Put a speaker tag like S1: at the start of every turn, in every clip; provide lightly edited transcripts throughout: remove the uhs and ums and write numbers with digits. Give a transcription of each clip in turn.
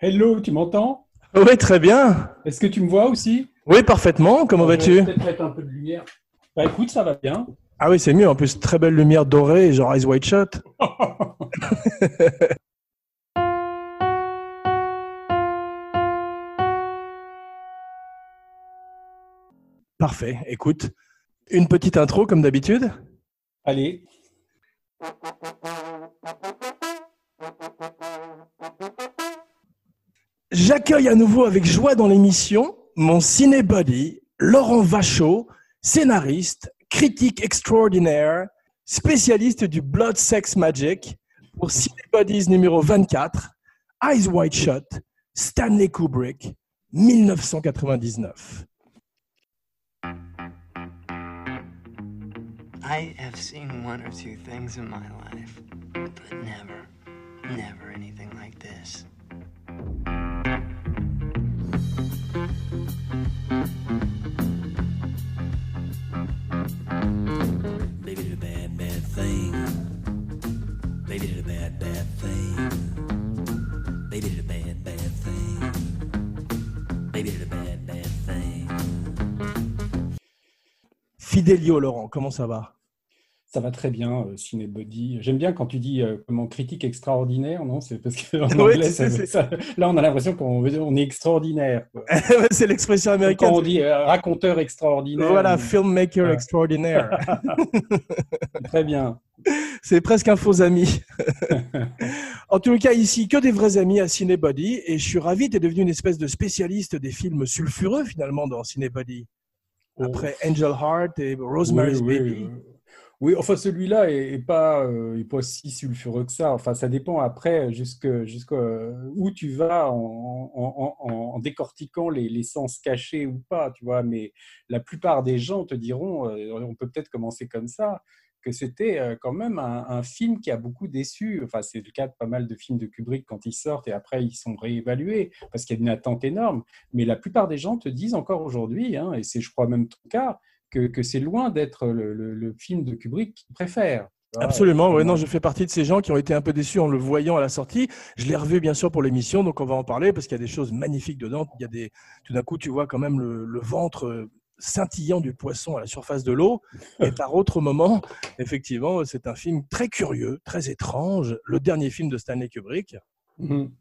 S1: Hello, tu m'entends?
S2: Oui, très bien.
S1: Est-ce que tu me vois aussi?
S2: Oui, parfaitement. Comment
S1: Bon, je vais
S2: vas-tu?
S1: peut-être mettre un peu de lumière. Bah écoute, ça va bien.
S2: Ah oui, c'est mieux. En plus, très belle lumière dorée, genre Eyes Wide Shut. Parfait. Écoute, une petite intro comme d'habitude.
S1: Allez,
S2: J'accueille à nouveau avec joie dans l'émission mon cinébody, Laurent Vachaud, scénariste, critique extraordinaire, spécialiste du Blood Sex Magic pour Cinebodies numéro 24, Eyes Wide Shut, Stanley Kubrick, 1999.
S3: I have seen one or two things in my life, but never anything like this.
S4: Baby did a bad, bad thing. Baby did a bad, bad thing. Baby did a bad, bad thing. Baby did a bad, bad thing.
S2: Fidelio, Laurent, comment ça va?
S1: ça va très bien, Cinebody. J'aime bien quand tu dis comment critique extraordinaire, non? C'est parce qu'en
S2: Oui,
S1: anglais,
S2: tu sais, c'est
S1: là, on a l'impression qu'on est extraordinaire, quoi.
S2: c'est l'expression
S1: Comme quand
S2: américaine.
S1: on dit raconteur extraordinaire.
S2: Voilà, filmmaker
S1: Ouais.
S2: extraordinaire.
S1: Très bien.
S2: C'est presque un faux ami. En tout cas, ici, que des vrais amis à Cinebody. Et je suis ravi, tu es devenu une espèce de spécialiste des films sulfureux, finalement, dans Cinebody.
S1: Oh,
S2: Après Angel Heart et
S1: oui,
S2: Rosemary's
S1: oui.
S2: Baby.
S1: Oui, enfin celui-là est pas si sulfureux que ça. Enfin, ça dépend après jusqu'à où tu vas en décortiquant les sens cachés ou pas, tu vois. Mais la plupart des gens te diront, on peut peut-être commencer comme ça, que c'était quand même un film qui a beaucoup déçu. Enfin, c'est le cas de pas mal de films de Kubrick quand ils sortent et après ils sont réévalués parce qu'il y a une attente énorme. Mais la plupart des gens te disent encore aujourd'hui, hein, et c'est je crois même ton cas, que c'est loin d'être le film de Kubrick qu'ils préfèrent. Tu vois,
S2: Absolument, ouais, non,
S1: vraiment.
S2: je fais partie de ces gens qui ont été un peu déçus en le voyant à la sortie. Je l'ai revu bien sûr pour l'émission, donc on va en parler parce qu'il y a des choses magnifiques dedans. Il y a des, tout d'un coup, tu vois quand même le ventre scintillant du poisson à la surface de l'eau. Et par autre moment, effectivement, c'est un film très curieux, très étrange, le dernier film de Stanley Kubrick.
S1: Mhm.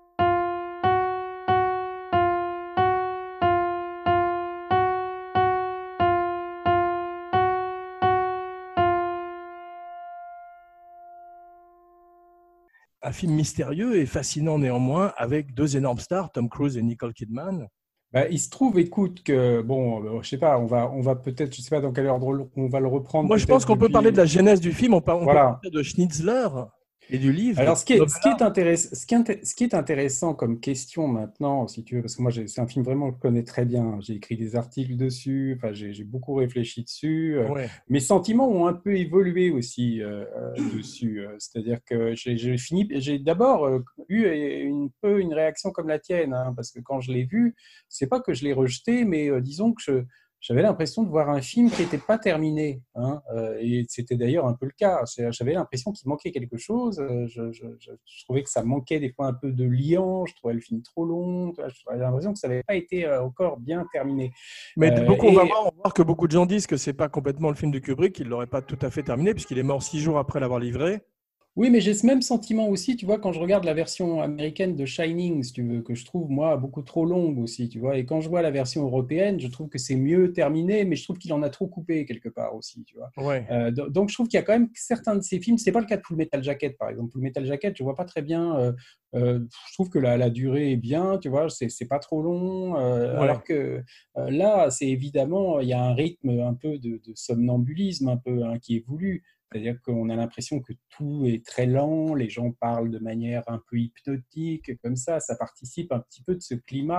S2: Un film mystérieux et fascinant néanmoins, avec deux énormes stars, Tom Cruise et Nicole Kidman.
S1: Bah, il se trouve, écoute, que, bon, je sais pas, on va peut-être, je sais pas dans quel ordre on va le reprendre,
S2: Moi, je pense
S1: peut-être
S2: qu'on peut parler de la
S1: depuis.
S2: genèse du film, on peut
S1: Voilà.
S2: partir de Schnitzler et du livre,
S1: Alors,
S2: de la
S1: ce qui
S2: novella.
S1: est ce qui est intéressant comme question maintenant, si tu veux, parce que moi, c'est un film vraiment que je connais très bien. J'ai écrit des articles dessus, enfin, j'ai beaucoup réfléchi dessus.
S2: Ouais.
S1: Mes sentiments ont un peu évolué aussi dessus. C'est-à-dire que j'ai d'abord eu peu une réaction comme la tienne, hein, parce que quand je l'ai vu, c'est pas que je l'ai rejeté, mais disons que j'avais l'impression de voir un film qui n'était pas terminé, hein, et c'était d'ailleurs un peu le cas. J'avais l'impression qu'il manquait quelque chose. Je trouvais que ça manquait des fois un peu de liant. Je trouvais le film trop long. J'avais l'impression que ça n'avait pas été encore bien terminé.
S2: Mais beaucoup,
S1: Et
S2: on va voir que beaucoup de gens disent que c'est pas complètement le film de Kubrick, qu'il l'aurait pas tout à fait terminé, puisqu'il est mort 6 jours après l'avoir livré.
S1: oui, mais j'ai ce même sentiment aussi, tu vois, quand je regarde la version américaine de Shining, si tu veux, que je trouve, moi, beaucoup trop longue aussi, tu vois. Et quand je vois la version européenne, je trouve que c'est mieux terminé, mais je trouve qu'il en a trop coupé quelque part aussi, tu vois.
S2: Ouais.
S1: Donc, je trouve qu'il y a quand même certains de ces films, c'est pas le cas de Full Metal Jacket, par exemple. Full Metal Jacket, je vois pas très bien, je trouve que la durée est bien, tu vois, c'est pas trop long,
S2: Ouais.
S1: alors que là, c'est évidemment, il y a un rythme un peu de somnambulisme, un peu hein, qui est voulu. C'est-à-dire qu'on a l'impression que tout est très lent, les gens parlent de manière un peu hypnotique, comme ça participe un petit peu de ce climat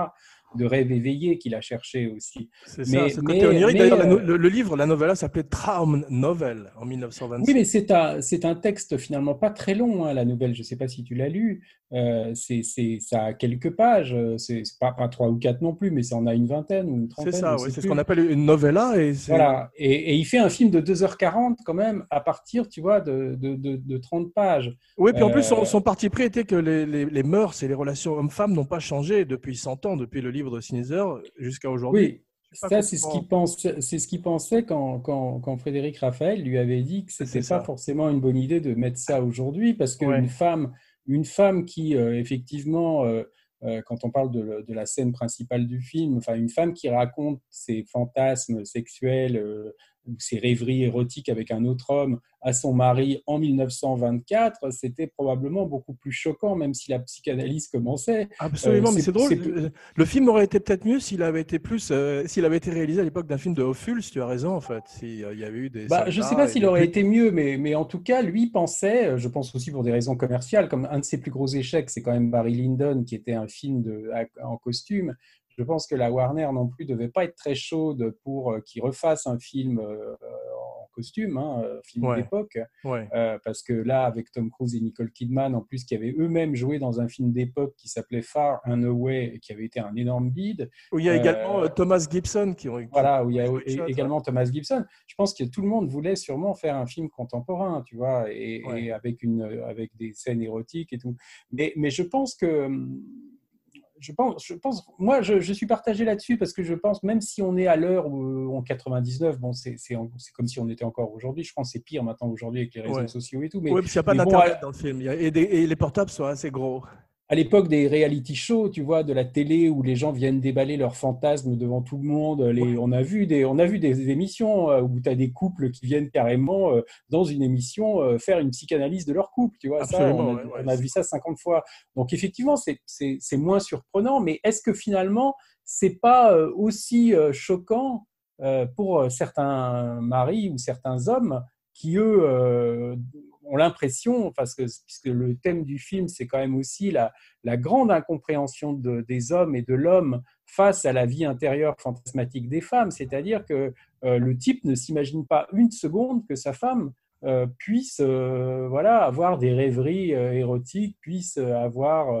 S1: de rêve éveillé qu'il a cherché aussi.
S2: C'est ça, ce côté onirique.
S1: Mais,
S2: D'ailleurs, le livre, la novella s'appelait Traumnovel en
S1: oui,
S2: 1926.
S1: mais c'est un texte finalement pas très long, hein, la nouvelle. Je ne sais pas si tu l'as lu. Ça a quelques pages. C'est pas 3 ou 4 non plus, mais ça en a une vingtaine ou une
S2: C'est
S1: trentaine.
S2: ça,
S1: Je
S2: oui,
S1: sais
S2: c'est ce
S1: plus.
S2: qu'on appelle une novella.
S1: Voilà. Et il fait un film de 2h40 quand même, à partir, tu vois, de 30 pages.
S2: Oui, puis en plus,
S1: Euh,
S2: son parti pris était que les mœurs et les relations hommes-femmes n'ont pas changé depuis 100 ans, depuis le livre de Sneezer jusqu'à aujourd'hui.
S1: oui,
S2: Je sais pas
S1: ça, c'est ce qu'il
S2: complètement.
S1: c'est ce qu'il pensait quand Frédéric Raphaël lui avait dit que
S2: C'est
S1: c'était pas
S2: ça.
S1: forcément une bonne idée de mettre ça aujourd'hui, parce
S2: Ouais.
S1: une femme qui, effectivement, quand on parle de la scène principale du film, enfin, une femme qui raconte ses fantasmes sexuels ou ses rêveries érotiques avec un autre homme à son mari en 1924, c'était probablement beaucoup plus choquant, même si la psychanalyse commençait.
S2: Absolument, mais c'est drôle.
S1: C'est
S2: Le film aurait été peut-être mieux s'il avait été réalisé à l'époque d'un film de Ophuls, tu as raison, en fait. S'il y avait eu des
S1: Bah, je ne sais pas
S2: soldats et
S1: s'il
S2: des
S1: aurait
S2: putes.
S1: été mieux, mais en tout cas, lui pensait, je pense aussi pour des raisons commerciales, comme un de ses plus gros échecs, c'est quand même Barry Lyndon, qui était un film en costume. Je pense que la Warner non plus devait pas être très chaude pour qu'il refasse un film en costume, hein, film
S2: Ouais,
S1: d'époque,
S2: ouais.
S1: parce que là, avec Tom Cruise et Nicole Kidman, en plus, qui avaient eux-mêmes joué dans un film d'époque qui s'appelait Far and Away, et qui avait été un énorme bide.
S2: Où il y a également
S1: Euh,
S2: Thomas Gibson qui
S1: voilà, où il y a
S2: joué Shot, ouais.
S1: également Thomas Gibson. Je pense que tout le monde voulait sûrement faire un film contemporain, tu vois,
S2: Ouais.
S1: et avec des scènes érotiques et tout. Mais je pense que, moi, je suis partagé là-dessus parce que je pense, même si on est à l'heure où, en 99, bon, c'est comme si on était encore aujourd'hui. Je pense que c'est pire maintenant aujourd'hui avec les réseaux
S2: Ouais.
S1: sociaux et tout.
S2: Ouais, parce qu'il n'y a pas
S1: Mais bon,
S2: d'internet dans le film. Et les portables sont assez gros.
S1: à l'époque des reality shows, tu vois, de la télé où les gens viennent déballer leurs fantasmes devant tout le monde,
S2: Ouais,
S1: on a vu des émissions où tu as des couples qui viennent carrément dans une émission faire une psychanalyse de leur couple, tu vois, ça,
S2: absolument. Ouais, ouais.
S1: on a vu ça 50 fois. Donc effectivement, c'est moins surprenant, mais est-ce que finalement, c'est pas aussi choquant pour certains maris ou certains hommes qui, eux, ont l'impression, puisque le thème du film, c'est quand même aussi la grande incompréhension des hommes et de l'homme face à la vie intérieure fantasmatique des femmes. C'est-à-dire que le type ne s'imagine pas une seconde que sa femme puisse voilà, avoir des rêveries érotiques, puisse avoir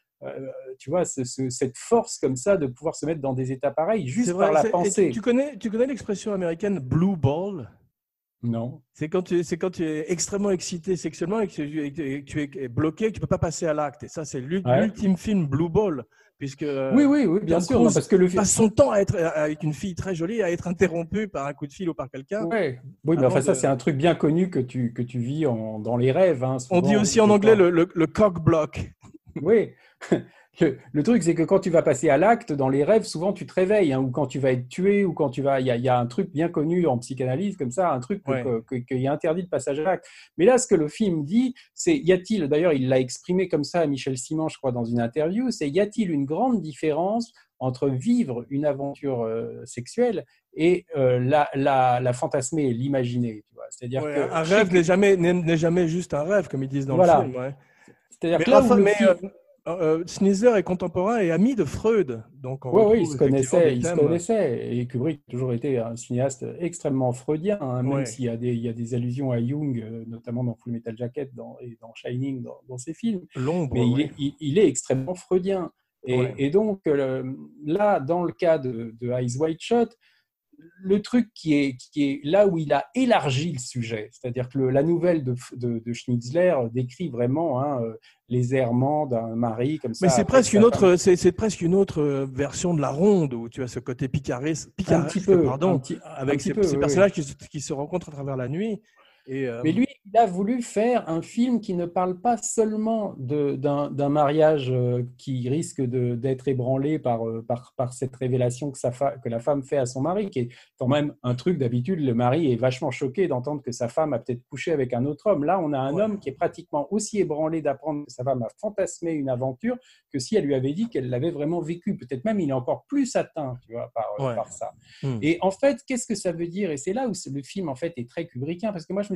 S1: tu vois, cette force comme ça de pouvoir se mettre dans des états pareils
S2: C'est
S1: juste par
S2: vrai.
S1: la
S2: Et
S1: pensée.
S2: tu connais l'expression américaine blue ball?
S1: Non.
S2: C'est quand tu es extrêmement excité sexuellement et que tu es bloqué, que tu ne peux pas passer à l'acte. Et ça, c'est
S1: Ouais.
S2: l'ultime film Blue Ball, puisque
S1: Oui, bien
S2: Tom
S1: sûr. Non,
S2: Cruise
S1: parce que
S2: passe son temps à être avec une fille très jolie, à être interrompu par un coup de fil ou par quelqu'un.
S1: ouais. Oui, mais
S2: Avant
S1: enfin, ça, c'est
S2: de...
S1: un truc bien connu que tu vis dans les rêves, hein,
S2: On dit
S1: souvent,
S2: aussi en
S1: je
S2: anglais
S1: crois.
S2: le cock block.
S1: Oui. Le truc, c'est que quand tu vas passer à l'acte, dans les rêves, souvent tu te réveilles, hein, ou quand tu vas être tué, ou quand tu vas. Il y a un truc bien connu en psychanalyse, comme ça, un truc
S2: Ouais.
S1: qu'il y a interdit de passage à l'acte. Mais là, ce que le film dit, c'est y a-t-il, d'ailleurs, il l'a exprimé comme ça à Michel Simon, je crois, dans une interview, c'est y a-t-il une grande différence entre vivre une aventure sexuelle et la fantasmer et l'imaginer, tu vois. C'est-à-dire
S2: Ouais,
S1: que
S2: un
S1: je sais
S2: rêve
S1: que.
S2: n'est jamais juste un rêve, comme ils disent dans le
S1: Voilà.
S2: film. Ouais.
S1: C'est-à-dire
S2: Mais,
S1: que là où le film.
S2: Sneezer est contemporain et ami de Freud. Donc on
S1: Oui, oui,
S2: retrouve effectivement des
S1: ils se
S2: thèmes.
S1: connaissaient. Et Kubrick a toujours été un cinéaste extrêmement freudien, hein, même
S2: Ouais,
S1: s'il y a il y a des allusions à Jung, notamment dans Full Metal Jacket et dans Shining, dans ses films.
S2: l'ombre,
S1: Mais
S2: oui.
S1: il est extrêmement freudien.
S2: Ouais.
S1: Et donc, là, dans le cas de Eyes Wide Shut, le truc qui est là où il a élargi le sujet, c'est-à-dire que la nouvelle de Schnitzler décrit vraiment, hein, les errements d'un mari comme
S2: Mais
S1: ça après que sa femme.
S2: c'est presque une autre version de la ronde où tu as ce côté picaresque, pardon,
S1: Un
S2: avec
S1: petit peu,
S2: ces
S1: oui, oui.
S2: personnages qui se rencontrent à travers la nuit. Et
S1: Mais lui, il a voulu faire un film qui ne parle pas seulement d'un mariage qui risque d'être ébranlé par cette révélation que la femme fait à son mari, qui est quand même un truc d'habitude. Le mari est vachement choqué d'entendre que sa femme a peut-être couché avec un autre homme. Là, on a un
S2: ouais,
S1: homme qui est pratiquement aussi ébranlé d'apprendre que sa femme a fantasmé une aventure que si elle lui avait dit qu'elle l'avait vraiment vécu. Peut-être même il est encore plus atteint, tu vois,
S2: ouais.
S1: par ça.
S2: Hmm.
S1: Et en fait, qu'est-ce que ça veut dire? Et c'est là où le film en fait est très kubrickien, parce que moi je me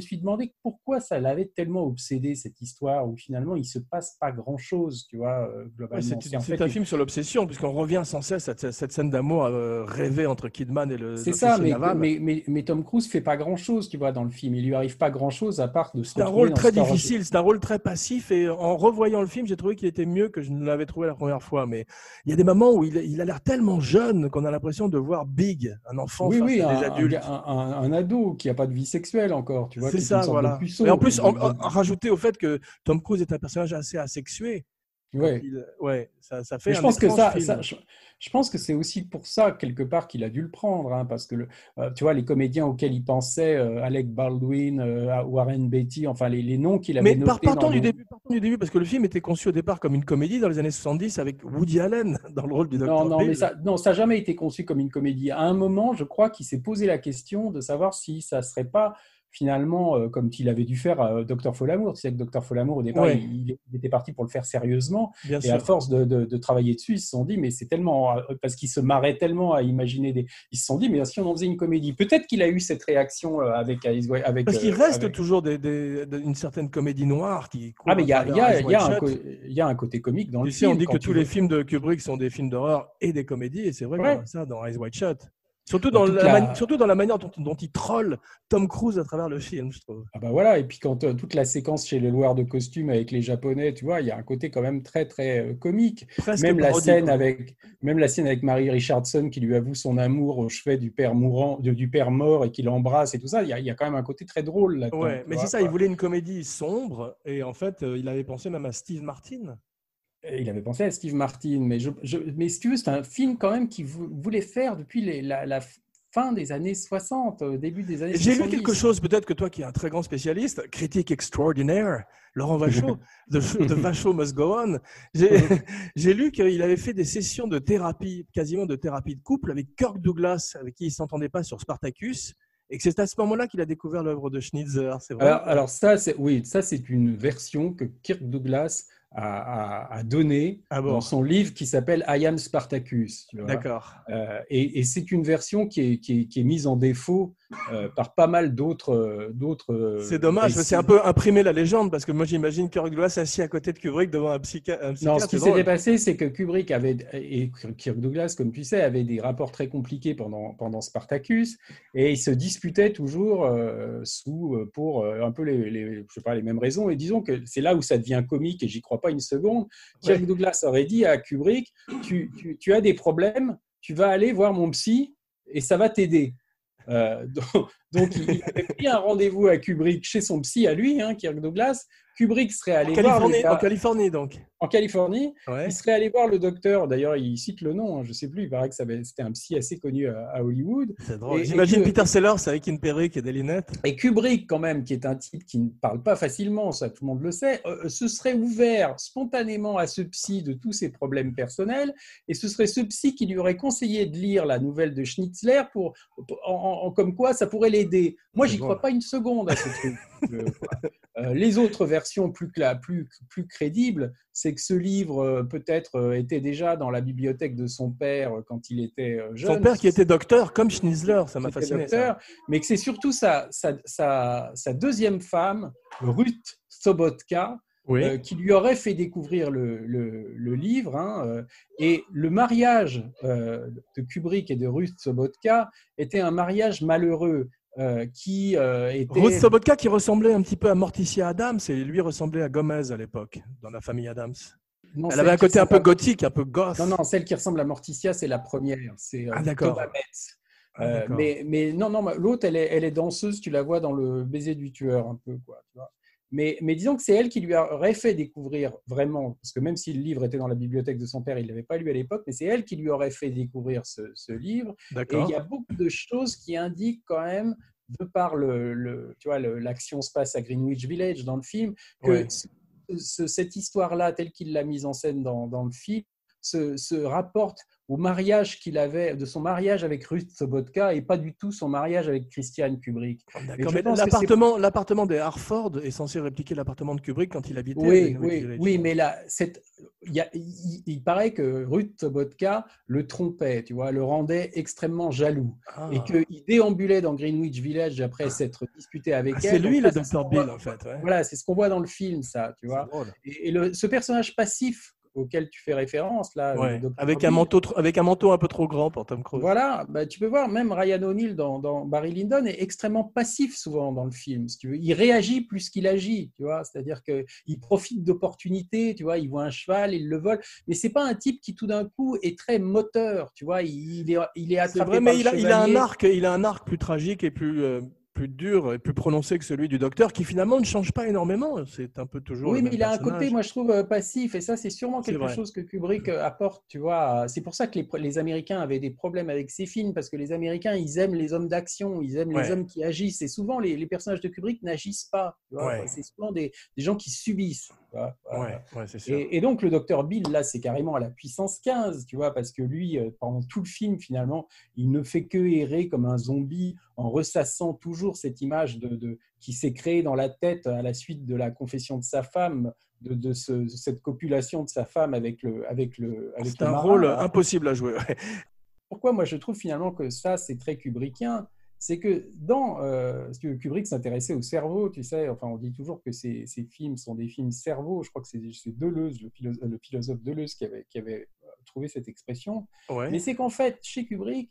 S1: suis demandé pourquoi ça l'avait tellement obsédé, cette histoire, où finalement, il ne se passe pas grand-chose, tu vois,
S2: Ouais,
S1: globalement.
S2: c'est un film sur l'obsession, puisqu'on revient sans cesse à cette scène d'amour rêvée entre Kidman et
S1: C'est ça,
S2: l'officier naval.
S1: mais Tom Cruise fait pas grand-chose, tu vois, dans le film. Il lui arrive pas grand-chose à part de se
S2: C'est un
S1: retrouver
S2: rôle
S1: dans
S2: très
S1: cet
S2: difficile, c'est un rôle très passif, et en revoyant le film, j'ai trouvé qu'il était mieux que je ne l'avais trouvé la première fois. Mais il y a des moments où il a l'air tellement jeune qu'on a l'impression de voir Big, un enfant
S1: Oui,
S2: face
S1: oui,
S2: à des adultes.
S1: un ado qui n'a pas de vie sexuelle encore, tu vois,
S2: C'est
S1: qui est une
S2: ça,
S1: sorte de
S2: voilà.
S1: puceau.
S2: Et en plus, rajouter au fait que Tom Cruise est un personnage assez asexué.
S1: Ouais.
S2: Ouais, ça fait
S1: Mais je
S2: un
S1: pense que
S2: étrange film.
S1: je pense que c'est aussi pour ça, quelque part, qu'il a dû le prendre, hein, parce que, tu vois, les comédiens auxquels il pensait, Alec Baldwin, Warren Beatty, enfin, les noms qu'il avait
S2: Mais
S1: notés
S2: partons du début, parce que le film était conçu au départ comme une comédie dans les années 70 avec Woody Allen dans le rôle du
S1: Non,
S2: Dr.
S1: non, mais
S2: Bill.
S1: ça n'a jamais été conçu comme une comédie. À un moment, je crois qu'il s'est posé la question de savoir si ça ne serait pas finalement, comme il avait dû faire Dr. Folamour. Tu sais que Dr. Folamour, au départ,
S2: Ouais,
S1: il était parti pour le faire sérieusement.
S2: bien
S1: Et à
S2: sûr.
S1: force de travailler dessus, ils se sont dit, mais c'est tellement. Parce qu'ils se marraient tellement à imaginer des. Ils se sont dit, mais si on en faisait une comédie. Peut-être qu'il a eu cette réaction avec
S2: Parce qu'il reste toujours une certaine comédie noire qui court
S1: Ah, mais
S2: à travers Eyes Wide Shut.
S1: il y a un côté comique dans le
S2: Tu sais, on
S1: film.
S2: dit
S1: Quand
S2: que
S1: tu
S2: tous les
S1: vois.
S2: films de Kubrick sont des films d'horreur et des comédies, et c'est vrai qu'on
S1: Ouais.
S2: a ça dans Eyes Wide Shut. Surtout
S1: Toute la.
S2: surtout dans la manière dont il troll Tom Cruise à travers le film, je trouve.
S1: Ah bah voilà, et puis quand toute la séquence chez le loueur de costumes avec les Japonais, tu vois, il y a un côté quand même très très comique.
S2: Presque
S1: Même la
S2: parodique,
S1: scène
S2: ouais.
S1: avec Mary Richardson qui lui avoue son amour au chevet du père mourant, du père mort et qui l'embrasse et tout ça, il y a quand même un côté très drôle là-dedans.
S2: Ouais,
S1: Tu
S2: mais
S1: vois,
S2: c'est ça, il
S1: quoi.
S2: voulait une comédie sombre, et en fait, il avait pensé même à Steve Martin.
S1: Et il avait pensé à Steve Martin, mais si tu veux, c'est un film quand même qu'il voulait faire depuis la fin des années 60, début des années
S2: Et j'ai lu
S1: 70.
S2: quelque chose, peut-être que toi qui es un très grand spécialiste, critique extraordinaire, Laurent Vachaud, de Vachaud Must Go On, j'ai lu qu'il avait fait des sessions de thérapie, quasiment de thérapie de couple, avec Kirk Douglas, avec qui il ne s'entendait pas sur Spartacus, et que c'est à ce moment-là qu'il a découvert l'œuvre de Schnitzer, c'est vrai?
S1: Alors ça, c'est une version que Kirk Douglas a donnée
S2: Ah
S1: dans
S2: bon,
S1: son livre qui s'appelle I Am Spartacus. Tu vois.
S2: d'accord.
S1: Et c'est une version qui est mise en défaut par pas mal d'autres
S2: C'est dommage,
S1: récits.
S2: c'est un peu imprimer la légende, parce que moi j'imagine Kirk Douglas assis à côté de Kubrick devant un psychiatre.
S1: Non, ce
S2: C'est
S1: qui s'était
S2: drôle.
S1: passé, c'est que Kubrick et Kirk Douglas, comme tu sais, avaient des rapports très compliqués pendant Spartacus, et ils se disputaient toujours pour un peu je sais pas, les mêmes raisons. Et disons que c'est là où ça devient comique, et j'y crois pas une seconde. Kirk
S2: Ouais.
S1: Douglas aurait dit à Kubrick, tu as des problèmes, tu vas aller voir mon psy et ça va t'aider. Donc, il avait pris un rendez-vous à Kubrick chez son psy à lui, hein, Kirk Douglas. Kubrick serait allé voir le
S2: En
S1: gars
S2: Californie donc.
S1: en Californie.
S2: Ouais.
S1: Il serait allé voir le docteur. D'ailleurs, il cite le nom, hein, je ne sais plus. Il paraît que c'était un psy assez connu à Hollywood.
S2: C'est drôle.
S1: Et
S2: J'imagine Peter Sellers avec une perruque et des lunettes.
S1: et Kubrick, quand même, qui est un type qui ne parle pas facilement, ça tout le monde le sait, se serait ouvert spontanément à ce psy de tous ses problèmes personnels, et ce serait ce psy qui lui aurait conseillé de lire la nouvelle de Schnitzler comme quoi ça pourrait l'aider. Moi, j'y crois pas une seconde à ce truc. Les autres versions plus crédibles, c'est que ce livre peut-être était déjà dans la bibliothèque de son père quand il était jeune.
S2: Son père qui était docteur, comme Schnitzler, ça m'a fasciné.
S1: Docteur, mais que c'est surtout sa deuxième femme, Ruth Sobotka,
S2: Oui.
S1: qui lui aurait fait découvrir le livre. Hein, et le mariage de Kubrick et de Ruth Sobotka était un mariage malheureux. Qui était...
S2: Ruth Sobotka qui ressemblait un petit peu à Morticia Adams, et lui ressemblait à Gomez à l'époque, dans la famille Adams.
S1: Non,
S2: Elle avait un côté un peu gothique, un peu goth.
S1: Non, celle qui ressemble à Morticia, c'est la première. C'est
S2: d'accord.
S1: Thomas Metz.
S2: D'accord.
S1: Mais non, l'autre, elle est danseuse, tu la vois dans le baiser du tueur un peu, quoi. Tu vois. Mais disons que c'est elle qui lui aurait fait découvrir vraiment, parce que même si le livre était dans la bibliothèque de son père, il ne l'avait pas lu à l'époque, mais c'est elle qui lui aurait fait découvrir ce livre. Et il y a beaucoup de choses qui indiquent quand même, de par l'action se passe à Greenwich Village dans le film, que cette histoire-là, telle qu'il l'a mise en scène dans le film, se rapporte au mariage qu'il avait, de son mariage avec Ruth Sobotka, et pas du tout son mariage avec Christian Kubrick.
S2: D'accord, mais l'appartement des Harford est censé répliquer l'appartement de Kubrick quand il habitait à Greenwich Village.
S1: Oui, mais là, il paraît que Ruth Sobotka le trompait, tu vois, le rendait extrêmement jaloux.
S2: Ah.
S1: Et qu'il déambulait dans Greenwich Village après s'être disputé avec
S2: C'est
S1: elle.
S2: lui,
S1: Donc
S2: le
S1: là, c'est ce
S2: Dr.
S1: qu'on
S2: Bill,
S1: voit-
S2: en fait. Ouais.
S1: Voilà, c'est ce qu'on voit dans le film, ça, tu
S2: C'est
S1: vois.
S2: drôle.
S1: Et ce personnage passif auquel tu fais référence, là, le
S2: Ouais.
S1: Dr.
S2: Avec
S1: Bill,
S2: un manteau un peu trop grand pour Tom Cruise.
S1: voilà, bah, tu peux voir, même Ryan O'Neal dans Barry Lyndon est extrêmement passif souvent dans le film, si tu veux. Il réagit plus qu'il agit, tu vois. C'est-à-dire qu'il profite d'opportunités, tu vois. Il voit un cheval, il le vole, mais c'est pas un type qui tout d'un coup est très moteur, tu vois. Il est
S2: C'est
S1: attrapé
S2: vrai,
S1: par
S2: mais
S1: le
S2: il a un
S1: chevalier.
S2: arc, il a un arc plus tragique et plus dur et plus prononcé que celui du docteur, qui finalement ne change pas énormément. C'est un peu toujours
S1: Oui,
S2: le
S1: mais
S2: même
S1: il a un côté,
S2: personnage.
S1: moi je trouve, passif, et ça c'est sûrement
S2: C'est
S1: quelque
S2: vrai.
S1: chose que Kubrick apporte, tu vois. C'est pour ça que les Américains avaient des problèmes avec ces films, parce que les Américains, ils aiment les hommes d'action, ils aiment les
S2: Ouais,
S1: hommes qui agissent, et souvent les personnages de Kubrick n'agissent pas, tu vois.
S2: ouais,
S1: C'est souvent des gens qui subissent, tu vois.
S2: ouais, c'est sûr.
S1: Et donc le docteur Bill, là, c'est carrément à la puissance 15, tu vois, parce que lui, pendant tout le film, finalement, il ne fait que errer comme un zombie en ressassant toujours cette image qui s'est créée dans la tête à la suite de la confession de sa femme, de cette copulation de sa femme avec
S2: C'est
S1: le
S2: un
S1: marin,
S2: rôle
S1: là.
S2: impossible à jouer. Ouais.
S1: Pourquoi moi je trouve finalement que ça, c'est très kubrickien, c'est que parce que Kubrick s'intéressait au cerveau, tu sais, enfin on dit toujours que ces films sont des films cerveau, je crois que c'est Deleuze, le philosophe Deleuze qui avait trouvé cette expression, mais
S2: Ouais.
S1: c'est qu'en fait, chez Kubrick,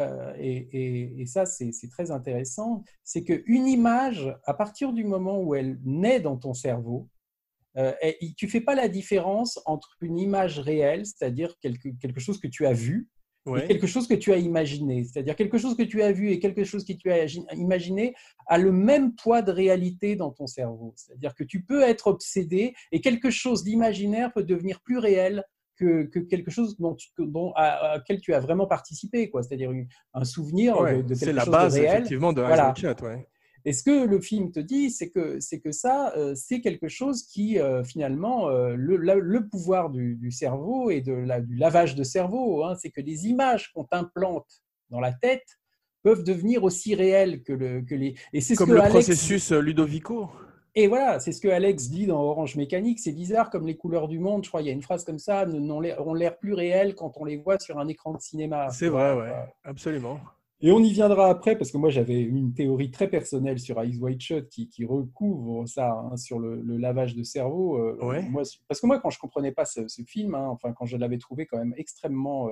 S1: et ça c'est très intéressant, c'est qu'une image, à partir du moment où elle naît dans ton cerveau, tu ne fais pas la différence entre une image réelle, c'est-à-dire quelque chose que tu as vu, et
S2: Ouais.
S1: quelque chose que tu as imaginé. C'est-à-dire quelque chose que tu as vu et quelque chose que tu as imaginé a le même poids de réalité dans ton cerveau. C'est-à-dire que tu peux être obsédé et quelque chose d'imaginaire peut devenir plus réel que quelque chose auquel tu as vraiment participé, quoi. C'est-à-dire un souvenir
S2: Ouais.
S1: de
S2: C'est
S1: quelque
S2: la
S1: chose de
S2: base,
S1: réel.
S2: effectivement, de Eyes
S1: Voilà.
S2: Wide Shut. Ouais.
S1: Et ce que le film te dit, c'est que ça, c'est quelque chose qui, finalement, le pouvoir du cerveau et du lavage de cerveau, hein, c'est que les images qu'on t'implante dans la tête peuvent devenir aussi réelles que les… Et c'est ce que
S2: Comme le
S1: Alex…
S2: processus Ludovico.
S1: Et voilà, c'est ce que Alex dit dans Orange Mécanique. C'est bizarre comme les couleurs du monde. Je crois il y a une phrase comme ça, ont l'air plus réelles quand on les voit sur un écran de cinéma.
S2: C'est vrai, ouais, absolument.
S1: Et on y viendra après, parce que moi j'avais une théorie très personnelle sur Eyes Wide Shut qui recouvre ça, hein, sur le lavage de cerveau.
S2: Ouais.
S1: Parce que moi, quand je ne comprenais pas ce film, hein, enfin quand je l'avais trouvé quand même extrêmement…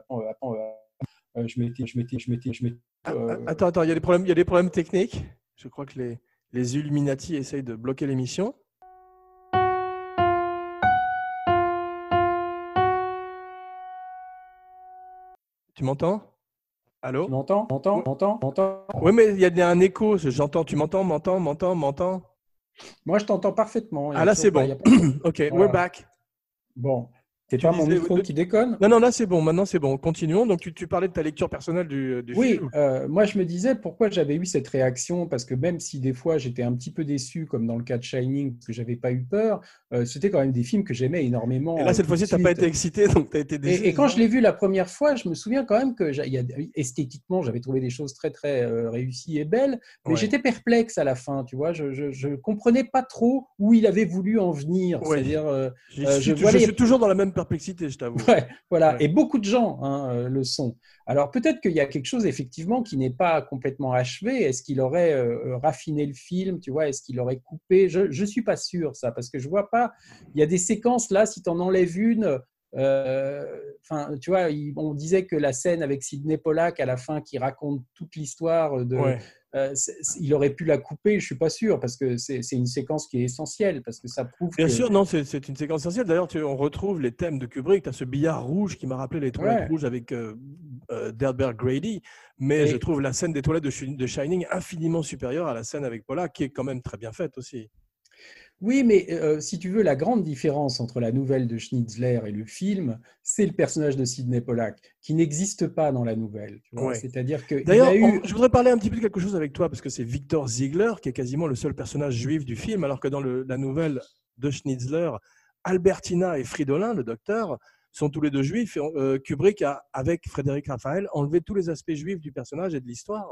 S1: je m'étais…
S2: Attends, il y a des problèmes techniques. Je crois que les Illuminati essayent de bloquer l'émission. Tu m'entends? Allô?
S1: Tu m'entends?
S2: Oui, mais il y a un écho. J'entends. Tu m'entends? M'entends?
S1: Moi, je t'entends parfaitement.
S2: Ah, là, c'est bon. OK,
S1: Voilà.
S2: we're back.
S1: Bon. C'est
S2: Tu
S1: pas mon
S2: disais-
S1: micro qui déconne?
S2: Non, là, c'est bon. Maintenant, c'est bon. Continuons. Donc, tu parlais de ta lecture personnelle du
S1: Oui,
S2: film.
S1: moi je me disais pourquoi j'avais eu cette réaction, parce que même si des fois j'étais un petit peu déçu, comme dans le cas de Shining, parce que j'avais pas eu peur, c'était quand même des films que j'aimais énormément.
S2: Et là, cette
S1: tout de
S2: fois-ci, tu n'as pas
S1: suite.
S2: été excité, donc tu as été déçu.
S1: Et quand je l'ai vu la première fois, je me souviens quand même que esthétiquement, j'avais trouvé des choses très très réussies et belles, mais
S2: Ouais.
S1: j'étais perplexe à la fin, tu vois. Je comprenais pas trop où il avait voulu en venir.
S2: Ouais.
S1: C'est-à-dire,
S2: Je suis toujours dans la même perplexité, je t'avoue.
S1: ouais, voilà.
S2: Ouais.
S1: Et beaucoup de gens, hein, le sont. Alors peut-être qu'il y a quelque chose effectivement qui n'est pas complètement achevé. Est-ce qu'il aurait raffiné le film, tu vois? Est-ce qu'il aurait coupé? Je suis pas sûr, ça, parce que je vois pas. Il y a des séquences là, si tu en enlèves une, tu vois, on disait que la scène avec Sidney Pollack à la fin qui raconte toute l'histoire
S2: Ouais.
S1: il aurait pu la couper, je suis pas sûr, parce que c'est une séquence qui est essentielle, parce que ça prouve
S2: Bien
S1: que…
S2: sûr, non, c'est une séquence essentielle. D'ailleurs, on retrouve les thèmes de Kubrick. Tu as ce billard rouge qui m'a rappelé les toilettes
S1: Ouais.
S2: rouges avec Delbert Grady. Mais
S1: Et-
S2: je trouve la scène des toilettes de Shining infiniment supérieure à la scène avec Pollack, qui est quand même très bien faite aussi.
S1: Oui, mais si tu veux, la grande différence entre la nouvelle de Schnitzler et le film, c'est le personnage de Sidney Pollack, qui n'existe pas dans la nouvelle. Tu vois.
S2: Ouais.
S1: C'est-à-dire qu'il
S2: D'ailleurs,
S1: a eu…
S2: je voudrais parler un petit peu de quelque chose avec toi, parce que c'est Victor Ziegler qui est quasiment le seul personnage juif du film, alors que dans la nouvelle de Schnitzler, Albertina et Fridolin, le docteur, sont tous les deux juifs. Et, Kubrick a, avec Frédéric Raphaël, enlevé tous les aspects juifs du personnage et de l'histoire.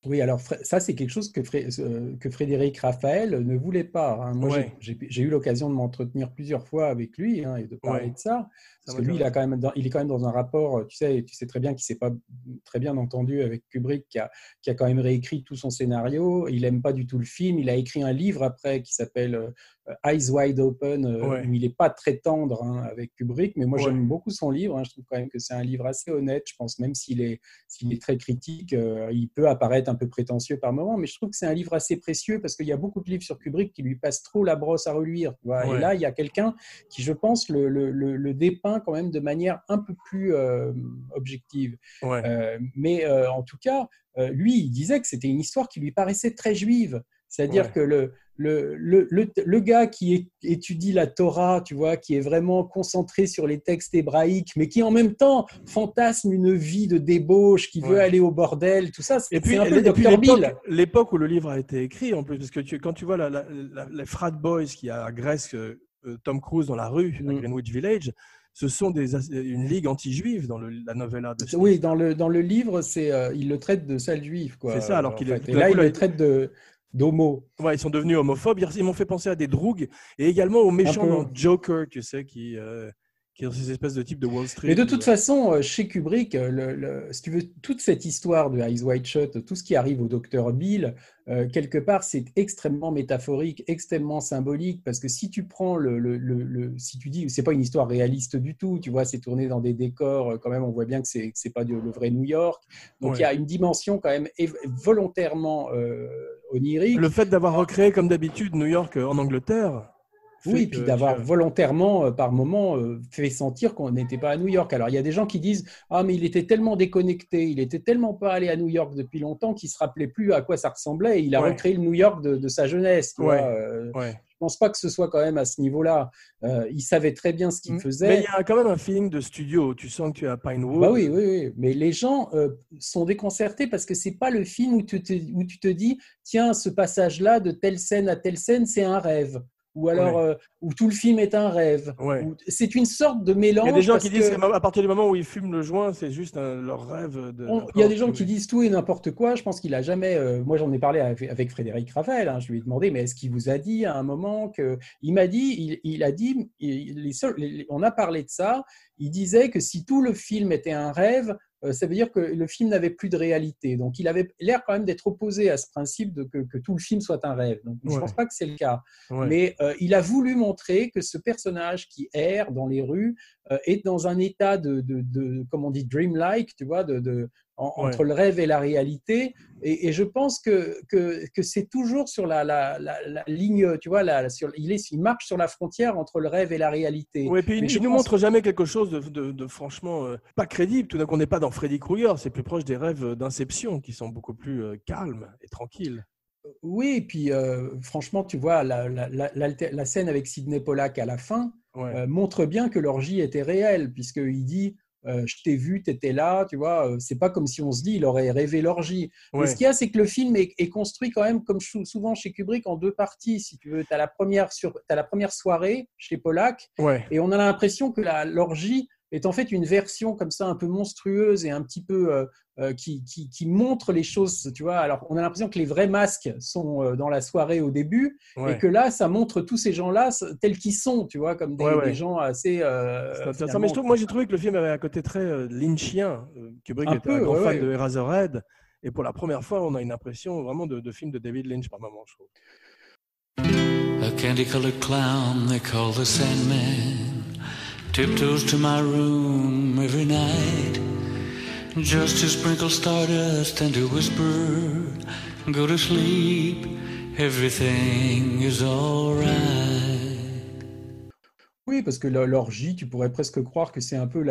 S1: Oui, alors ça, c'est quelque chose que Frédéric Raphaël ne voulait pas, hein. Moi,
S2: Ouais,
S1: j'ai eu l'occasion de m'entretenir plusieurs fois avec lui, hein, et de parler
S2: ouais,
S1: de ça,
S2: ça
S1: parce que lui,
S2: m'intéresse.
S1: il est quand même dans un rapport, tu sais très bien qu'il s'est pas très bien entendu avec Kubrick, qui a quand même réécrit tout son scénario. Il aime pas du tout le film. Il a écrit un livre après qui s'appelle Eyes Wide Open,
S2: Ouais,
S1: où il est pas très tendre, hein, avec Kubrick, mais moi,
S2: ouais.
S1: j'aime beaucoup son livre, hein. Je trouve quand même que c'est un livre assez honnête. Je pense même s'il est très critique, il peut apparaître un peu prétentieux par moment, mais je trouve que c'est un livre assez précieux parce qu'il y a beaucoup de livres sur Kubrick qui lui passent trop la brosse à reluire, tu vois. Et
S2: Ouais,
S1: là, il y a quelqu'un qui, je pense, le dépeint quand même de manière un peu plus objective.
S2: ouais,
S1: Mais en tout cas, lui, il disait que c'était une histoire qui lui paraissait très juive. C'est-à-dire
S2: ouais.
S1: que le gars qui étudie la Torah, tu vois, qui est vraiment concentré sur les textes hébraïques, mais qui en même temps fantasme une vie de débauche, qui veut
S2: Ouais.
S1: aller au bordel, tout ça,
S2: Et
S1: c'est
S2: puis,
S1: un peu
S2: et puis
S1: Dr Bill.
S2: l'époque où le livre a été écrit, en plus, parce que quand tu vois les frat boys qui agressent Tom Cruise dans la rue à
S1: Mm.
S2: Greenwich Village, ce sont une ligue anti-juive dans la novella de
S1: Oui,
S2: Stifter.
S1: dans le livre, il le traite de sale juif, quoi,
S2: C'est ça, alors
S1: en
S2: qu'il est
S1: fait.
S2: tout
S1: Et
S2: d'un
S1: là,
S2: coup,
S1: il
S2: là,
S1: le traite d'homo,
S2: ouais, ils sont devenus homophobes. Ils m'ont fait penser à des Droog et également aux
S1: un
S2: méchants dans
S1: peu.
S2: Joker, tu sais, qui est dans ces espèces de types de Wall
S1: Mais
S2: Street.
S1: de toute façon, chez Kubrick, si tu veux, toute cette histoire de Eyes Wide Shut, tout ce qui arrive au docteur Bill, quelque part, c'est extrêmement métaphorique, extrêmement symbolique, parce que si tu prends si tu dis, c'est pas une histoire réaliste du tout, tu vois, c'est tourné dans des décors, quand même, on voit bien que c'est pas le vrai New York. Donc il y
S2: Ouais.
S1: a une dimension quand même volontairement
S2: Le
S1: onirique.
S2: fait d'avoir recréé, comme d'habitude, New York en Angleterre fait
S1: Oui, puis
S2: que tu
S1: d'avoir
S2: as.
S1: volontairement, par moment, fait sentir qu'on n'était pas à New York. Alors, il y a des gens qui disent: Ah, mais il était tellement déconnecté, il était tellement pas allé à New York depuis longtemps qu'il ne se rappelait plus à quoi ça ressemblait. Et il a
S2: Ouais,
S1: recréé le New York de sa jeunesse, tu vois.
S2: ouais, ouais.
S1: Je pense pas que ce soit quand même à ce niveau-là. Il savait très bien ce qu'il
S2: Mais il y
S1: faisait.
S2: a quand même un feeling de studio. Tu sens que tu es à
S1: Ah bah
S2: Pinewood.
S1: oui, oui, oui. Mais les gens sont déconcertés parce que c'est pas le film où tu te dis: Tiens, ce passage-là, de telle scène à telle scène, c'est un rêve. Ou alors,
S2: Ouais,
S1: où tout le film est un rêve.
S2: ouais.
S1: C'est une sorte de
S2: Il y a des
S1: mélange
S2: gens qui
S1: parce
S2: disent
S1: que
S2: qu'à partir du moment où ils fument le joint, c'est juste leur rêve
S1: il y a des
S2: d'abord
S1: gens qui
S2: fumer.
S1: disent tout et n'importe quoi. Je pense qu'il a jamais. Moi, j'en ai parlé avec Frédéric Raphaël, hein. Je lui ai demandé, mais est-ce qu'il vous a dit à un moment que. Il m'a dit, il a dit, on a parlé de ça. Il disait que si tout le film était un rêve, ça veut dire que le film n'avait plus de réalité. Donc, il avait l'air quand même d'être opposé à ce principe que tout le film soit un rêve. Donc, je ne pense
S2: Ouais,
S1: pas que c'est le cas.
S2: ouais,
S1: Mais il a voulu montrer que ce personnage qui erre dans les rues est dans un état comme on dit, dreamlike, tu vois, entre
S2: ouais.
S1: le rêve et la réalité. Et je pense que c'est toujours sur la ligne, tu vois, il marche sur la frontière entre le rêve et la réalité.
S2: Ouais, puis
S1: Mais je
S2: il nous
S1: pense.
S2: montre jamais quelque chose de franchement pas crédible. Tout d'un coup, on n'est pas dans Freddy Krueger. C'est plus proche des rêves d'Inception qui sont beaucoup plus calmes et tranquilles.
S1: Oui, et puis franchement, tu vois, la scène avec Sidney Pollack à la fin
S2: Ouais,
S1: montre bien que l'orgie était réelle, puisqu'il dit je t'ai vu, tu étais là, tu vois, c'est pas comme si on se dit il aurait rêvé l'orgie. Mais ce
S2: ouais,
S1: qu'il y a, c'est que le film est construit quand même, comme souvent chez Kubrick, en deux parties. Si tu veux, tu as t'as la première soirée chez Pollack,
S2: ouais.
S1: et on a l'impression que l'orgie est en fait une version comme ça un peu monstrueuse et un petit peu qui montre les choses, tu vois. Alors, on a l'impression que les vrais masques sont dans la soirée au début et
S2: Ouais,
S1: que là, ça montre tous ces gens-là tels qu'ils sont, tu vois, comme
S2: ouais,
S1: des
S2: ouais.
S1: gens assez,
S2: C'est intéressant. Mais
S1: finalement,
S2: moi, j'ai trouvé que le film avait un côté très lynchien. Kubrick
S1: un
S2: était un
S1: peu,
S2: grand
S1: ouais,
S2: fan
S1: ouais.
S2: de Eraserhead. Et pour la première fois, on a une impression vraiment de film de David Lynch par moment, je trouve.
S4: A candy-colored clown they call the Sandman tiptoes to my room every night just to sprinkle stardust and to whisper, go to sleep, everything is all right.
S1: Oui, parce que l'orgie, tu pourrais presque croire que c'est un peu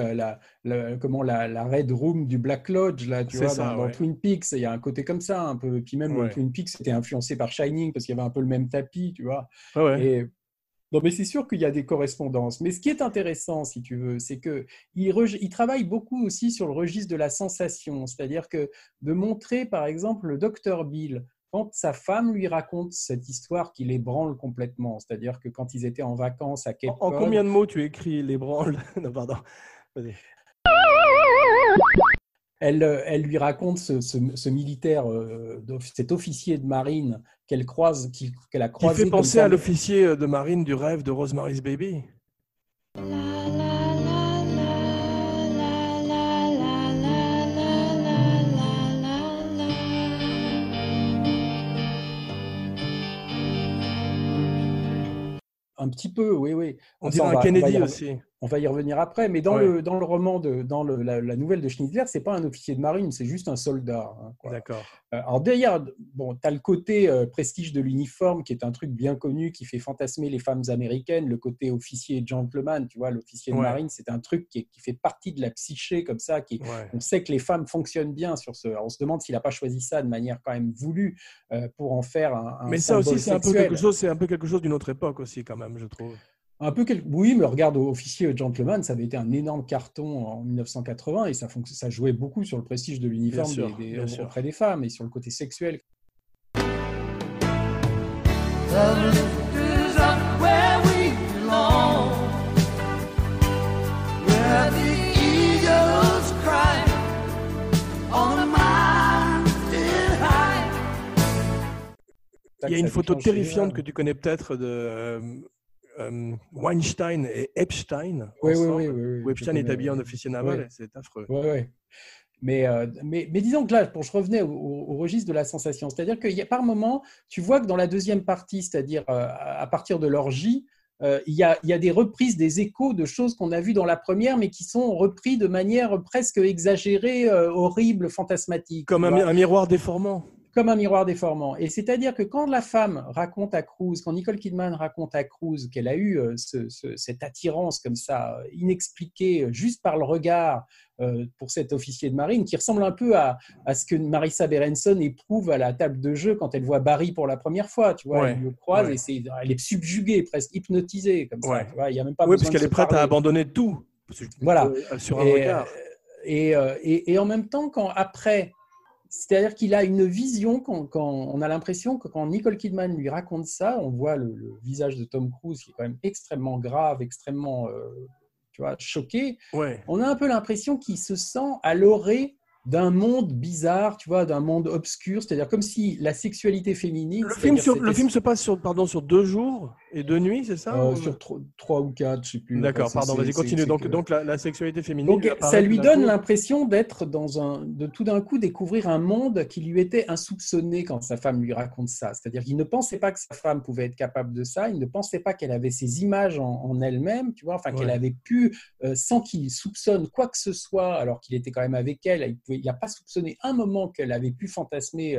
S1: la Red Room du Black Lodge, là, tu
S2: C'est
S1: vois,
S2: ça,
S1: dans
S2: ouais.
S1: Twin Peaks. Il y a un côté comme ça, un peu. Et puis même,
S2: Ouais,
S1: Twin Peaks était influencé par Shining parce qu'il y avait un peu le même tapis, tu vois.
S2: ouais, ouais.
S1: Et non, mais c'est sûr qu'il y a des correspondances. Mais ce qui est intéressant, si tu veux, c'est qu'il travaille beaucoup aussi sur le registre de la sensation. C'est-à-dire que de montrer, par exemple, le docteur Bill, quand sa femme lui raconte cette histoire qui l'ébranle complètement. C'est-à-dire que quand ils étaient en vacances à Cape
S2: En
S1: Cod,
S2: combien de mots tu écris les branles? Non, pardon. Vas-y.
S1: elle lui raconte ce militaire, cet officier de marine qu'elle qu'elle a
S2: Qui fait
S1: croisé comme
S2: penser
S1: ça.
S2: à l'officier de marine du rêve de Rosemary's Baby.
S1: Un petit peu, oui, oui.
S2: On
S1: Ça,
S2: dirait un Kennedy aussi.
S1: on va y revenir après. Mais dans
S2: Ouais.
S1: dans le roman, la nouvelle de Schnitzler, c'est pas un officier de marine, c'est juste un soldat, hein, quoi.
S2: D'accord.
S1: Alors d'ailleurs, bon, tu as le côté prestige de l'uniforme qui est un truc bien connu qui fait fantasmer les femmes américaines, le côté officier et gentleman, tu vois, l'officier de
S2: Ouais.
S1: marine, c'est un truc qui fait partie de la psyché comme ça,
S2: Ouais.
S1: on sait que les femmes fonctionnent bien sur ce. Alors, on se demande s'il n'a pas choisi ça de manière quand même voulue pour en faire un
S2: Mais ça
S1: symbole
S2: aussi, c'est un peu
S1: sexuel.
S2: quelque chose, c'est un peu quelque chose d'une autre époque aussi, quand même, je trouve.
S1: Oui, mais regarde, Officier et Gentleman, ça avait été un énorme carton en 1980 et ça jouait beaucoup sur le prestige de l'uniforme
S2: Bien sûr.
S1: auprès des femmes et sur le côté sexuel.
S5: The lifters up where we belong, where the eagles cry on a mountain high.
S2: Il y a une photo
S1: déclenche
S2: terrifiante
S1: génial.
S2: que tu connais peut-être de Weinstein et Epstein.
S1: Oui,
S2: ensemble,
S1: oui,
S2: où Epstein est habillé en officier naval,
S1: Oui.
S2: et c'est affreux.
S1: Ouais, ouais. Mais disons que là, je revenais au registre de la sensation. C'est-à-dire qu'il y a par moment, tu vois que dans la deuxième partie, c'est-à-dire à partir de l'orgie, il y a des reprises, des échos de choses qu'on a vues dans la première, mais qui sont repris de manière presque exagérée, horrible, fantasmatique.
S2: Comme
S1: tu vois.
S2: un miroir déformant.
S1: Comme un miroir déformant. Et c'est-à-dire que quand la femme raconte à Cruise, quand Nicole Kidman raconte à Cruise qu'elle a eu cette attirance comme ça, inexpliquée, juste par le regard pour cet officier de marine, qui ressemble un peu à ce que Marissa Berenson éprouve à la table de jeu quand elle voit Barry pour la première fois. Tu vois,
S2: Ouais,
S1: elle le croise
S2: ouais.
S1: et elle est subjuguée, presque hypnotisée comme ça.
S2: Ouais.
S1: Tu vois, il y a même pas
S2: Oui,
S1: besoin
S2: parce qu'elle
S1: de
S2: est prête
S1: se
S2: à
S1: parler.
S2: abandonner tout.
S1: Voilà.
S2: Sur un regard.
S1: Et en même temps, après, c'est-à-dire qu'il a une vision, quand on a l'impression que quand Nicole Kidman lui raconte ça, on voit le visage de Tom Cruise qui est quand même extrêmement grave, extrêmement tu vois, choqué.
S2: Ouais.
S1: On a un peu l'impression qu'il se sent à l'orée d'un monde bizarre, tu vois, d'un monde obscur, c'est-à-dire comme si la sexualité féminine…
S2: Le film se passe sur 2 jours et 2 nuits, c'est ça
S1: sur 3 ou 4, je sais plus.
S2: D'accord,
S1: Enfin,
S2: pardon, vas-y, continue. Donc la sexualité féminine.
S1: Donc,
S2: apparaît
S1: ça lui
S2: tout d'un
S1: donne
S2: coup.
S1: l'impression de tout d'un coup découvrir un monde qui lui était insoupçonné quand sa femme lui raconte ça. C'est-à-dire qu'il ne pensait pas que sa femme pouvait être capable de ça, il ne pensait pas qu'elle avait ces images en elle-même, tu vois, enfin qu'elle avait pu, sans qu'il soupçonne quoi que ce soit, alors qu'il était quand même avec elle, il n'a pas soupçonné un moment qu'elle avait pu fantasmer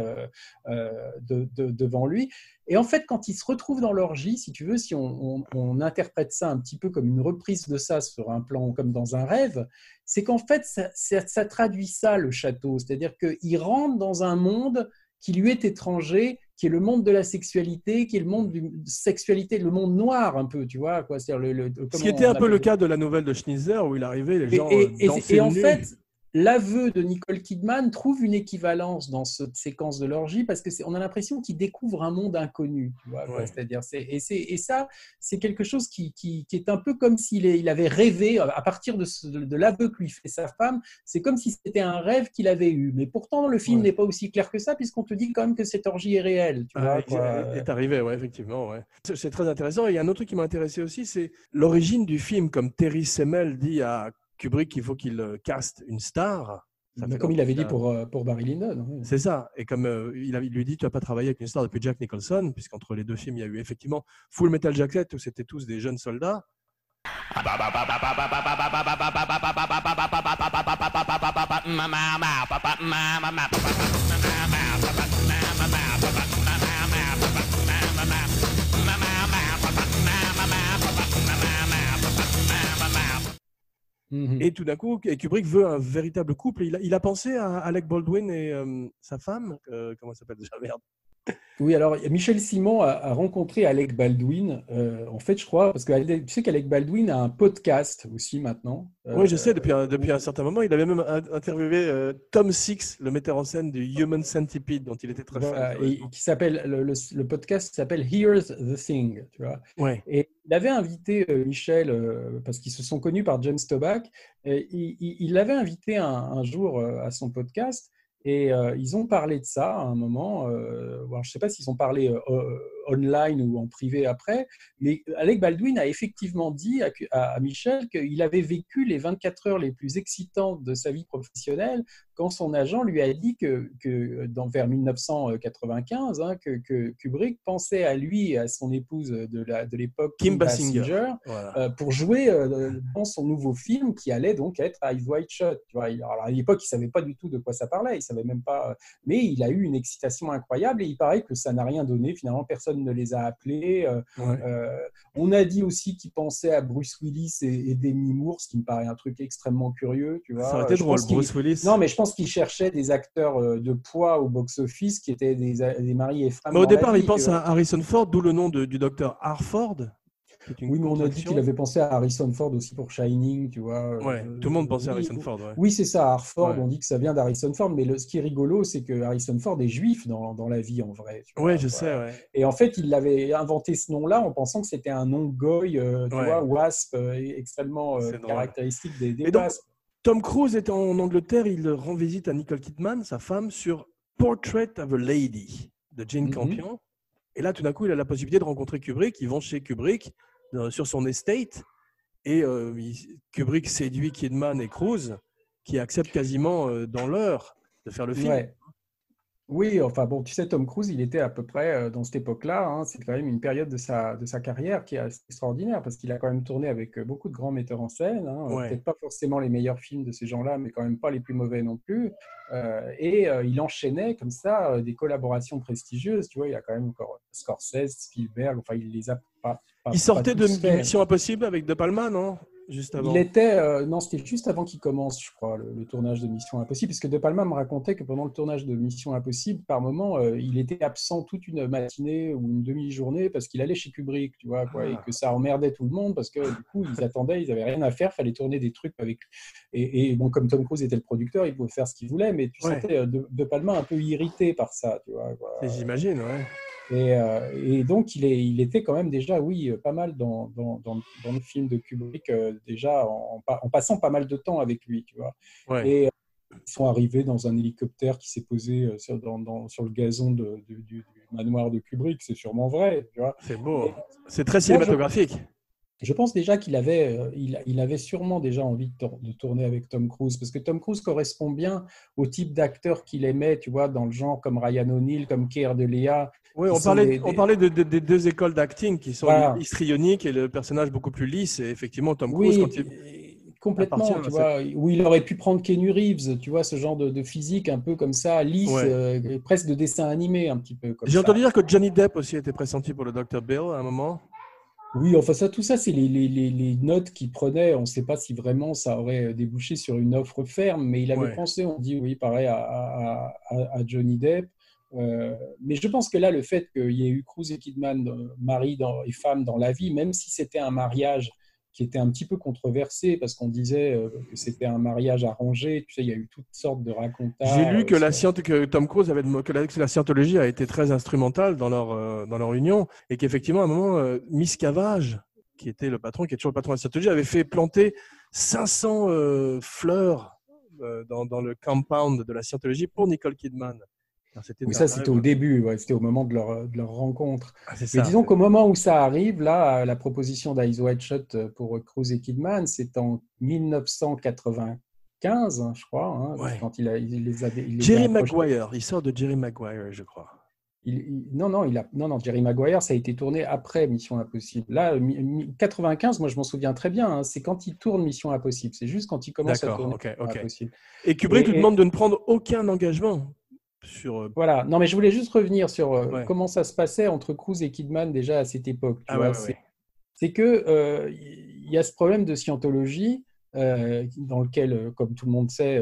S1: devant lui. Et en fait, quand il se retrouve dans l'orgie, si tu veux, si on interprète ça un petit peu comme une reprise de ça sur un plan comme dans un rêve, c'est qu'en fait, ça traduit ça, le château. C'est-à-dire qu'il rentre dans un monde qui lui est étranger, qui est le monde de la sexualité, qui est le monde de sexualité, le monde noir un peu, tu vois, quoi. C'est-à-dire
S2: Ce qui était un peu le cas de la nouvelle de Schnitzler, où il arrivait, les gens dansaient
S1: et en
S2: nus.
S1: fait, l'aveu de Nicole Kidman trouve une équivalence dans cette séquence de l'orgie parce qu'on a l'impression qu'il découvre un monde inconnu. Tu vois,
S2: Ouais.
S1: c'est-à-dire, et ça, c'est quelque chose qui est un peu comme s'il avait rêvé à partir de l'aveu que lui fait sa femme. C'est comme si c'était un rêve qu'il avait eu. Mais pourtant, le film n'est pas aussi clair que ça puisqu'on te dit quand même que cette orgie est réelle. Tu vois, quoi.
S2: Est arrivé, ouais, effectivement. Ouais. C'est très intéressant. Et il y a un autre truc qui m'a intéressé aussi, c'est l'origine du film. Comme Terry Semel dit à Kubrick qu'il faut qu'il caste une star.
S1: Comme il avait dit pour Barry Lyndon. Oui.
S2: C'est ça. Et comme il lui dit, tu n'as pas travaillé avec une star depuis Jack Nicholson, puisqu'entre les deux films, il y a eu effectivement Full Metal Jacket, où c'était tous des jeunes soldats. Et tout d'un coup, Kubrick veut un véritable couple. Il a pensé à Alec Baldwin et sa femme. Comment elle s'appelle déjà? Merde.
S1: Oui, alors Michel Simon a rencontré Alec Baldwin, en fait, je crois, parce que tu sais qu'Alec Baldwin a un podcast aussi maintenant.
S2: Oui, je sais, depuis un certain moment, il avait même interviewé Tom Six, le metteur en scène du Human Centipede, dont il était très fan.
S1: Voilà, et qui s'appelle le podcast s'appelle Here's the Thing, tu vois.
S2: Ouais.
S1: Et il avait invité Michel parce qu'ils se sont connus par James Toback. Et il l'avait invité un jour à son podcast et ils ont parlé de ça à un moment. Alors, je ne sais pas s'ils ont parlé online ou en privé après, mais Alec Baldwin a effectivement dit à Michel qu'il avait vécu les 24 heures les plus excitantes de sa vie professionnelle quand son agent lui a dit que vers 1995, que Kubrick pensait à lui et à son épouse de l'époque,
S2: Kim Basinger,
S1: voilà. Pour jouer dans son nouveau film qui allait donc être Eyes Wide Shut. Tu vois, alors à l'époque, il ne savait pas du tout de quoi ça parlait, il savait même pas, mais il a eu une excitation incroyable et il paraît que ça n'a rien donné. Finalement, personne ne les a appelés. On a dit aussi qu'il pensait à Bruce Willis et Demi Moore, ce qui me paraît un truc extrêmement curieux. Tu vois.
S2: Ça aurait été drôle, Bruce Willis.
S1: Non, mais je pense qu'il cherchait des acteurs de poids au box-office qui étaient des maris et femmes.
S2: Mais au départ, il pense à Harrison Ford, d'où le nom du docteur Harford.
S1: Oui, mais on a dit qu'il avait pensé à Harrison Ford aussi pour Shining, tu vois.
S2: Ouais, tout le monde pensait à Harrison Ford. Ouais.
S1: Oui, c'est ça, Harford,
S2: Ouais.
S1: on dit que ça vient d'Harrison Ford, mais ce qui est rigolo, c'est que Harrison Ford est juif dans la vie, en vrai.
S2: Oui, je sais, ouais.
S1: Et en fait, il avait inventé ce nom-là en pensant que c'était un nom goy, tu vois, wasp, extrêmement caractéristique des wasps.
S2: Tom Cruise est en Angleterre, il rend visite à Nicole Kidman, sa femme, sur Portrait of a Lady de Jane Campion. Et là, tout d'un coup, il a la possibilité de rencontrer Kubrick. Ils vont chez Kubrick sur son estate. Et Kubrick séduit Kidman et Cruise, qui acceptent quasiment dans l'heure de faire le film.
S1: Ouais. Oui, enfin bon, tu sais, Tom Cruise, il était à peu près dans cette époque-là. C'est quand même une période de sa carrière qui est assez extraordinaire parce qu'il a quand même tourné avec beaucoup de grands metteurs en scène. Peut-être pas forcément les meilleurs films de ces gens-là, mais quand même pas les plus mauvais non plus. Et il enchaînait comme ça des collaborations prestigieuses. Tu vois, il a quand même encore Scorsese, Spielberg. Enfin, il les a pas.
S2: Il sortait de Mission Impossible avec De Palma, non? Juste avant.
S1: Il était, non, c'était juste avant qu'il commence, je crois, le tournage de Mission Impossible, puisque De Palma me racontait que pendant le tournage de Mission Impossible, par moment, il était absent toute une matinée ou une demi-journée parce qu'il allait chez Kubrick, tu vois, quoi, et que ça emmerdait tout le monde parce que du coup, ils attendaient, ils n'avaient rien à faire, il fallait tourner des trucs avec lui. Et bon, comme Tom Cruise était le producteur, il pouvait faire ce qu'il voulait, mais tu sentais De Palma un peu irrité par ça, tu vois. Quoi.
S2: J'imagine, ouais.
S1: Et donc, il était quand même déjà, oui, pas mal dans le film de Kubrick, déjà en passant pas mal de temps avec lui, tu vois.
S2: Ouais.
S1: Et ils sont arrivés dans un hélicoptère qui s'est posé sur le gazon du manoir de Kubrick, c'est sûrement vrai, tu vois.
S2: C'est beau, c'est très cinématographique.
S1: Je pense déjà qu'il avait, il avait sûrement déjà envie de tourner avec Tom Cruise, parce que Tom Cruise correspond bien au type d'acteur qu'il aimait, tu vois, dans le genre comme Ryan O'Neal, comme Keir Deléa.
S2: Oui, on parlait des deux écoles d'acting qui sont histrioniques et le personnage beaucoup plus lisse. Et effectivement, Tom Cruise, quand il
S1: complètement, tu vois, où il aurait pu prendre Keanu Reeves, tu vois, ce genre de physique un peu comme ça, lisse, presque de dessin animé un petit peu.
S2: J'ai entendu dire que Johnny Depp aussi était pressenti pour le Dr. Bill à un moment.
S1: Oui, enfin tout ça, c'est les notes qu'il prenait. On ne sait pas si vraiment ça aurait débouché sur une offre ferme, mais il avait pensé, on dit, oui, pareil, à Johnny Depp. Mais je pense que là, le fait qu'il y ait eu Cruise et Kidman, mari et femme dans la vie, même si c'était un mariage qui était un petit peu controversé parce qu'on disait que c'était un mariage arrangé, tu sais, il y a eu toutes sortes de racontages.
S2: J'ai lu que Tom Cruise avait que la scientologie a été très instrumentale dans leur union et qu'effectivement, à un moment, Miscavige, qui était le patron, qui est toujours le patron de la scientologie, avait fait planter 500 fleurs dans le compound de la scientologie pour Nicole Kidman.
S1: Oui, ça, c'était au début, c'était au moment de leur rencontre.
S2: Mais
S1: disons qu'au moment où ça arrive, là, la proposition d'Eyes Wide Shut pour Cruise et Kidman, c'est en 1995, je crois, quand il les avait.
S2: Jerry Maguire, il sort de Jerry Maguire, je crois.
S1: Non, Jerry Maguire, ça a été tourné après Mission Impossible. Là, 95, moi je m'en souviens très bien, c'est quand il tourne Mission Impossible. C'est juste quand il commence à tourner Mission Impossible.
S2: Et Kubrick lui demande de ne prendre aucun engagement.
S1: Voilà, non mais je voulais juste revenir sur comment ça se passait entre Cruise et Kidman déjà à cette époque. C'est que il y a ce problème de scientologie dans lequel, comme tout le monde sait,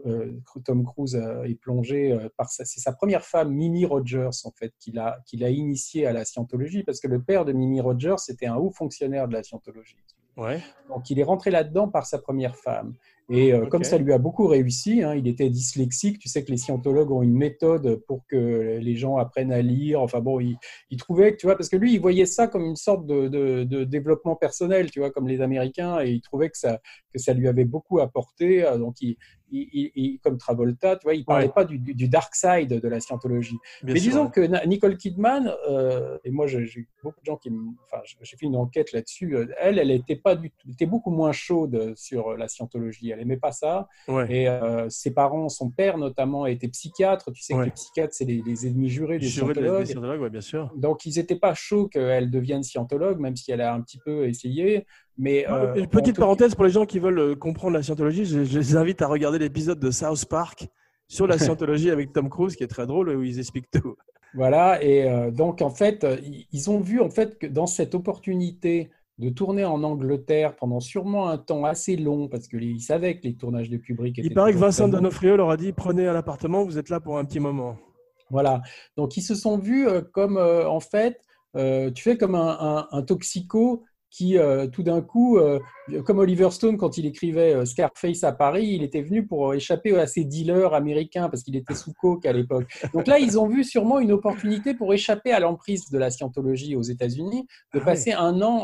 S1: Tom Cruise est plongé c'est sa première femme, Mimi Rogers, en fait, qui l'a initié à la scientologie, parce que le père de Mimi Rogers était un haut fonctionnaire de la scientologie.
S2: Ouais.
S1: Donc, il est rentré là-dedans par sa première femme. Et comme ça lui a beaucoup réussi, il était dyslexique. Tu sais que les scientologues ont une méthode pour que les gens apprennent à lire. Enfin bon, il trouvait que, tu vois, parce que lui, il voyait ça comme une sorte de développement personnel, tu vois, comme les Américains, et il trouvait que ça lui avait beaucoup apporté. Donc, comme Travolta, tu vois, il ne parlait pas du dark side de la scientologie.
S2: Bien
S1: Mais
S2: sûr,
S1: disons que Nicole Kidman, et moi j'ai beaucoup de gens j'ai fait une enquête là-dessus, elle était beaucoup moins chaude sur la scientologie, elle n'aimait pas ça.
S2: Ouais.
S1: Et ses parents, son père notamment, était psychiatre. Tu sais que les psychiatres, c'est les ennemis jurés des scientologues.
S2: Des scientologues, ouais, bien sûr.
S1: Donc ils n'étaient pas chauds qu'elle devienne scientologue, même si elle a un petit peu essayé. Mais,
S2: une petite parenthèse pour les gens qui veulent comprendre la scientologie, je les invite à regarder l'épisode de South Park sur la scientologie avec Tom Cruise, qui est très drôle, où ils expliquent tout.
S1: Voilà, et donc en fait, ils ont vu en fait que dans cette opportunité de tourner en Angleterre pendant sûrement un temps assez long, parce qu'ils savaient que les tournages de Kubrick étaient...
S2: Il paraît que Vincent D'Onofrio leur a dit « Prenez un appartement, vous êtes là pour un petit moment ».
S1: Voilà, donc ils se sont vus comme, en fait, tu fais comme un toxico qui, tout d'un coup, comme Oliver Stone, quand il écrivait Scarface à Paris, il était venu pour échapper à ses dealers américains parce qu'il était sous coke à l'époque. Donc là, ils ont vu sûrement une opportunité pour échapper à l'emprise de la scientologie aux États-Unis, de passer un an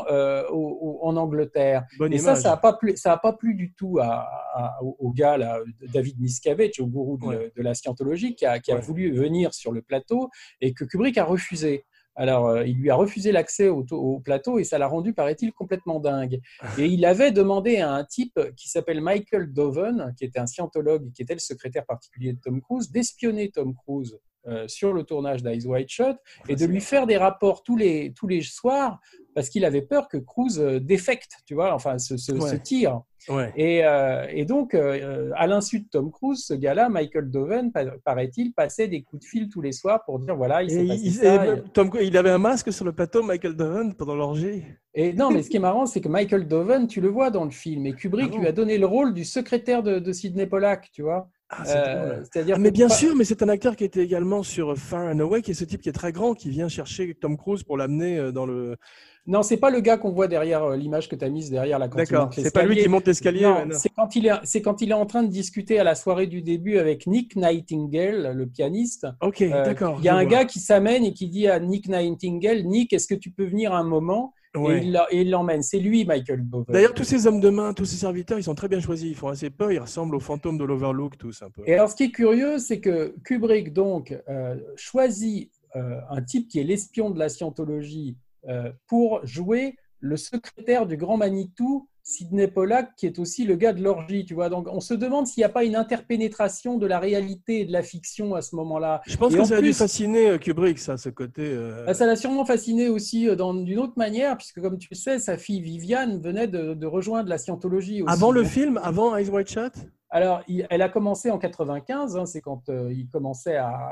S1: en Angleterre.
S2: Bonne
S1: et
S2: image.
S1: Ça n'a pas plu du tout au gars, là, David Miscavige, au gourou de la scientologie, qui a voulu venir sur le plateau et que Kubrick a refusé. Alors, il lui a refusé l'accès au plateau et ça l'a rendu, paraît-il, complètement dingue. Et il avait demandé à un type qui s'appelle Michael Doven, qui était un scientologue, qui était le secrétaire particulier de Tom Cruise, d'espionner Tom Cruise sur le tournage d'Eyes Wide Shut et de lui faire des rapports tous les soirs parce qu'il avait peur que Cruise défecte, tu vois, enfin se tire.
S2: Ouais.
S1: Et donc, à l'insu de Tom Cruise, ce gars-là, Michael Doven, paraît-il, passait des coups de fil tous les soirs pour dire voilà, il s'est passé ça.
S2: Il avait un masque sur le plateau, Michael Doven, pendant l'orgie.
S1: Et non, mais ce qui est marrant, c'est que Michael Doven, tu le vois dans le film, et Kubrick lui a donné le rôle du secrétaire de Sidney Pollack, tu vois.
S2: C'est-à-dire mais bien sûr, mais c'est un acteur qui était également sur Far and Away, qui est ce type qui est très grand, qui vient chercher Tom Cruise pour l'amener dans le...
S1: Non, c'est pas le gars qu'on voit derrière l'image que tu as mise derrière la cantine.
S2: D'accord, c'est pas lui qui monte l'escalier.
S1: Non, c'est quand il est en train de discuter à la soirée du début avec Nick Nightingale, le pianiste.
S2: Ok, d'accord.
S1: Il y a un gars qui s'amène et qui dit à Nick Nightingale, Nick, est-ce que tu peux venir un moment ? Et il l'emmène. C'est lui, Michael Doven.
S2: D'ailleurs, tous ces hommes de main, tous ces serviteurs, ils sont très bien choisis. Ils font assez peur. Ils ressemblent aux fantômes de l'Overlook, tous un peu.
S1: Et alors, ce qui est curieux, c'est que Kubrick donc choisit un type qui est l'espion de la scientologie pour jouer le secrétaire du grand Manitou, Sidney Pollack, qui est aussi le gars de l'orgie, tu vois. Donc, on se demande s'il n'y a pas une interpénétration de la réalité et de la fiction à ce moment-là.
S2: Je pense que ça a dû fasciner Kubrick, ça, ce côté...
S1: Ça l'a sûrement fasciné aussi d'une autre manière, puisque, comme tu le sais, sa fille Viviane venait de rejoindre la scientologie aussi.
S2: Avant le film, avant Eyes Wide Shut ?
S1: Alors, elle a commencé en 95, c'est quand il commençait à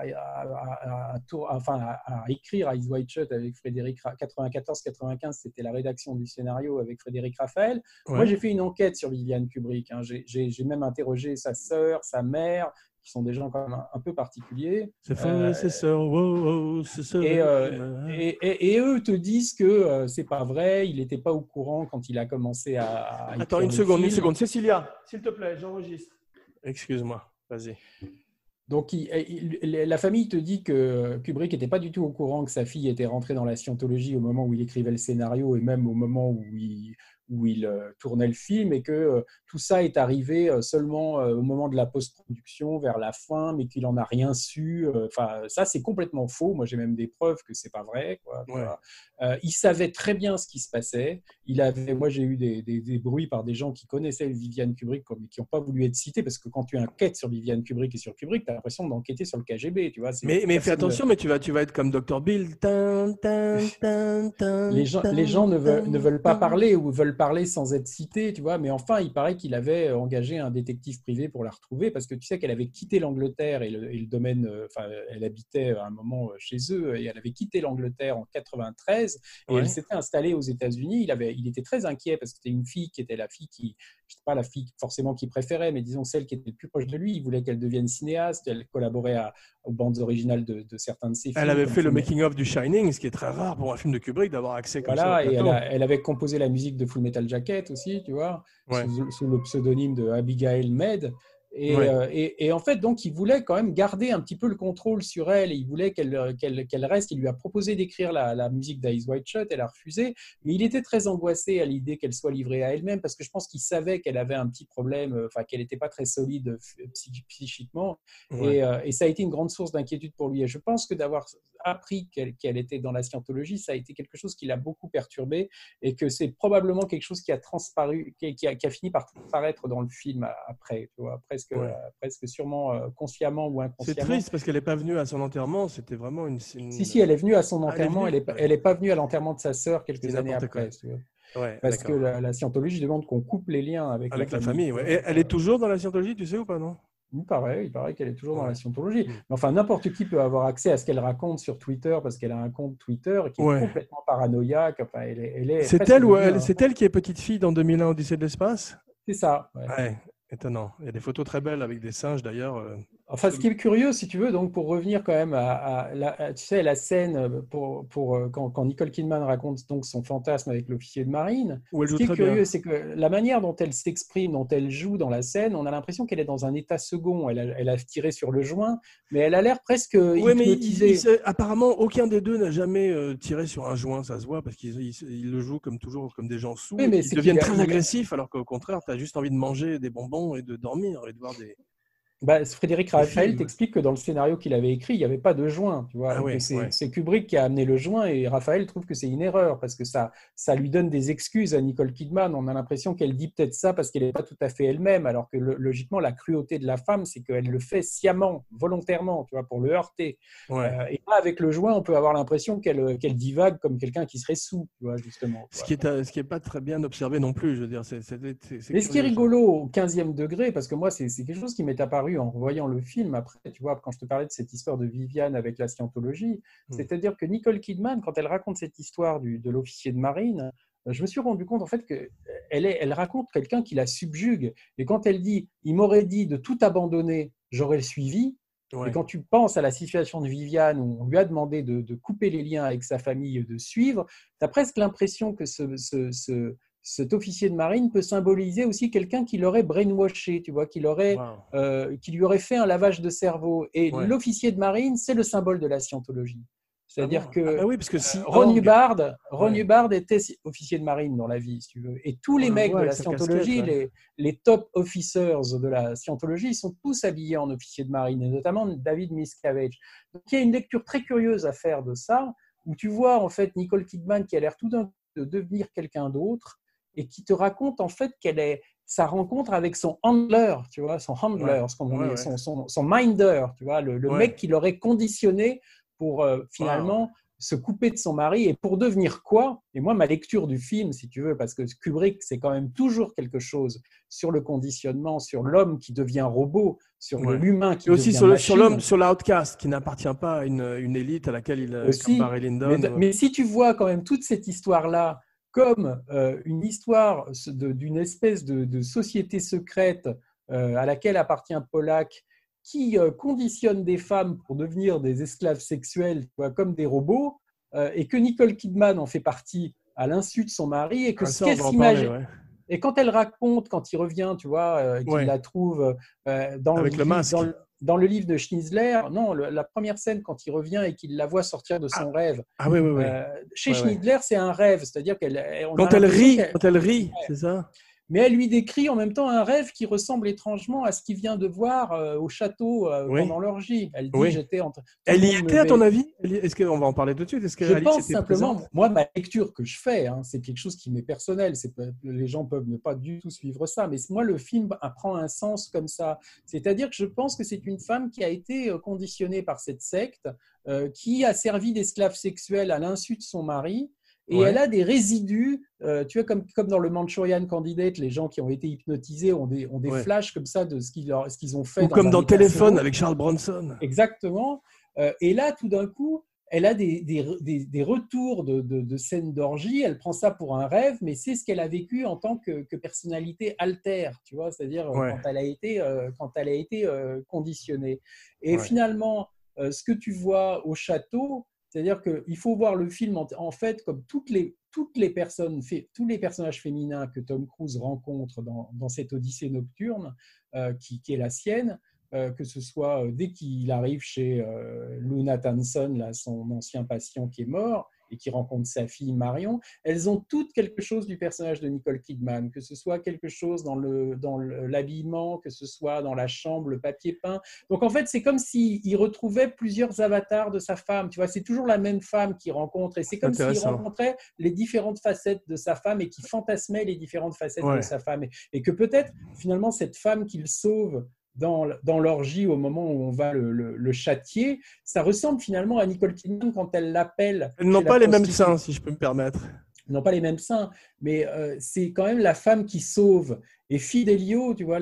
S1: écrire Eyes Wide Shut avec Frédéric. 94-95, c'était la rédaction du scénario avec Frédéric Raphaël. Ouais. Moi, j'ai fait une enquête sur Viviane Kubrick. J'ai même interrogé sa sœur, sa mère, qui sont des gens quand même un peu particuliers.
S2: C'est frère, c'est sœur, wow, c'est sœur.
S1: Et eux te disent que c'est pas vrai, il n'était pas au courant quand il a commencé à
S2: Attends, une seconde. Cécilia, s'il te plaît, j'enregistre. Excuse-moi, vas-y.
S1: Donc, la famille te dit que Kubrick n'était pas du tout au courant que sa fille était rentrée dans la scientologie au moment où il écrivait le scénario et même au moment où il tournait le film, et que tout ça est arrivé seulement au moment de la post-production, vers la fin, mais qu'il n'en a rien su. Enfin, ça, c'est complètement faux. Moi, j'ai même des preuves que ce n'est pas vrai, quoi. Ouais. Il savait très bien ce qui se passait. Moi, j'ai eu des bruits par des gens qui connaissaient Viviane Kubrick, mais qui n'ont pas voulu être cités, parce que quand tu enquêtes sur Viviane Kubrick et sur Kubrick, tu as l'impression d'enquêter sur le KGB. Tu vois,
S2: mais fais attention, mais tu vas être comme Dr. Bill.
S1: Les gens ne veulent pas parler ou veulent veulent parler sans être cités, tu vois. Mais enfin, il paraît qu'il avait engagé un détective privé pour la retrouver parce que tu sais qu'elle avait quitté l'Angleterre et le domaine, enfin, elle habitait à un moment chez eux et elle avait quitté l'Angleterre en 93 et elle s'était installée aux États-Unis. Il était très inquiet parce que c'était une fille qui était la fille qui, je sais pas la fille forcément qu'il préférait, mais disons celle qui était le plus proche de lui. Il voulait qu'elle devienne cinéaste. Elle collaborait aux bandes originales de certains de ses films.
S2: Elle avait fait le making-of du Shining, ce qui est très rare pour un film de Kubrick d'avoir accès comme ça au
S1: Voilà, et
S2: plateau.
S1: elle avait composé la musique de Full Metal Jacket aussi, tu vois,
S2: Ouais.
S1: sous le pseudonyme de Abigail Mead. Et en fait, donc, il voulait quand même garder un petit peu le contrôle sur elle. Et il voulait qu'elle reste. Il lui a proposé d'écrire la musique d'Eyes Wide Shut. Elle a refusé. Mais il était très angoissé à l'idée qu'elle soit livrée à elle-même parce que je pense qu'il savait qu'elle avait un petit problème, enfin, qu'elle n'était pas très solide psychiquement. Et ça a été une grande source d'inquiétude pour lui. Et je pense que d'avoir appris qu'elle était dans la scientologie, ça a été quelque chose qui l'a beaucoup perturbé et que c'est probablement quelque chose qui a transparu, qui a fini par transparaître dans le film après, tu vois, presque sûrement consciemment ou inconsciemment.
S2: C'est triste parce qu'elle n'est pas venue à son enterrement. C'était vraiment une...
S1: Si, elle est venue à son enterrement. Elle n'est pas venue à l'enterrement de sa sœur quelques années après. Tu vois.
S2: Ouais,
S1: parce que la scientologie demande qu'on coupe les liens avec
S2: la famille. Ouais. Et elle est toujours dans la scientologie, tu sais ou pas, non?
S1: Il paraît qu'elle est toujours dans la scientologie. Mais enfin, n'importe qui peut avoir accès à ce qu'elle raconte sur Twitter parce qu'elle a un compte Twitter qui est complètement paranoïaque. Enfin,
S2: c'est elle qui est petite fille dans 2001 Odyssée de l'espace?
S1: C'est ça.
S2: Ouais, étonnant. Il y a des photos très belles avec des singes d'ailleurs.
S1: Enfin, ce qui est curieux, si tu veux, donc pour revenir quand même à la scène quand Nicole Kidman raconte donc son fantasme avec l'officier de marine, ce qui est curieux, c'est que la manière dont elle s'exprime, dont elle joue dans la scène, on a l'impression qu'elle est dans un état second. Elle a tiré sur le joint, mais elle a l'air presque hypnotisée.
S2: Mais apparemment, aucun des deux n'a jamais tiré sur un joint, ça se voit, parce qu'ils le jouent comme toujours, comme des gens sous. Ils deviennent très agressifs, alors qu'au contraire, tu as juste envie de manger des bonbons et de dormir et de voir des...
S1: Frédéric Raphaël t'explique que dans le scénario qu'il avait écrit, il n'y avait pas de joint. Tu vois, c'est Kubrick qui a amené le joint et Raphaël trouve que c'est une erreur parce que ça lui donne des excuses à Nicole Kidman. On a l'impression qu'elle dit peut-être ça parce qu'elle n'est pas tout à fait elle-même, alors que logiquement, la cruauté de la femme, c'est qu'elle le fait sciemment, volontairement, tu vois, pour le heurter. Et là, avec le joint, on peut avoir l'impression qu'elle divague comme quelqu'un qui serait sous, tu vois, justement.
S2: Ce qui est pas très bien observé non plus, je veux dire.
S1: Mais ce qui est rigolo au 15e degré, parce que moi, c'est quelque chose qui m'est apparu en revoyant le film après, tu vois, quand je te parlais de cette histoire de Viviane avec la scientologie, c'est-à-dire que Nicole Kidman, quand elle raconte cette histoire de l'officier de marine, je me suis rendu compte en fait qu'elle raconte quelqu'un qui la subjugue. Et quand elle dit « il m'aurait dit de tout abandonner, j'aurais suivi », et quand tu penses à la situation de Viviane où on lui a demandé de couper les liens avec sa famille, de suivre, tu as presque l'impression que cet officier de marine peut symboliser aussi quelqu'un qui l'aurait brainwashé, tu vois, qui lui aurait fait un lavage de cerveau. Et l'officier de marine, c'est le symbole de la scientologie. C'est-à-dire que
S2: oui, parce que si
S1: Ron Hubbard était officier de marine dans la vie, si tu veux. Et tous les mecs de la scientologie, les top officers de la scientologie, ils sont tous habillés en officier de marine, et notamment David Miscavige. Donc il y a une lecture très curieuse à faire de ça, où tu vois en fait Nicole Kidman qui a l'air tout d'un coup de devenir quelqu'un d'autre, et qui te raconte en fait quelle est sa rencontre avec son handler, tu vois, son minder, tu vois, le mec qui l'aurait conditionné pour finalement se couper de son mari et pour devenir quoi? Et moi, ma lecture du film, si tu veux, parce que Kubrick, c'est quand même toujours quelque chose sur le conditionnement, sur l'homme qui devient robot, sur l'humain qui devient machine. Et aussi
S2: sur l'homme, sur l'outcast, qui n'appartient pas à une élite à laquelle il comme Barry Lyndon.
S1: Mais si tu vois quand même toute cette histoire-là comme une histoire d'une espèce de société secrète à laquelle appartient Pollack, qui conditionne des femmes pour devenir des esclaves sexuels, tu vois, comme des robots, et que Nicole Kidman en fait partie à l'insu de son mari, et que ce qu'elle s'imagine. Et quand elle raconte, quand il revient, tu vois, qu'il la trouve dans le livre de Schnitzler, non, la première scène, quand il revient et qu'il la voit sortir de son rêve. Chez Schnitzler, c'est un rêve, c'est-à-dire
S2: quand elle rit, c'est ça.
S1: Mais elle lui décrit en même temps un rêve qui ressemble étrangement à ce qu'il vient de voir au château pendant l'orgie. Elle dit
S2: Elle y était, à ton avis? Est-ce qu'on va en parler tout de suite?
S1: Je pense simplement, moi, ma lecture que je fais, c'est quelque chose qui m'est personnel. Les gens peuvent ne pas du tout suivre ça, mais moi, le film prend un sens comme ça. C'est-à-dire que je pense que c'est une femme qui a été conditionnée par cette secte, qui a servi d'esclave sexuelle à l'insu de son mari, et elle a des résidus, tu vois, comme dans le Manchurian Candidate, les gens qui ont été hypnotisés ont des flashs comme ça de ce qu'ils ont fait.
S2: Ou comme
S1: un
S2: dans
S1: état
S2: Téléphone
S1: second.
S2: avec Charles Bronson.
S1: Exactement. Et là, tout d'un coup, elle a des retours de scènes d'orgie. Elle prend ça pour un rêve, mais c'est ce qu'elle a vécu en tant que personnalité altère, tu vois, c'est-à-dire quand elle a été conditionnée. Et finalement, ce que tu vois au château, c'est-à-dire qu'il faut voir le film en fait comme tous les personnages féminins que Tom Cruise rencontre dans cette Odyssée nocturne qui est la sienne. Que ce soit dès qu'il arrive chez Luna Tanson, là, son ancien patient qui est mort, et qui rencontre sa fille Marion, elles ont toutes quelque chose du personnage de Nicole Kidman, que ce soit quelque chose dans l'habillement, que ce soit dans la chambre, le papier peint. Donc en fait, c'est comme s'il retrouvait plusieurs avatars de sa femme. Tu vois, c'est toujours la même femme qu'il rencontre, et c'est comme s'il rencontrait les différentes facettes de sa femme et qu'il fantasmait les différentes facettes de sa femme. Et que peut-être, finalement, cette femme qu'il sauve dans l'orgie au moment où on va le châtier, ça ressemble finalement à Nicole Kidman quand elle l'appelle.
S2: Elles n'ont pas les mêmes seins, si je peux me permettre.
S1: Elles n'ont pas les mêmes seins, mais c'est quand même la femme qui sauve. Et Fidelio, tu vois,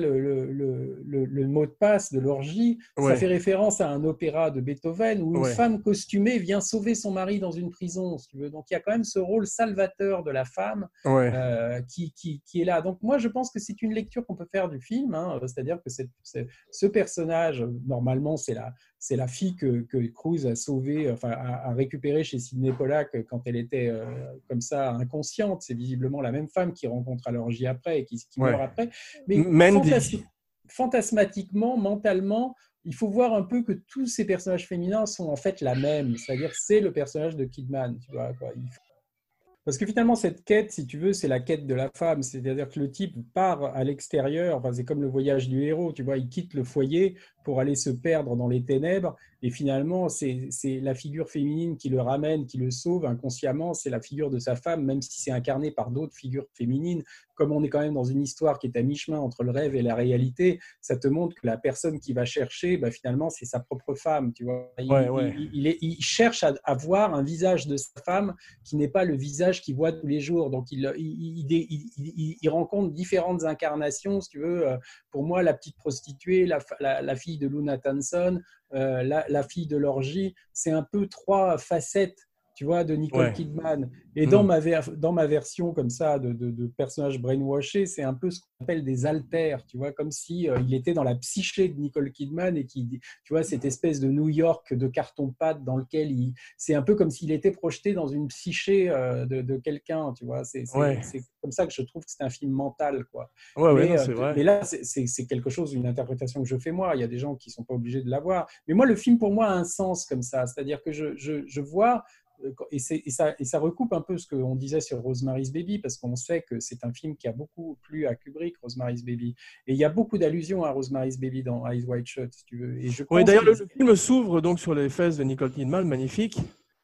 S1: le mot de passe de l'orgie, ça fait référence à un opéra de Beethoven où une femme costumée vient sauver son mari dans une prison, si tu veux. Donc il y a quand même ce rôle salvateur de la femme qui est là. Donc moi, je pense que c'est une lecture qu'on peut faire du film, hein, c'est-à-dire que ce personnage, normalement, c'est la fille que Cruise a sauvée, enfin a récupérée chez Sidney Pollack quand elle était comme ça inconsciente. C'est visiblement la même femme qui rencontre à l'orgie après et qui meurt après. Mais fantasmatiquement, mentalement, il faut voir un peu que tous ces personnages féminins sont en fait la même. C'est-à-dire c'est le personnage de Kidman, tu vois, quoi. Parce que finalement, cette quête, si tu veux, c'est la quête de la femme. C'est-à-dire que le type part à l'extérieur. Enfin, c'est comme le voyage du héros. Tu vois, il quitte le foyer pour aller se perdre dans les ténèbres. Et finalement, c'est la figure féminine qui le ramène, qui le sauve inconsciemment. C'est la figure de sa femme, même si c'est incarné par d'autres figures féminines. Comme on est quand même dans une histoire qui est à mi-chemin entre le rêve et la réalité, ça te montre que la personne qui va chercher, finalement, c'est sa propre femme. Tu vois, il cherche à voir un visage de sa femme qui n'est pas le visage qu'il voit tous les jours. Donc, il rencontre différentes incarnations, si tu veux. Pour moi, la petite prostituée, la fille de Luna Tanson, la fille de l'orgie, c'est un peu trois facettes, tu vois, de Nicole Kidman. Et dans ma version comme ça de personnage brainwashé, c'est un peu ce qu'on appelle des altères, tu vois, comme si il était dans la psyché de Nicole Kidman et qui, tu vois, cette espèce de New York de carton-pâte dans lequel c'est un peu comme s'il était projeté dans une psyché de quelqu'un, tu vois. C'est comme ça que je trouve que c'est un film mental, quoi.
S2: C'est vrai.
S1: Mais là, c'est quelque chose, une interprétation que je fais moi. Il y a des gens qui sont pas obligés de la voir. Mais moi, le film, pour moi, a un sens comme ça. C'est-à-dire que je vois... Et ça recoupe un peu ce qu'on disait sur Rosemary's Baby, parce qu'on sait que c'est un film qui a beaucoup plu à Kubrick, Rosemary's Baby. Et il y a beaucoup d'allusions à Rosemary's Baby dans Eyes Wide Shut, si tu veux. Et je pense
S2: d'ailleurs, le film s'ouvre donc sur les fesses de Nicole Kidman, magnifique.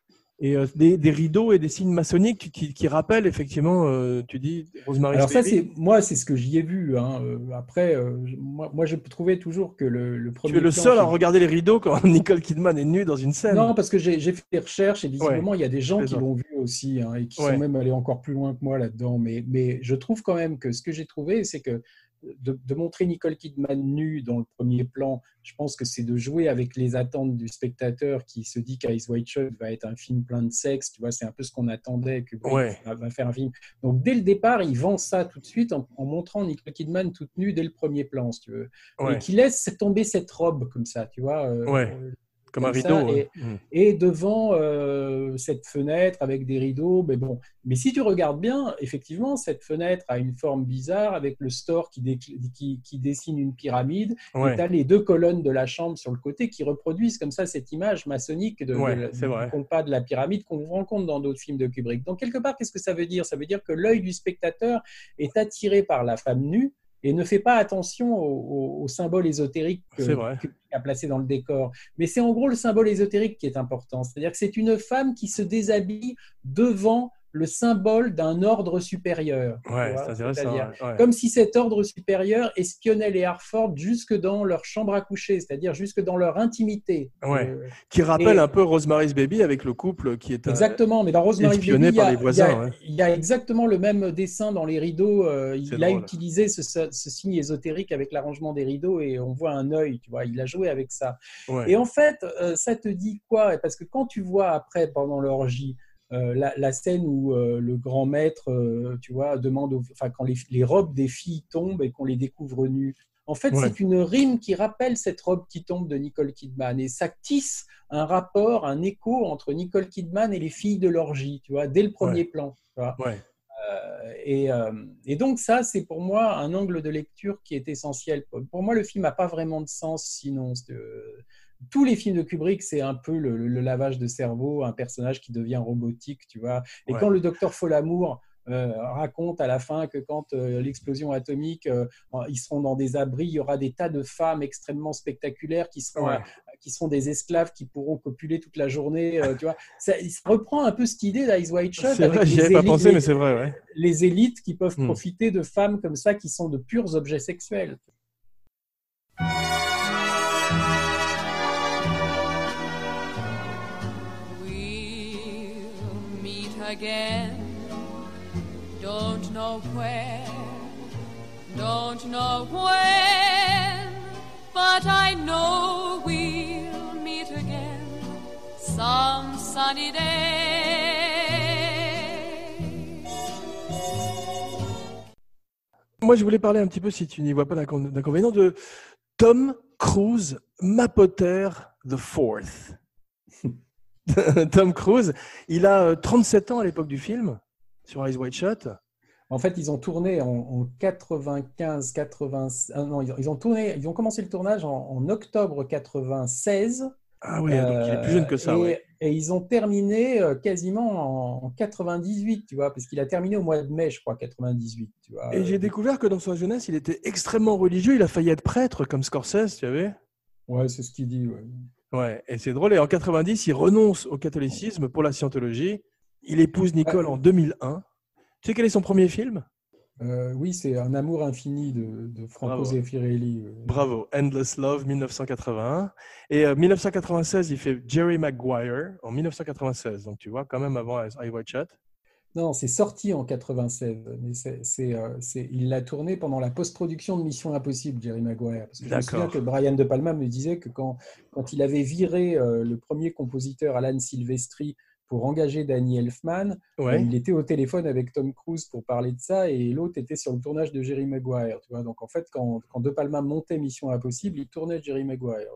S2: Et des rideaux et des signes maçonniques qui rappellent effectivement, tu dis, Rosemary's Baby.
S1: Alors ça, c'est ce que j'y ai vu. Hein. Après, moi, je trouvais toujours que le premier...
S2: Tu es le seul à regarder les rideaux quand Nicole Kidman est nue dans une scène.
S1: Non, parce que j'ai fait des recherches et visiblement, il y a des gens qui l'ont vu aussi et qui sont même allés encore plus loin que moi là-dedans. Mais je trouve quand même que ce que j'ai trouvé, c'est que de montrer Nicole Kidman nue dans le premier plan, je pense que c'est de jouer avec les attentes du spectateur qui se dit qu'Eyes Wide Shut va être un film plein de sexe, tu vois, c'est un peu ce qu'on attendait, que va faire un film. Donc dès le départ, il vend ça tout de suite en montrant Nicole Kidman toute nue dès le premier plan, si tu veux, et qui laisse tomber cette robe comme ça, tu vois.
S2: Comme un rideau.
S1: Et devant cette fenêtre avec des rideaux, mais si tu regardes bien, effectivement, cette fenêtre a une forme bizarre avec le store qui dessine une pyramide, et tu as les deux colonnes de la chambre sur le côté qui reproduisent comme ça cette image maçonnique du compas de la pyramide qu'on rencontre dans d'autres films de Kubrick. Donc quelque part, qu'est-ce que ça veut dire ? Ça veut dire que l'œil du spectateur est attiré par la femme nue et ne fait pas attention au symbole ésotérique qu'il a placé dans le décor. Mais c'est en gros le symbole ésotérique qui est important. C'est-à-dire que c'est une femme qui se déshabille devant le symbole d'un ordre supérieur. tu
S2: Ouais,
S1: vois.
S2: c'est intéressant.
S1: C'est-à-dire,
S2: Ouais.
S1: comme si cet ordre supérieur espionnait les Harford jusque dans leur chambre à coucher, c'est-à-dire jusque dans leur intimité.
S2: Ouais. Qui rappelle
S1: Et
S2: un peu Rosemary's Baby avec le couple qui est
S1: exactement, mais dans Rosemary's Baby,
S2: espionné par les voisins. Ouais.
S1: il y a exactement le même dessin dans les rideaux.
S2: C'est
S1: Il a
S2: drôle.
S1: utilisé ce signe ésotérique avec l'arrangement des rideaux et on voit un œil, tu vois, il a joué avec ça.
S2: Ouais.
S1: Et en fait, ça te dit quoi? Parce que quand tu vois après, pendant l'orgie, la scène où le grand maître, tu vois, demande, enfin, quand les robes des filles tombent et qu'on les découvre nues, en fait,
S2: Ouais.
S1: c'est une rime qui rappelle cette robe qui tombe de Nicole Kidman. Et ça tisse un rapport, un écho entre Nicole Kidman et les filles de l'orgie, tu vois, dès le premier plan. Tu vois.
S2: Ouais.
S1: Et donc ça, c'est pour moi un angle de lecture qui est essentiel. Pour moi, le film n'a pas vraiment de sens sinon. Tous les films de Kubrick, c'est un peu le lavage de cerveau, un personnage qui devient robotique, tu vois. Et
S2: Ouais.
S1: quand le docteur Folamour raconte à la fin que quand l'explosion atomique, ils seront dans des abris, il y aura des tas de femmes extrêmement spectaculaires qui seront,
S2: Ouais.
S1: qui seront des esclaves qui pourront copuler toute la journée. Tu vois, ça reprend un peu cette idée d'Eyes Wide Shut
S2: C'est vrai,
S1: avec
S2: j'y avais pas pensé, mais c'est vrai. Ouais.
S1: les élites qui peuvent
S2: Hmm.
S1: profiter de femmes comme ça qui sont de purs objets sexuels.
S6: We'll meet again. Don't know where, don't know when, but I know we'll meet again some sunny day.
S2: Moi, je voulais parler un petit peu, si tu n'y vois pas d'inconvénient, de Tom Cruise, Mapoter the Fourth. Tom Cruise, il a 37 ans à l'époque du film, sur Eyes Wide Shut.
S1: En fait, ils ont tourné en 95, 80. Non, ils ont commencé le tournage en octobre 96.
S2: Ah oui, donc il est plus jeune que ça, ouais.
S1: Et ils ont terminé quasiment en 98, tu vois, parce qu'il a terminé au mois de mai, je crois, 98. Tu vois.
S2: Et j'ai découvert que dans sa jeunesse, il était extrêmement religieux. Il a failli être prêtre, comme Scorsese, tu savais.
S1: Ouais, c'est ce qu'il dit. Ouais.
S2: Ouais, et c'est drôle. Et en 90, il renonce au catholicisme pour la scientologie. Il épouse Nicole en 2001. Tu sais quel est son premier film?
S1: Oui, c'est Un amour infini de Franco
S2: Bravo.
S1: Zeffirelli.
S2: Bravo, Endless Love, 1981. Et 1996, il fait Jerry Maguire en 1996. Donc tu vois, quand même avant Eyes Wide Shut.
S1: Non, c'est sorti en 96, mais il l'a tourné pendant la post-production de Mission Impossible, Jerry Maguire. Parce que je me souviens
S2: D'accord.
S1: que Brian De Palma me disait que quand il avait viré le premier compositeur Alan Silvestri pour engager Danny Elfman,
S2: Ouais.
S1: il était au téléphone avec Tom Cruise pour parler de ça et l'autre était sur le tournage de Jerry Maguire. Tu vois. Donc en fait, quand De Palma montait Mission Impossible, il tournait Jerry Maguire.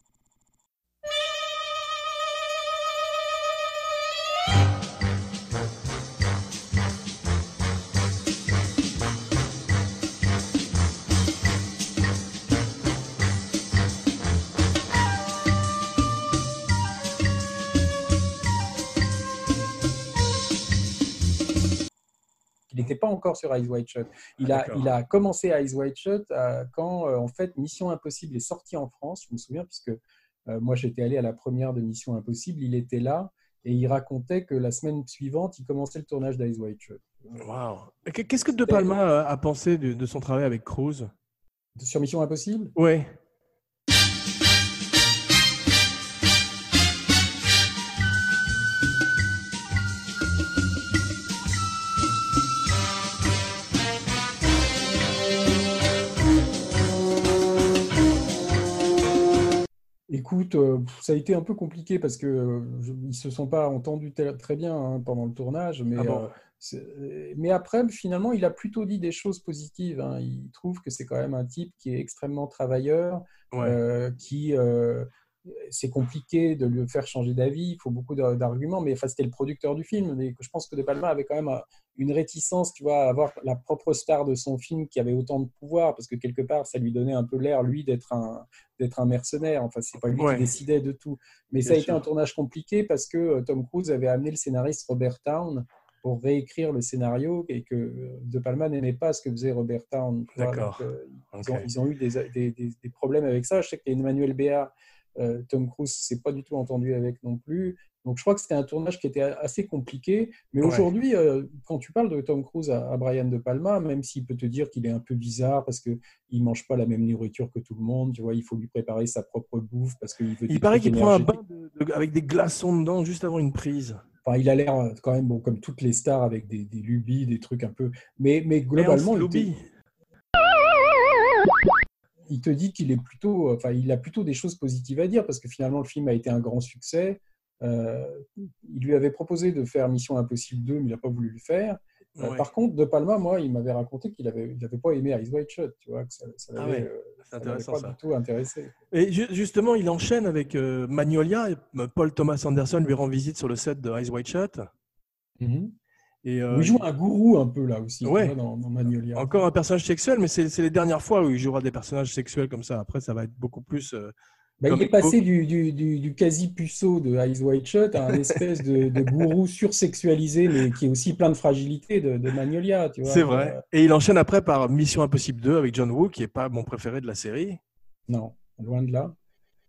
S1: Il n'était pas encore sur Eyes Wide Shut. Il a commencé Eyes Wide Shut quand en fait Mission Impossible est sorti en France. Je me souviens puisque moi j'étais allé à la première de Mission Impossible. Il était là et il racontait que la semaine suivante il commençait le tournage d'Eyes Wide Shut.
S2: Wow. Qu'est-ce que De Palma a pensé de son travail avec Cruise?
S1: Sur Mission Impossible?
S2: Ouais.
S1: Écoute, ça a été un peu compliqué parce que ils se sont pas entendus très bien hein, pendant le tournage, mais,
S2: Ah bon?
S1: mais après, finalement, il a plutôt dit des choses positives. Hein. Il trouve que c'est quand même un type qui est extrêmement travailleur,
S2: Ouais.
S1: c'est compliqué de le faire changer d'avis, il faut beaucoup d'arguments, mais enfin, c'était le producteur du film. Mais je pense que De Palma avait quand même une réticence, tu vois, à avoir la propre star de son film qui avait autant de pouvoir, parce que quelque part, ça lui donnait un peu l'air, lui, d'être un mercenaire. Enfin, c'est pas lui
S2: Ouais.
S1: qui décidait de tout. Mais
S2: Bien
S1: ça a été
S2: sûr.
S1: un tournage compliqué parce que Tom Cruise avait amené le scénariste Robert Towne pour réécrire le scénario et que De Palma n'aimait pas ce que faisait Robert Towne. Tu vois.
S2: D'accord.
S1: Donc,
S2: Ok.
S1: ils ont eu des problèmes avec ça. Je sais qu'Emmanuel Béard, Tom Cruise s'est pas du tout entendu avec non plus. Donc, je crois que c'était un tournage qui était assez compliqué. Mais
S2: Ouais.
S1: aujourd'hui, quand tu parles de Tom Cruise à Brian De Palma, même s'il peut te dire qu'il est un peu bizarre parce qu'il ne mange pas la même nourriture que tout le monde, tu vois, il faut lui préparer sa propre bouffe parce qu'il veut
S2: Il
S1: des
S2: paraît
S1: trucs
S2: qu'il prend un
S1: énergétiques.
S2: bain avec des glaçons dedans juste avant une prise.
S1: Enfin, il a l'air quand même, bon, comme toutes les stars, avec des lubies, des trucs un peu. Mais
S2: Et
S1: globalement,
S2: Lobby.
S1: il te dit qu'il est plutôt, enfin, il a plutôt des choses positives à dire parce que finalement, le film a été un grand succès. Euh, il lui avait proposé de faire Mission Impossible 2, mais il n'a pas voulu le faire.
S2: Ouais.
S1: Par contre, De Palma, moi, il m'avait raconté qu'il n'avait pas aimé Eyes Wide Shut, tu vois, que ça
S2: Ah
S1: l'avait
S2: ouais, c'est
S1: ça l'avait
S2: intéressant
S1: pas
S2: ça.
S1: du tout intéressé.
S2: Et justement, il enchaîne avec Magnolia. Et, Paul Thomas Anderson lui rend visite sur le set de Eyes Wide Shut. Et
S1: Où il joue un gourou un peu là aussi, tu
S2: ouais,
S1: vois, dans Magnolia.
S2: encore un personnage sexuel, mais c'est les dernières fois où il jouera des personnages sexuels comme ça. Après, ça va être beaucoup plus
S1: Bah, il est
S2: comic
S1: passé
S2: book.
S1: du quasi-puceau de Eyes Wide Shut à un espèce de gourou sursexualisé, mais qui est aussi plein de fragilité de Magnolia, tu vois.
S2: C'est vrai. Et il enchaîne après par Mission Impossible 2 avec John Woo, qui n'est pas mon préféré de la série.
S1: Non, loin de là.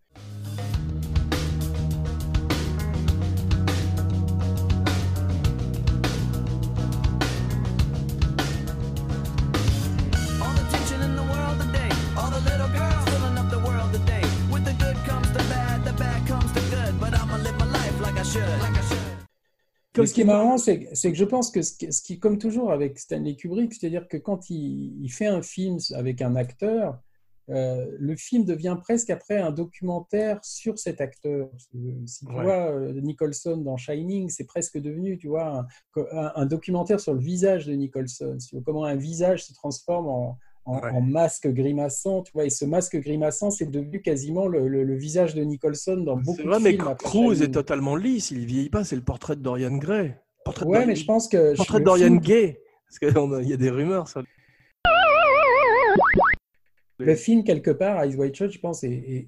S5: All the tension in the world today, all the little girls filling up the world today. With the good comes the bad comes the good. But I'ma live my life like I should.
S1: Mais ce qui est marrant, c'est que je pense que ce qui, comme toujours avec Stanley Kubrick, c'est-à-dire que quand il fait un film avec un acteur, le film devient presque après un documentaire sur cet acteur. Si tu
S2: Ouais.
S1: vois Nicholson dans Shining, c'est presque devenu, tu vois, un documentaire sur le visage de Nicholson. Si tu vois, comment un visage se transforme en masque grimaçant, tu vois, et ce masque grimaçant, c'est devenu quasiment le visage de Nicholson dans beaucoup
S2: C'est
S1: de
S2: vrai, mais
S1: films après
S2: Cruise est
S1: Shining.
S2: totalement lisse, il ne vieillit pas, c'est le portrait de Dorian Gray.
S1: Ouais, mais je pense que
S2: Portrait de
S1: le
S2: Dorian
S1: film,
S2: Gay, parce qu'il y a des rumeurs sur
S1: le film, quelque part, Eyes Wide Shut, je pense,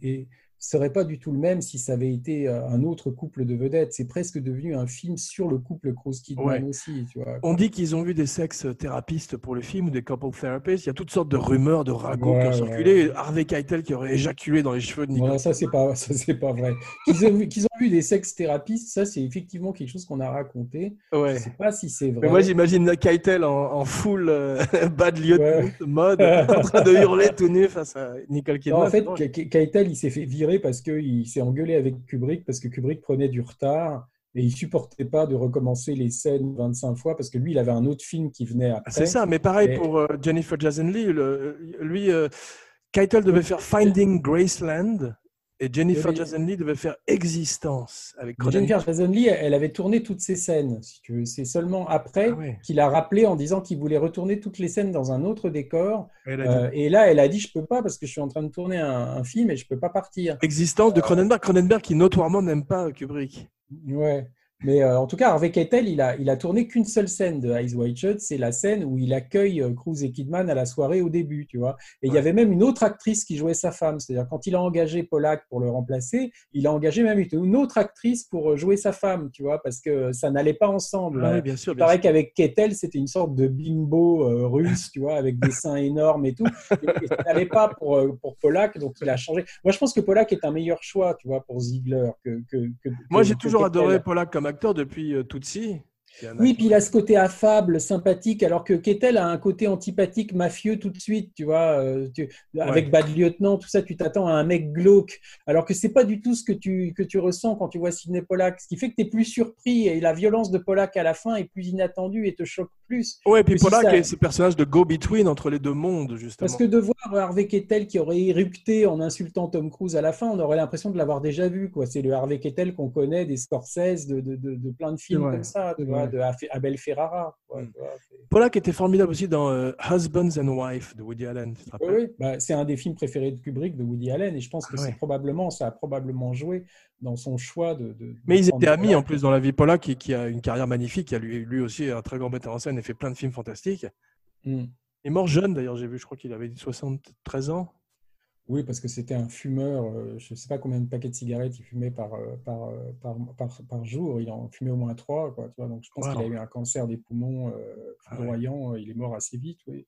S1: serait pas du tout le même si ça avait été un autre couple de vedettes. C'est presque devenu un film sur le couple Cruise-Kidman
S2: Ouais.
S1: aussi, tu vois.
S2: On dit qu'ils ont vu des sex-thérapistes pour le film ou des couple therapists. Il y a toutes sortes de rumeurs, de ragots qui ont
S1: Ouais,
S2: circulé. Harvey Keitel qui aurait éjaculé dans les cheveux de
S1: Non,
S2: Nicole.
S1: ça, c'est pas vrai. Qu'ils ont vu des sex-thérapistes, ça, c'est effectivement quelque chose qu'on a raconté.
S2: Ouais.
S1: Je sais pas si c'est
S2: Mais moi,
S1: vrai.
S2: j'imagine Keitel en full bad lieutenant
S1: Ouais.
S2: mode, en train de hurler tout nu face à Nicole
S1: Non,
S2: Kidman.
S1: en fait, Keitel, il s'est fait virer parce qu'il s'est engueulé avec Kubrick, parce que Kubrick prenait du retard et il supportait pas de recommencer les scènes 25 fois, parce que lui, il avait un autre film qui venait
S2: C'est
S1: après.
S2: ça, mais pareil
S1: Et-
S2: pour Jennifer Jason Leigh. Lui, Keitel devait faire Finding Graceland et Jennifer
S1: Mais-
S2: Jason Leigh devait faire Existence avec
S1: Mais Jennifer
S2: Cronenberg.
S1: Jason Leigh, elle avait tourné toutes ces scènes, si tu veux. C'est seulement après
S2: Ah ouais.
S1: qu'il a rappelé en disant qu'il voulait retourner toutes les scènes dans un autre décor.
S2: Elle a dit
S1: Et là, elle a dit, je peux pas parce que je suis en train de tourner un film et je peux pas partir.
S2: Existence de Cronenberg. Cronenberg qui notoirement n'aime pas Kubrick.
S1: Ouais. Mais en tout cas, Harvey Keitel, il a tourné qu'une seule scène de Eyes Wide Shut, c'est la scène où il accueille Cruise et Kidman à la soirée au début, tu vois. Et il y avait même une autre actrice qui jouait sa femme, c'est-à-dire quand il a engagé Pollack pour le remplacer, il a engagé même une autre actrice pour jouer sa femme, tu vois, parce que ça n'allait pas ensemble.
S2: Ah oui, bien sûr.
S1: Il
S2: Bien
S1: paraît
S2: sûr.
S1: qu'avec Keitel, c'était une sorte de bimbo russe, tu vois, avec des seins énormes et tout. Et ça n'allait pas pour Pollack, donc il a changé. Moi, je pense que Pollack est un meilleur choix, tu vois, pour Ziegler
S2: Moi, j'ai
S1: que
S2: toujours
S1: Keitel.
S2: adoré Pollack comme acteur depuis Tootsie. qui est un
S1: Oui,
S2: acteur-
S1: puis il a ce côté affable, sympathique, alors que Keitel a un côté antipathique, mafieux tout de suite, tu vois. Avec
S2: Ouais.
S1: Bad Lieutenant, tout ça, tu t'attends à un mec glauque, alors que c'est pas du tout ce que tu ressens quand tu vois Sidney Pollack, ce qui fait que tu es plus surpris et la violence de Pollack à la fin est plus inattendue et te choque plus.
S2: Ouais, puis
S1: que si
S2: Pollack
S1: ça-
S2: est ce personnage de go-between entre les deux mondes, justement.
S1: Parce que de voir Harvey Keitel qui aurait érupté en insultant Tom Cruise à la fin, on aurait l'impression de l'avoir déjà vu, quoi. C'est le Harvey Keitel qu'on connaît des Scorsese, de plein de films
S2: vrai,
S1: comme ça, tu
S2: c'est
S1: vois,
S2: vrai.
S1: de Abel Ferrara, quoi,
S2: Mm.
S1: tu vois,
S2: Pollack était formidable aussi dans Husbands and Wife de Woody Allen, tu te
S1: Oui,
S2: rappelles?
S1: oui. Bah, c'est un des films préférés de Kubrick, de Woody Allen, et je pense que
S2: Ah ouais.
S1: ça a probablement joué dans son choix de
S2: Mais ils
S1: prendre
S2: étaient amis
S1: Pollack.
S2: en plus dans la vie. Pollack, qui a une carrière magnifique, qui a lui aussi un très grand metteur en scène et fait plein de films fantastiques.
S1: Mm.
S2: Il est mort jeune d'ailleurs, j'ai vu, je crois qu'il avait 73 ans.
S1: Oui, parce que c'était un fumeur, je ne sais pas combien de paquets de cigarettes il fumait par jour, il en fumait au moins 3, quoi, tu vois, donc je pense qu'il a
S2: Wow.
S1: eu un cancer des poumons
S2: Ah ouais.
S1: foudroyant, il est mort assez vite, oui.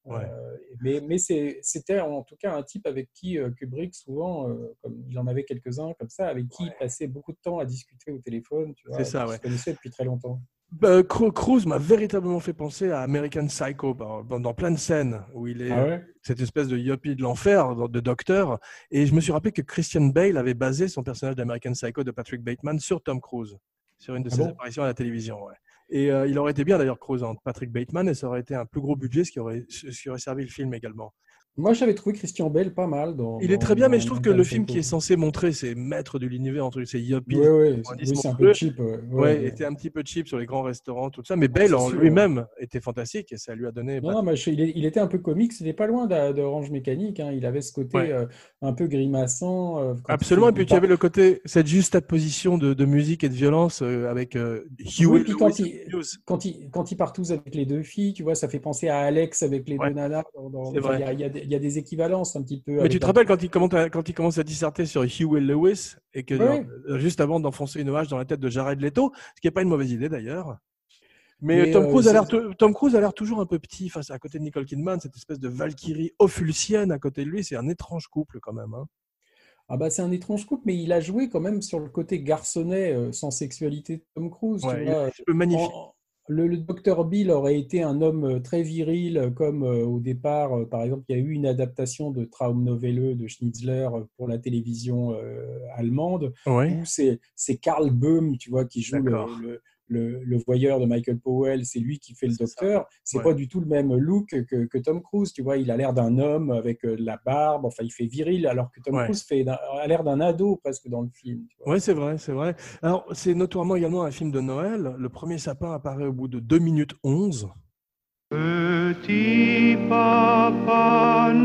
S2: Ouais.
S1: Mais c'était en tout cas un type avec qui Kubrick, souvent, comme il en avait quelques-uns comme ça, avec qui il passait beaucoup de temps à discuter au téléphone, tu vois,
S2: C'est ça,
S1: qui
S2: ouais.
S1: se connaissaient depuis très longtemps.
S2: Cruise m'a véritablement fait penser à American Psycho dans plein de scènes où il est
S1: Ah ouais?
S2: cette espèce de yuppie de l'enfer, de docteur. Et je me suis rappelé que Christian Bale avait basé son personnage d'American Psycho de Patrick Bateman sur Tom Cruise, sur une de
S1: Ah
S2: ses
S1: bon?
S2: apparitions à la télévision. Ouais. Et il aurait été bien d'ailleurs Cruise entre Patrick Bateman et ça aurait été un plus gros budget, ce qui aurait servi le film également.
S1: Moi, j'avais trouvé Christian Bale pas mal
S2: Il est très bien, mais je trouve que le
S1: American
S2: film qui est
S1: Psycho.
S2: censé montrer ces maîtres de l'univers, entre ces yuppies
S1: Ouais, ouais, oui, c'est un peu
S2: monstrueux,
S1: cheap.
S2: ouais, était un petit peu cheap sur les grands restaurants, tout ça. Mais
S1: Non,
S2: Bale
S1: c'est
S2: en
S1: sûr.
S2: lui-même était fantastique et ça lui a donné.
S1: Non, non, mais il était un peu comique, c'était pas loin d'Orange Mécanique, hein. Il avait ce côté
S2: Ouais.
S1: un peu grimaçant. Quand
S2: Absolument, et puis
S1: il
S2: tu avais le côté, cette juxtaposition de musique et de violence avec Huey
S1: Oui, puis
S2: Lewis News.
S1: quand il part tous avec les deux filles, tu vois, ça fait penser à Alex avec les
S2: Ouais,
S1: deux nanas.
S2: c'est
S1: Enfin,
S2: vrai.
S1: il y a des équivalences un petit peu.
S2: Mais tu
S1: Avec
S2: te rappelles quand il commence à disserter sur Huey Lewis et que
S1: Oui,
S2: juste avant d'enfoncer une hache dans la tête de Jared Leto, ce qui n'est pas une mauvaise idée d'ailleurs. Mais
S1: mais
S2: Tom Cruise a l'air toujours un peu petit face à côté de Nicole Kidman, cette espèce de Valkyrie opulsienne à côté de lui. C'est un étrange couple quand même. Hein.
S1: ah bah, c'est un étrange couple, mais il a joué quand même sur le côté garçonnet, sans sexualité de Tom Cruise. Tu
S2: Ouais, il a
S1: vois.
S2: des cheveux magnifiques.
S1: Le Dr Bill aurait été un homme très viril, comme au départ, par exemple, il y a eu une adaptation de Traumnovelle de Schnitzler pour la télévision allemande,
S2: Oui,
S1: où c'est Karl Böhm, tu vois, qui joue
S2: d'accord.
S1: le voyeur de Michael Powell, c'est lui qui fait le
S2: C'est ça.
S1: docteur. C'est
S2: Ouais.
S1: pas du tout le même look que Tom Cruise, tu vois, il a l'air d'un homme avec la barbe, enfin, il fait viril, alors que Tom
S2: Ouais.
S1: Cruise a l'air d'un ado presque dans le film. Tu vois.
S2: Oui, c'est vrai, c'est vrai. Alors, c'est notoirement également un film de Noël. Le premier sapin apparaît au bout de 2 minutes 11.
S7: Petit Papa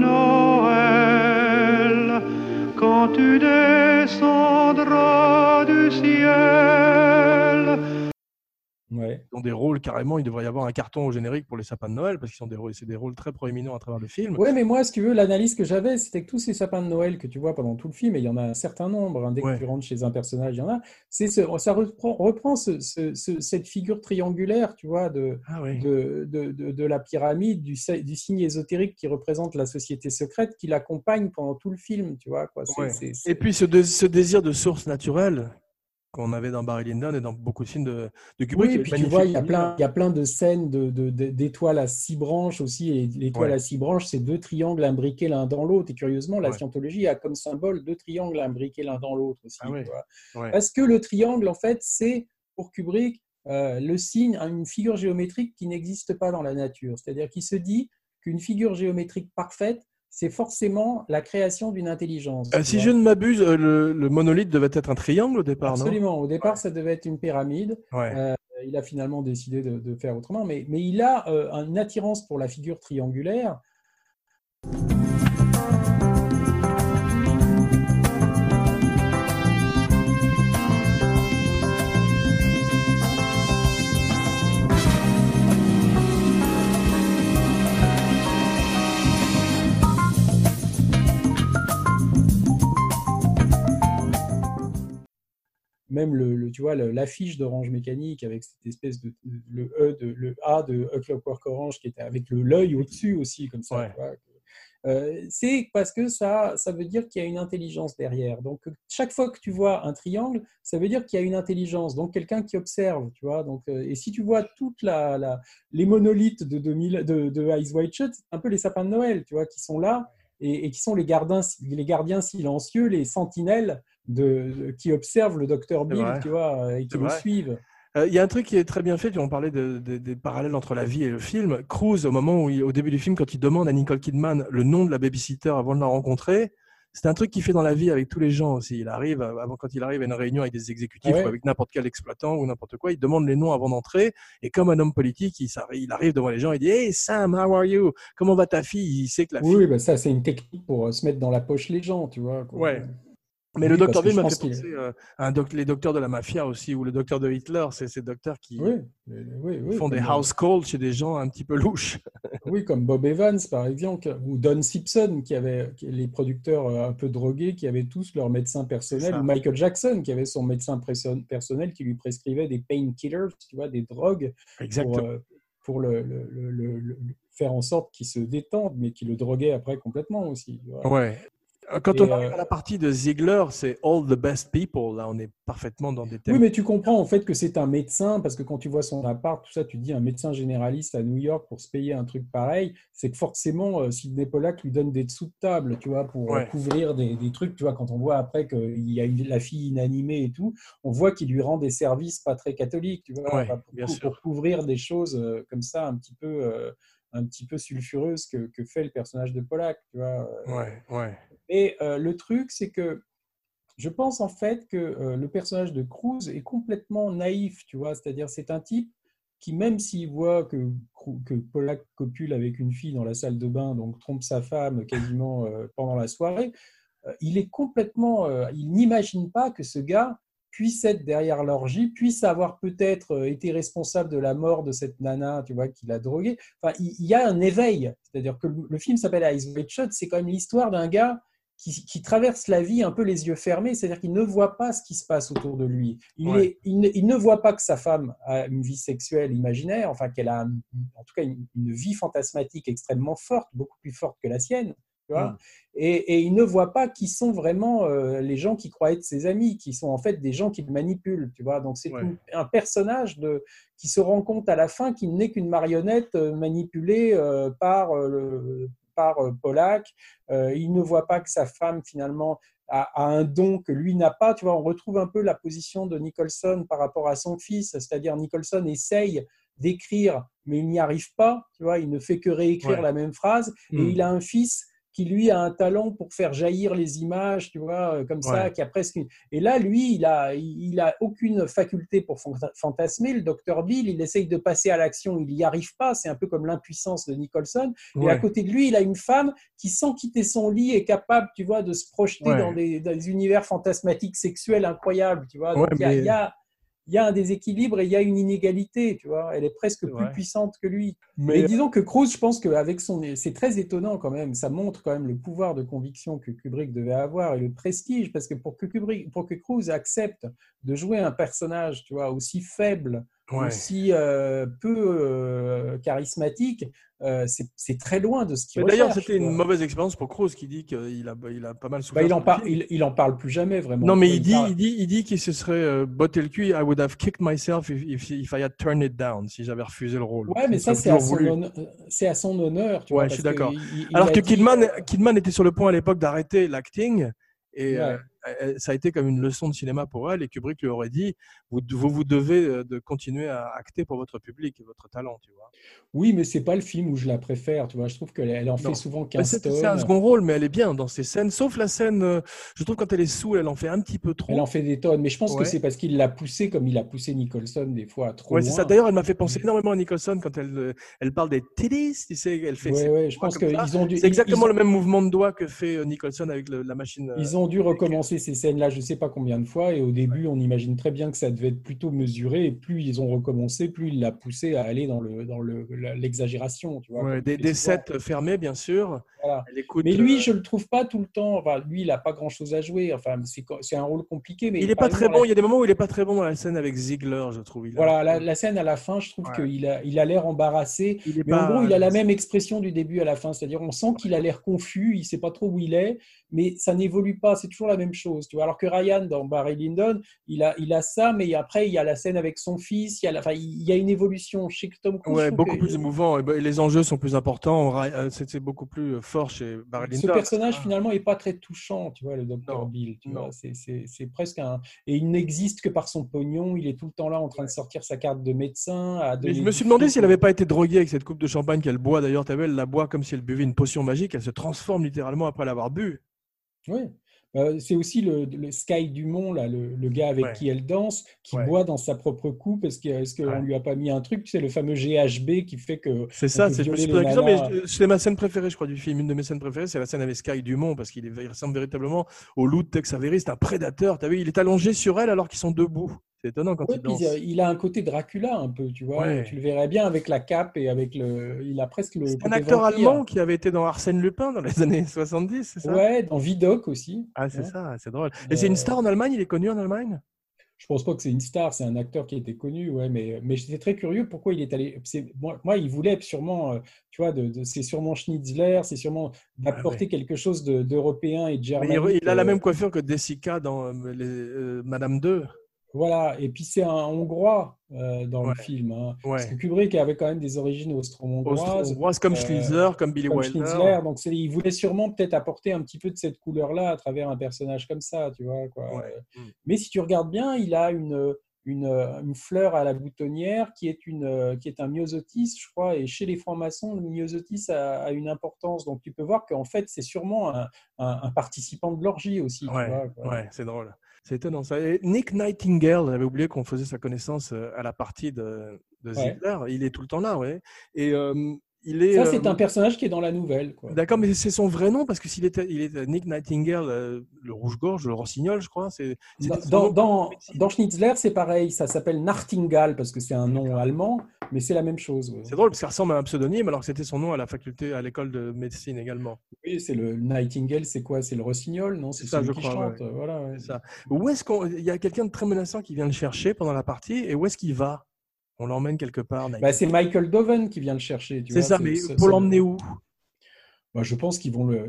S7: Noël, quand tu descendras du ciel.
S1: Ouais.
S2: Ils ont des rôles carrément, il devrait y avoir un carton au générique pour les sapins de Noël parce que c'est des rôles très proéminents à travers le film.
S1: Oui, mais moi, si tu veux, l'analyse que j'avais, c'était que tous ces sapins de Noël que tu vois pendant tout le film, et il y en a un certain nombre, hein, dès que
S2: Ouais.
S1: tu rentres chez un personnage, il y en a, ça reprend cette figure triangulaire, tu vois,
S2: Ah oui.
S1: de la pyramide, du signe ésotérique qui représente la société secrète, qui l'accompagne pendant tout le film, tu vois, quoi.
S2: Ouais. Et puis ce désir de source naturelle qu'on avait dans Barry Lyndon et dans beaucoup de films de Kubrick.
S1: Oui,
S2: qui est
S1: puis tu vois,
S2: magnifique.
S1: il y a plein de scènes d'étoiles à 6 branches aussi. Et l'étoile
S2: Ouais.
S1: à 6 branches, c'est 2 triangles imbriqués l'un dans l'autre. Et curieusement, la
S2: Ouais.
S1: scientologie a comme symbole 2 triangles imbriqués l'un dans l'autre aussi.
S2: Ah ouais.
S1: Tu vois.
S2: Ouais.
S1: Parce que le triangle, en fait, c'est pour Kubrick le signe, une figure géométrique qui n'existe pas dans la nature. C'est-à-dire qu'il se dit qu'une figure géométrique parfaite, c'est forcément la création d'une intelligence. Tu
S2: Si
S1: vois.
S2: je ne m'abuse, le monolithe devait être un triangle au départ, non?
S1: Absolument. Au départ, ça devait être une pyramide.
S2: Ouais.
S1: Il a finalement décidé de faire autrement, mais il a une attirance pour la figure triangulaire. Même tu vois, l'affiche d'Orange Mécanique avec cette espèce le A de A Clockwork Orange qui était avec l'œil au-dessus aussi, comme ça.
S2: Ouais.
S1: Tu vois. C'est parce que ça veut dire qu'il y a une intelligence derrière. Donc, chaque fois que tu vois un triangle, ça veut dire qu'il y a une intelligence, donc quelqu'un qui observe. Tu vois. Donc, et si tu vois toutes les monolithes de Eyes Wide Shut, c'est un peu les sapins de Noël, tu vois, qui sont là et qui sont les gardiens silencieux, les sentinelles qui observent le docteur Bill,
S2: vrai.
S1: tu vois, et qui
S2: C'est
S1: le
S2: vrai.
S1: suivent.
S2: Il y a un truc qui est très bien fait, on parlait des parallèles entre la vie et le film. Cruise, au début du film, quand il demande à Nicole Kidman le nom de la babysitter avant de la rencontrer, c'est un truc qu'il fait dans la vie avec tous les gens aussi. Quand il arrive à une réunion avec des exécutifs
S1: Ah ouais.
S2: ou avec n'importe quel exploitant ou n'importe quoi, il demande les noms avant d'entrer. Et comme un homme politique, il arrive devant les gens, il dit « Hey Sam, how are you? Comment va ta fille ?» Il sait que la fille...
S1: Oui, bah ça, c'est une technique pour se mettre dans la poche les gens, tu vois. Quoi.
S2: Ouais. Mais
S1: Oui,
S2: le docteur
S1: parce que
S2: Bill
S1: je
S2: m'a
S1: pense
S2: fait penser les docteurs de la mafia aussi, ou le docteur de Hitler, c'est ces docteurs qui
S1: Oui,
S2: font des house calls chez des gens un petit peu louches.
S1: Oui, comme Bob Evans, par exemple, ou Don Simpson, les producteurs un peu drogués, qui avaient tous leur médecin personnel, ou Michael Jackson, qui avait son médecin personnel qui lui prescrivait des painkillers, tu vois, des drogues, pour le faire en sorte qu'il se détende, mais qu'il le droguait après complètement aussi. Tu vois.
S2: Ouais. Quand
S1: Et,
S2: on arrive à la partie de Ziegler, c'est All the Best People. Là, on est parfaitement dans des thèmes.
S1: Oui, mais tu comprends en fait que c'est un médecin, parce que quand tu vois son appart, tout ça, tu te dis un médecin généraliste à New York pour se payer un truc pareil, c'est que forcément, Sidney Pollack lui donne des dessous de table, tu vois, pour
S2: Ouais.
S1: couvrir des trucs, tu vois, quand on voit après qu'il y a la fille inanimée et tout, on voit qu'il lui rend des services pas très catholiques, tu vois,
S2: Ouais,
S1: enfin,
S2: bien
S1: pour
S2: sûr.
S1: couvrir des choses comme ça un petit peu sulfureuses que fait le personnage de Pollack, tu vois.
S2: Ouais, ouais.
S1: Et le truc, c'est que je pense en fait que le personnage de Cruz est complètement naïf, tu vois, c'est-à-dire c'est un type qui, même s'il voit que Pollack copule avec une fille dans la salle de bain, donc trompe sa femme quasiment pendant la soirée, il est complètement, il n'imagine pas que ce gars puisse être derrière l'orgie, puisse avoir peut-être été responsable de la mort de cette nana, tu vois, qui l'a drogué. Enfin, il y a un éveil, c'est-à-dire que le film s'appelle Eyes Wide Shut, c'est quand même l'histoire d'un gars qui traverse la vie un peu les yeux fermés, c'est-à-dire qu'il ne voit pas ce qui se passe autour de lui.
S2: Ouais.
S1: Il ne voit pas que sa femme a une vie sexuelle imaginaire, enfin qu'elle a en tout cas une vie fantasmatique extrêmement forte, beaucoup plus forte que la sienne. Tu vois. Et il ne voit pas qui sont vraiment les gens qui croient être ses amis, qui sont en fait des gens qui le manipulent. Tu vois. Donc c'est
S2: Ouais.
S1: un personnage qui se rend compte à la fin qu'il n'est qu'une marionnette manipulée par Pollack. Il ne voit pas que sa femme, finalement, a un don que lui n'a pas. Tu vois, on retrouve un peu la position de Nicholson par rapport à son fils, c'est-à-dire Nicholson essaye d'écrire, mais il n'y arrive pas. Tu vois, il ne fait que réécrire la même phrase. Et il a un fils qui, lui, a un talent pour faire jaillir les images, tu vois, comme ça, qui a presque... Et là, lui, il a aucune faculté pour fantasmer. Le docteur Bill, il essaye de passer à l'action, il n'y arrive pas. C'est un peu comme l'impuissance de Nicholson. Et à côté de lui, il a une femme qui, sans quitter son lit, est capable, tu vois, de se projeter dans des univers fantasmatiques sexuels incroyables, tu vois. Donc, il y a un déséquilibre et il y a une inégalité, tu vois. Elle est presque plus puissante que lui. Mais disons que Cruz, je pense qu'avec c'est très étonnant quand même. Ça montre quand même le pouvoir de conviction que Kubrick devait avoir et le prestige, parce que pour que Cruz accepte de jouer un personnage, tu vois, aussi faible, aussi peu charismatique, c'est très loin de ce qu'il recherche.
S2: D'ailleurs, c'était une mauvaise expérience pour Cruz, qui dit qu'il a pas mal souffert.
S1: Il en parle plus jamais vraiment.
S2: Non, mais il dit qu'il se serait botté le cul. I would have kicked myself if I had turned it down, si j'avais refusé le rôle.
S1: Ouais, mais ça, c'est à son honneur. Tu vois,
S2: je suis d'accord. Alors que Kidman était sur le point à l'époque d'arrêter l'acting. Et ça a été comme une leçon de cinéma pour elle. Et Kubrick lui aurait dit, vous devez de continuer à acter pour votre public et votre talent, tu vois.
S1: Oui, mais c'est pas le film où je la préfère, tu vois. Je trouve qu'elle en fait souvent 15 tonnes.
S2: C'est un second rôle, mais elle est bien dans ces scènes. Sauf la scène, je trouve quand elle est saoule, elle en fait un petit peu trop.
S1: Elle en fait des tonnes, mais je pense que c'est parce qu'il l'a poussée comme il a poussé Nicholson des fois trop loin.
S2: C'est ça. D'ailleurs, elle m'a fait penser énormément à Nicholson quand elle parle des titties, tu sais, elle fait.
S1: Je pense qu'ils ont dû.
S2: C'est exactement le même mouvement de doigt que fait Nicholson avec la machine.
S1: Ils ont dû recommencer ces scènes-là, je sais pas combien de fois, et au début, on imagine très bien que ça devait être plutôt mesuré, et plus ils ont recommencé, plus il l'a poussé à aller dans l'exagération, tu vois.
S2: Des sets fermés, bien sûr.
S1: Voilà. Mais lui, je le trouve pas tout le temps. Enfin, lui, il a pas grand-chose à jouer. Enfin, c'est un rôle compliqué. Mais
S2: il est pas très bon. Il y a des moments où il est pas très bon dans la scène avec Ziegler, je trouve.
S1: La scène à la fin, je trouve qu'il a l'air embarrassé. Mais en gros, il a la même expression du début à la fin. C'est-à-dire, on sent qu'il a l'air confus. Il sait pas trop où il est, mais ça n'évolue pas. C'est toujours la même chose. Tu vois. Alors que Ryan dans Barry Lyndon, il a ça, mais après, il y a la scène avec son fils. Il y a une évolution. Chez Tom Cruise,
S2: beaucoup plus émouvant. Et les enjeux sont plus importants. C'est beaucoup plus fort chez Barry Lyndon.
S1: Ce personnage, finalement, n'est pas très touchant, tu vois, le Dr. Bill. Tu vois, c'est presque un... Et il n'existe que par son pognon. Il est tout le temps là en train de sortir sa carte de médecin.
S2: Mais je me suis demandé s'il n'avait pas été drogué avec cette coupe de champagne qu'elle boit. D'ailleurs, tu elle la boit comme si elle buvait une potion magique. Elle se transforme littéralement après l'avoir bu.
S1: Oui. C'est aussi le Sky Dumont, là, le gars avec qui elle danse, qui boit dans sa propre coupe. Est-ce qu'on lui a pas mis un truc? C'est le fameux GHB qui fait que.
S2: C'est ça, je me suis posé la question, mais c'est ma scène préférée, je crois, du film. Une de mes scènes préférées, c'est la scène avec Sky Dumont, parce qu'il ressemble véritablement au loup de Tex Avery. C'est un prédateur. Tu as vu, il est allongé sur elle alors qu'ils sont debout. C'est étonnant quand il danse.
S1: Il a un côté Dracula un peu, tu vois. Tu le verrais bien avec la cape et avec le. Il a presque le.
S2: C'est un acteur allemand qui avait été dans Arsène Lupin dans les années 70, c'est ça?
S1: Ouais, dans Vidocq aussi.
S2: Ah, c'est ça, c'est drôle. Et c'est une star en Allemagne, il est connu en Allemagne?
S1: Je pense pas que c'est une star, c'est un acteur qui était connu, ouais, mais j'étais très curieux pourquoi il est allé. Moi, il voulait sûrement, tu vois, c'est sûrement Schnitzler, c'est sûrement
S2: Ah ouais.
S1: d'apporter quelque chose d'européen et de
S2: Mais
S1: germanique.
S2: il a la même coiffure que Jessica dans Madame 2.
S1: Voilà, et puis c'est un Hongrois dans le
S2: Ouais,
S1: film, hein, parce que
S2: ouais.
S1: Kubrick avait quand même des origines austro-hongroises,
S2: Austro-hongroise comme
S1: euh,
S2: Schnitzler, comme Billy
S1: comme
S2: Wilder.
S1: Schnitzler, donc il voulait sûrement peut-être apporter un petit peu de cette couleur-là à travers un personnage comme ça, tu vois, quoi.
S2: Ouais. Mm.
S1: Mais si tu regardes bien, il a une fleur à la boutonnière qui est un myosotis, je crois, et chez les francs-maçons, le myosotis a une importance, donc tu peux voir qu'en fait, c'est sûrement un participant de l'orgie aussi, tu
S2: Ouais,
S1: vois, quoi.
S2: ouais, c'est drôle. C'est étonnant ça. Et Nick Nightingale, j'avais oublié qu'on faisait sa connaissance à la partie de
S1: Ouais.
S2: Ziegler. Il est tout le temps là, ouais. Et il est.
S1: Ça, c'est un personnage qui est dans la nouvelle, quoi.
S2: D'accord, mais c'est son vrai nom parce que il était Nick Nightingale, le rouge-gorge, le rossignol, je crois. C'était son nom de médecine.
S1: Dans Schnitzler, c'est pareil, ça s'appelle Nartingal parce que c'est un nom allemand, mais c'est la même chose. Ouais.
S2: C'est drôle parce que ça ressemble à un pseudonyme alors que c'était son nom à la faculté, à l'école de médecine également.
S1: Oui, c'est le Nightingale, c'est quoi? C'est le rossignol, non?
S2: C'est
S1: C'est
S2: ça,
S1: celui
S2: je
S1: qui
S2: crois.
S1: chante.
S2: Ouais.
S1: Voilà, ouais.
S2: C'est ça. Où est-ce il y a quelqu'un de très menaçant qui vient le chercher pendant la partie et où est-ce qu'il va? On l'emmène quelque part,
S1: Bah,
S2: Nightingale.
S1: c'est Michael Doven qui vient le chercher, tu
S2: C'est
S1: vois.
S2: ça, mais pour l'emmener où?
S1: Bah, je pense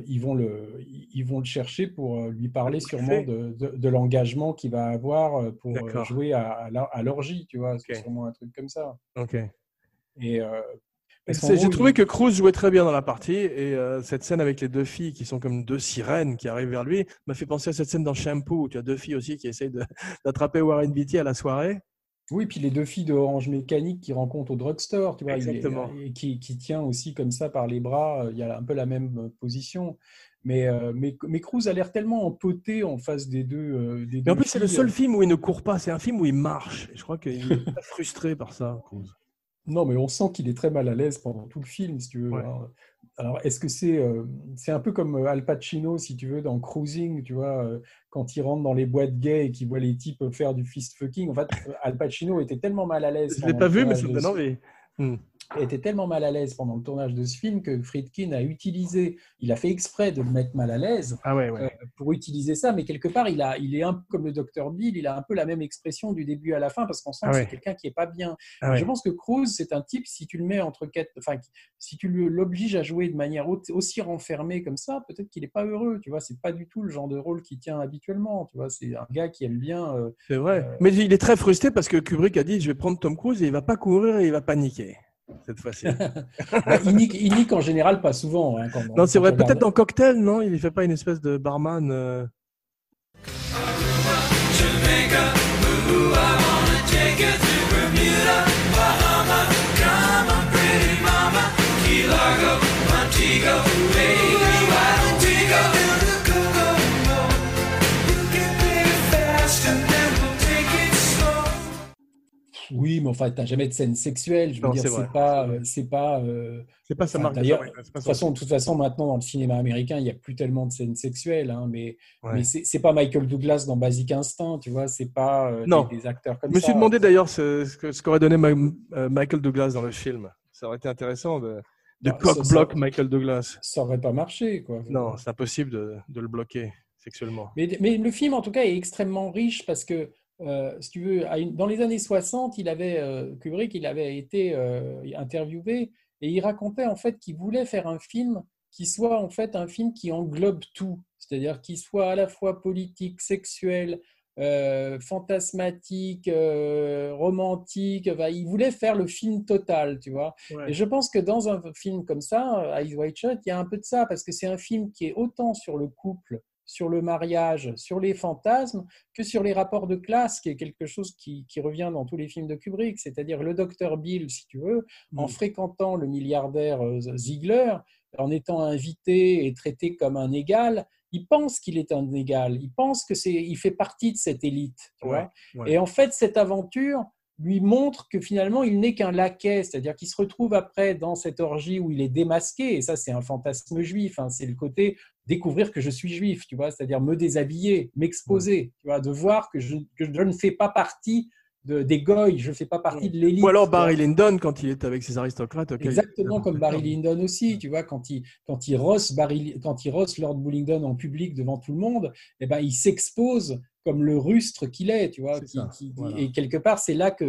S1: ils vont le chercher pour lui
S2: Le
S1: parler sûrement
S2: briefer?
S1: de l'engagement qu'il va avoir pour
S2: D'accord.
S1: jouer à l'orgie, tu vois. C'est
S2: Ok.
S1: sûrement un truc comme ça.
S2: Ok.
S1: Et parce qu'en
S2: J'ai
S1: gros,
S2: trouvé que Cruz jouait très bien dans la partie et cette scène avec les deux filles qui sont comme deux sirènes qui arrivent vers lui m'a fait penser à cette scène dans Shampoo où tu as deux filles aussi qui essayent d'attraper Warren Beatty à la soirée.
S1: oui, puis les deux filles de Orange Mécanique qui rencontrent au drugstore, tu vois,
S2: Exactement.
S1: et qui tient aussi comme ça par les bras, il y a un peu la même position. Mais Cruz a l'air tellement empoté en face des
S2: Mais en
S1: deux
S2: plus, c'est le
S1: filles.
S2: seul film où il ne court pas, c'est un film où il marche. Et je crois qu'il est très frustré par ça, Cruz.
S1: Non, mais on sent qu'il est très mal à l'aise pendant tout le film, si tu veux.
S2: Ouais.
S1: Alors, est-ce que c'est un peu comme Al Pacino, si tu veux, dans Cruising, tu vois, quand il rentre dans les boîtes gays et qu'il voit les types faire du fist fucking. En fait, Al Pacino était tellement mal à l'aise
S2: Je ne l'ai
S1: pendant
S2: pas
S1: le
S2: vu, mais
S1: tournage
S2: ça me
S1: de
S2: donne
S1: ce
S2: envie.
S1: était tellement mal à l'aise pendant le tournage de ce film que Friedkin il a fait exprès de le mettre mal à l'aise
S2: Ah ouais, ouais.
S1: pour utiliser ça, mais quelque part, il est un peu comme le Dr Bill, il a un peu la même expression du début à la fin parce qu'on sent
S2: Ah
S1: que
S2: ouais.
S1: c'est quelqu'un qui est pas bien.
S2: Ah
S1: Et je
S2: ouais.
S1: pense que Cruz, c'est un type, si tu le mets entre quatre, enfin, si tu l'obliges à jouer de manière aussi renfermée comme ça, peut-être qu'il n'est pas heureux, tu vois, c'est pas du tout le genre de rôle qu'il tient habituellement, tu vois, c'est un gars qui aime bien.
S2: C'est vrai. Mais il est très frustré parce que Kubrick a dit je vais prendre Tom Cruise et il va pas courir et il va paniquer cette fois-ci.
S1: Bah, il nique en général pas souvent. Hein,
S2: Non, c'est
S1: quand
S2: vrai.
S1: tu
S2: Peut-être
S1: regardes.
S2: dans Cocktail, non? Il ne fait pas une espèce de barman.
S1: Oui, mais enfin, tu n'as jamais de scène sexuelle. Je veux
S2: Non,
S1: dire,
S2: c'est vrai.
S1: c'est pas.
S2: C'est pas sa
S1: Enfin,
S2: marque de
S1: d'ailleurs,
S2: fabrique. C'est pas
S1: de
S2: son style.
S1: toute façon, maintenant dans le cinéma américain, il n'y a plus tellement de scènes sexuelles, hein, mais
S2: Ouais.
S1: c'est pas Michael Douglas dans Basic Instinct, tu vois, c'est pas
S2: Non.
S1: des acteurs comme
S2: Je me suis
S1: ça.
S2: demandé d'ailleurs ce qu'aurait donné Michael Douglas dans le film. Ça aurait été intéressant de
S1: Bah,
S2: cock-block Michael Douglas.
S1: ça aurait pas marché, quoi.
S2: Non, c'est impossible de le bloquer sexuellement.
S1: Mais le film, en tout cas, est extrêmement riche parce que, si tu veux, dans les années 60, Kubrick, il avait été interviewé et il racontait en fait qu'il voulait faire un film qui soit en fait un film qui englobe tout, c'est-à-dire qui soit à la fois politique, sexuel, fantasmatique, romantique. Enfin, il voulait faire le film total, tu vois.
S2: Ouais.
S1: Et je pense que dans un film comme ça, Eyes Wide Shut, il y a un peu de ça parce que c'est un film qui est autant sur le couple, sur le mariage, sur les fantasmes, que sur les rapports de classe, qui est quelque chose qui revient dans tous les films de Kubrick, c'est-à-dire le Dr Bill, si tu veux, en fréquentant le milliardaire Ziegler, en étant invité et traité comme un égal, il pense qu'il est un égal, il pense il fait partie de cette élite, tu vois.
S2: Ouais.
S1: Et en fait, cette aventure lui montre que finalement, il n'est qu'un laquais, c'est-à-dire qu'il se retrouve après dans cette orgie où il est démasqué, et ça, c'est un fantasme juif, hein, c'est le côté découvrir que je suis juif, tu vois, c'est-à-dire me déshabiller, m'exposer, tu vois, de voir que je ne fais pas partie des goy, je ne fais pas partie de l'élite.
S2: Ou alors
S1: tu vois.
S2: Barry Lyndon quand il est avec ses aristocrates.
S1: Exactement comme Barry Lyndon aussi, tu vois, quand il rosse Lord Bullingdon en public devant tout le monde, eh ben, il s'expose comme le rustre qu'il est, tu vois.
S2: C'est ça, voilà.
S1: Et quelque part, c'est là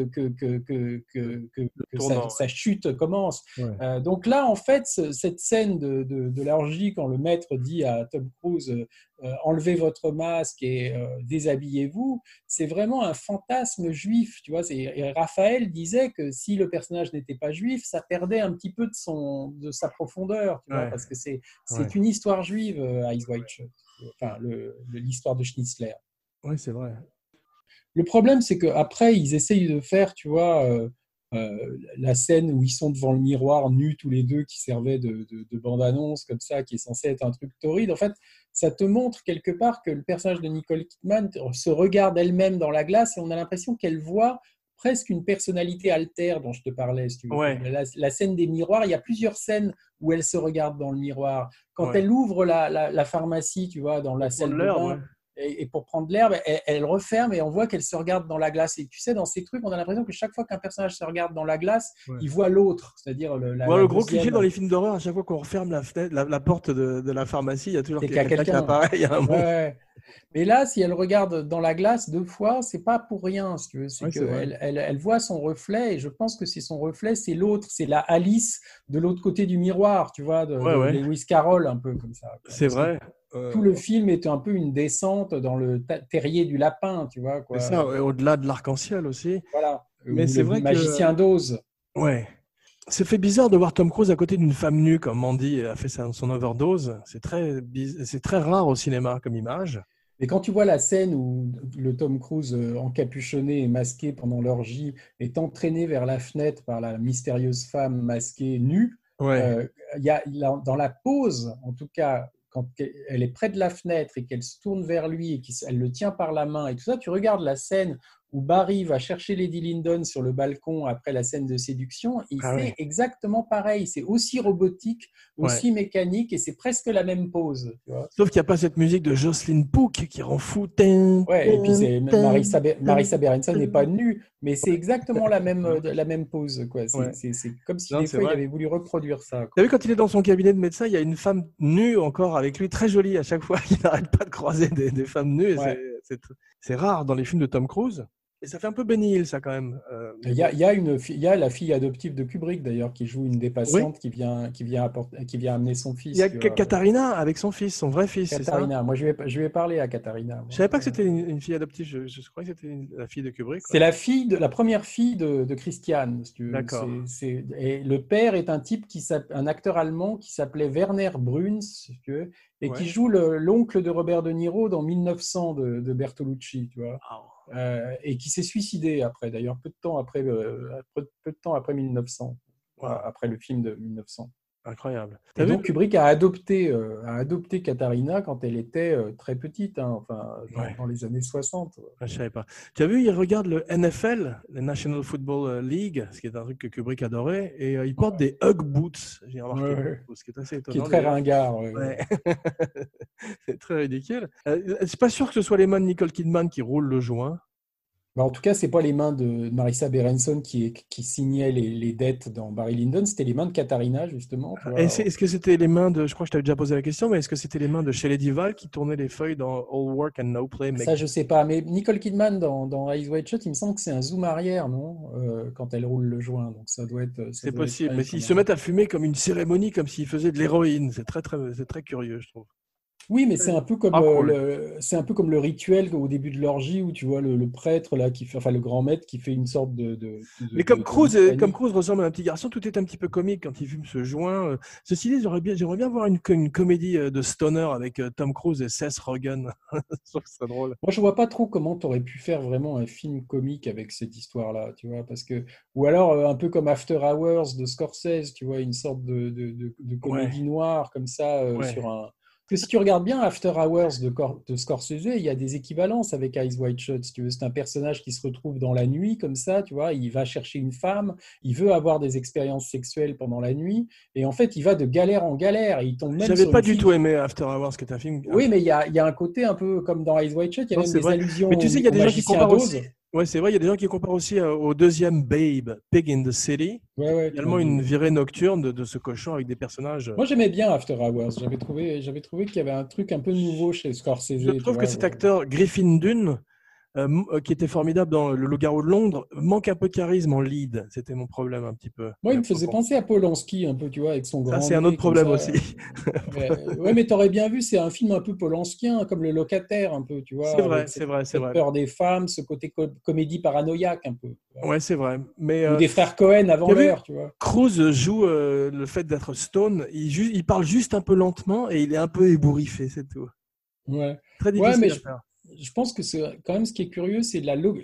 S1: que
S2: tournant,
S1: sa chute commence.
S2: Ouais.
S1: Donc là, en fait, cette scène de l'orgie, quand le maître dit à Tom Cruise enlevez votre masque et déshabillez-vous, c'est vraiment un fantasme juif. Tu vois, et Raphaël disait que si le personnage n'était pas juif, ça perdait un petit peu de sa profondeur, tu vois,
S2: Ouais.
S1: parce que c'est
S2: Ouais.
S1: une histoire juive, Eyes Wide Shut. Enfin, l'histoire de Schnitzler.
S2: Oui, c'est vrai.
S1: Le problème, c'est qu'après, ils essayent de faire, tu vois, la scène où ils sont devant le miroir, nus tous les deux, qui servait de bande-annonce, comme ça, qui est censé être un truc torride. En fait, ça te montre quelque part que le personnage de Nicole Kidman se regarde elle-même dans la glace et on a l'impression qu'elle voit presque une personnalité altère dont je te parlais. Si tu veux.
S2: Ouais.
S1: La scène des miroirs, il y a plusieurs scènes où elle se regarde dans le miroir. Quand
S2: Ouais.
S1: elle ouvre la pharmacie, tu vois, dans la salle de
S2: l'air,
S1: bain,
S2: ouais.
S1: et pour prendre l'herbe, elle referme et on voit qu'elle se regarde dans la glace. Et tu sais, dans ces trucs, on a l'impression que chaque fois qu'un personnage se regarde dans la glace,
S2: Ouais.
S1: il voit l'autre, c'est-à-dire le
S2: gros
S1: deuxième.
S2: cliché dans les films d'horreur, à chaque fois qu'on referme la fenêtre, la porte de la pharmacie, il y a toujours
S1: C'est qu'il y a
S2: quelqu'un qui
S1: quelqu'un.
S2: apparaît. Il y a un monstre.
S1: Ouais. Mais là, si elle regarde dans la glace 2 fois, c'est pas pour rien, si tu veux. C'est
S2: Ouais, c'est vrai.
S1: elle voit son reflet et je pense que c'est son reflet, c'est l'autre, c'est la Alice de l'autre côté du miroir, tu vois, de
S2: Ouais.
S1: Lewis Carroll, un peu comme ça. Quoi.
S2: C'est
S1: Parce que
S2: vrai.
S1: tout le film est un peu une descente dans le terrier du lapin, tu vois. Quoi.
S2: C'est ça, ouais, au-delà de l'arc-en-ciel aussi.
S1: Voilà.
S2: Mais
S1: Ou
S2: c'est
S1: le
S2: vrai que-
S1: magicien d'Oz.
S2: Ouais. Ça fait bizarre de voir Tom Cruise à côté d'une femme nue, comme Mandy a fait son overdose. C'est très rare au cinéma comme image.
S1: Mais quand tu vois la scène où le Tom Cruise encapuchonné et masqué pendant l'orgie est entraîné vers la fenêtre par la mystérieuse femme masquée nue,
S2: Ouais.
S1: dans la pause, en tout cas, quand elle est près de la fenêtre et qu'elle se tourne vers lui et qu'elle le tient par la main et tout ça, tu regardes la scène où Barry va chercher Lady Lyndon sur le balcon après la scène de séduction, et
S2: Ah
S1: c'est
S2: ouais.
S1: exactement pareil. C'est aussi robotique, aussi mécanique, et c'est presque la même pose. Tu vois.
S2: Sauf qu'il n'y a pas cette musique de Jocelyn Pook qui rend fou.
S1: Ouais, et puis Marissa Berenson n'est pas nue, mais c'est exactement la même pose. Quoi.
S2: Ouais.
S1: C'est comme si
S2: Non,
S1: des
S2: c'est
S1: fois
S2: vrai.
S1: il avait voulu reproduire ça.
S2: T'as vu quand il est dans son cabinet de médecin, il y a une femme nue encore avec lui, très jolie à chaque fois. Il n'arrête pas de croiser des femmes nues. Et
S1: Ouais.
S2: c'est rare dans les films de Tom Cruise. Et ça fait un peu Benny Hill, ça, quand même.
S1: Il y a la fille adoptive de Kubrick, d'ailleurs, qui joue une des patientes qui vient amener son fils.
S2: Il y a
S1: tu vois.
S2: Katharina avec son fils, son vrai fils, c'est ça?
S1: Katharina. Moi, je vais parler à Katharina. Moi.
S2: Je savais pas que c'était une fille adoptive. Je croyais que c'était la fille de Kubrick.
S1: C'est la première fille de Christiane. Si tu veux.
S2: D'accord.
S1: Et le père est un type un acteur allemand qui s'appelait Werner Bruns, si tu veux, et qui joue l'oncle de Robert De Niro dans 1900 de Bertolucci, tu vois.
S2: Wow.
S1: Et qui s'est suicidé après, d'ailleurs, peu de temps après 1900, après le film de 1900.
S2: Incroyable.
S1: Et donc Kubrick a adopté Katharina quand elle était très petite, hein, dans les années 60.
S2: Je savais pas. Tu as vu, il regarde le NFL, le National Football League, ce qui est un truc que Kubrick adorait, et il porte des Ugg boots, j'ai remarqué, ce qui est assez étonnant.
S1: Qui est très ringard.
S2: C'est très ridicule. C'est pas sûr que ce soit les mains de Nicole Kidman qui roulent le joint.
S1: En tout cas, c'est pas les mains de Marissa Berenson qui signait les dettes dans Barry Lyndon, c'était les mains de Katharina, justement.
S2: Est-ce que c'était les mains de, je crois que je t'avais déjà posé la question, mais est-ce que c'était les mains de Shelley Duvall qui tournaient les feuilles dans All Work and No Play?
S1: Ça, je sais pas. Mais Nicole Kidman dans Eyes Wide Shut, il me semble que c'est un zoom arrière, non, quand elle roule le joint. Donc ça doit être.
S2: C'est possible. Mais s'ils se mettent à fumer comme une cérémonie, comme s'ils faisaient de l'héroïne, c'est très curieux, je trouve.
S1: Oui, mais c'est un peu comme le rituel au début de l'orgie où tu vois le prêtre là le grand maître qui fait une sorte de
S2: mais comme Cruise ressemble à un petit garçon, tout est un petit peu comique quand il fume ce joint. Ceci dit, j'aimerais bien voir une comédie de stoner avec Tom Cruise et Seth Rogen. Je trouve ça drôle.
S1: Moi, je vois pas trop comment tu aurais pu faire vraiment un film comique avec cette histoire-là, tu vois, ou alors un peu comme After Hours de Scorsese, tu vois, une sorte de comédie noire comme ça sur un. Parce que si tu regardes bien After Hours de Scorsese, il y a des équivalences avec Eyes Wide Shut. Si tu veux, c'est un personnage qui se retrouve dans la nuit comme ça, tu vois, il va chercher une femme, il veut avoir des expériences sexuelles pendant la nuit, et en fait, il va de galère en galère. Et il tombe même
S2: J'avais
S1: sur
S2: pas du tout aimé After Hours, qui est un film.
S1: Oui, mais il y a un côté un peu comme dans Eyes Wide Shut, il y a même des allusions.
S2: Mais tu sais, il y a des gens qui comparent
S1: d'Oz.
S2: aussi. Ouais, c'est vrai, il y a des gens qui comparent aussi au deuxième Babe, Pig in the City. Également une virée nocturne de ce cochon avec des personnages.
S1: Moi, j'aimais bien After Hours. J'avais trouvé qu'il y avait un truc un peu nouveau chez Scorsese.
S2: Je trouve que cet acteur, Griffin Dunne, qui était formidable dans Le Loup-garou de Londres, manque un peu de charisme en lead. C'était mon problème un petit peu.
S1: Moi, il me faisait penser à Polanski un peu, tu vois, avec son
S2: Ça,
S1: grand
S2: c'est un
S1: nez
S2: autre
S1: comme
S2: problème
S1: ça.
S2: aussi.
S1: Ouais, mais t'aurais bien vu, c'est un film un peu polanskien, comme Le Locataire, un peu, tu
S2: C'est
S1: vois,
S2: vrai,
S1: avec
S2: c'est vrai, c'est
S1: cette
S2: vrai.
S1: peur des femmes, ce côté comédie paranoïaque un peu, tu vois.
S2: Ouais, c'est vrai. Mais
S1: Ou des frères Cohen
S2: tu
S1: avant
S2: as vu,
S1: l'heure, tu vois.
S2: Cruise joue le fait d'être stone. Il parle juste un peu lentement et il est un peu ébouriffé, c'est tout.
S1: Ouais,
S2: Très
S1: ouais, mais
S2: difficile à faire.
S1: je pense que c'est quand même ce qui est curieux, c'est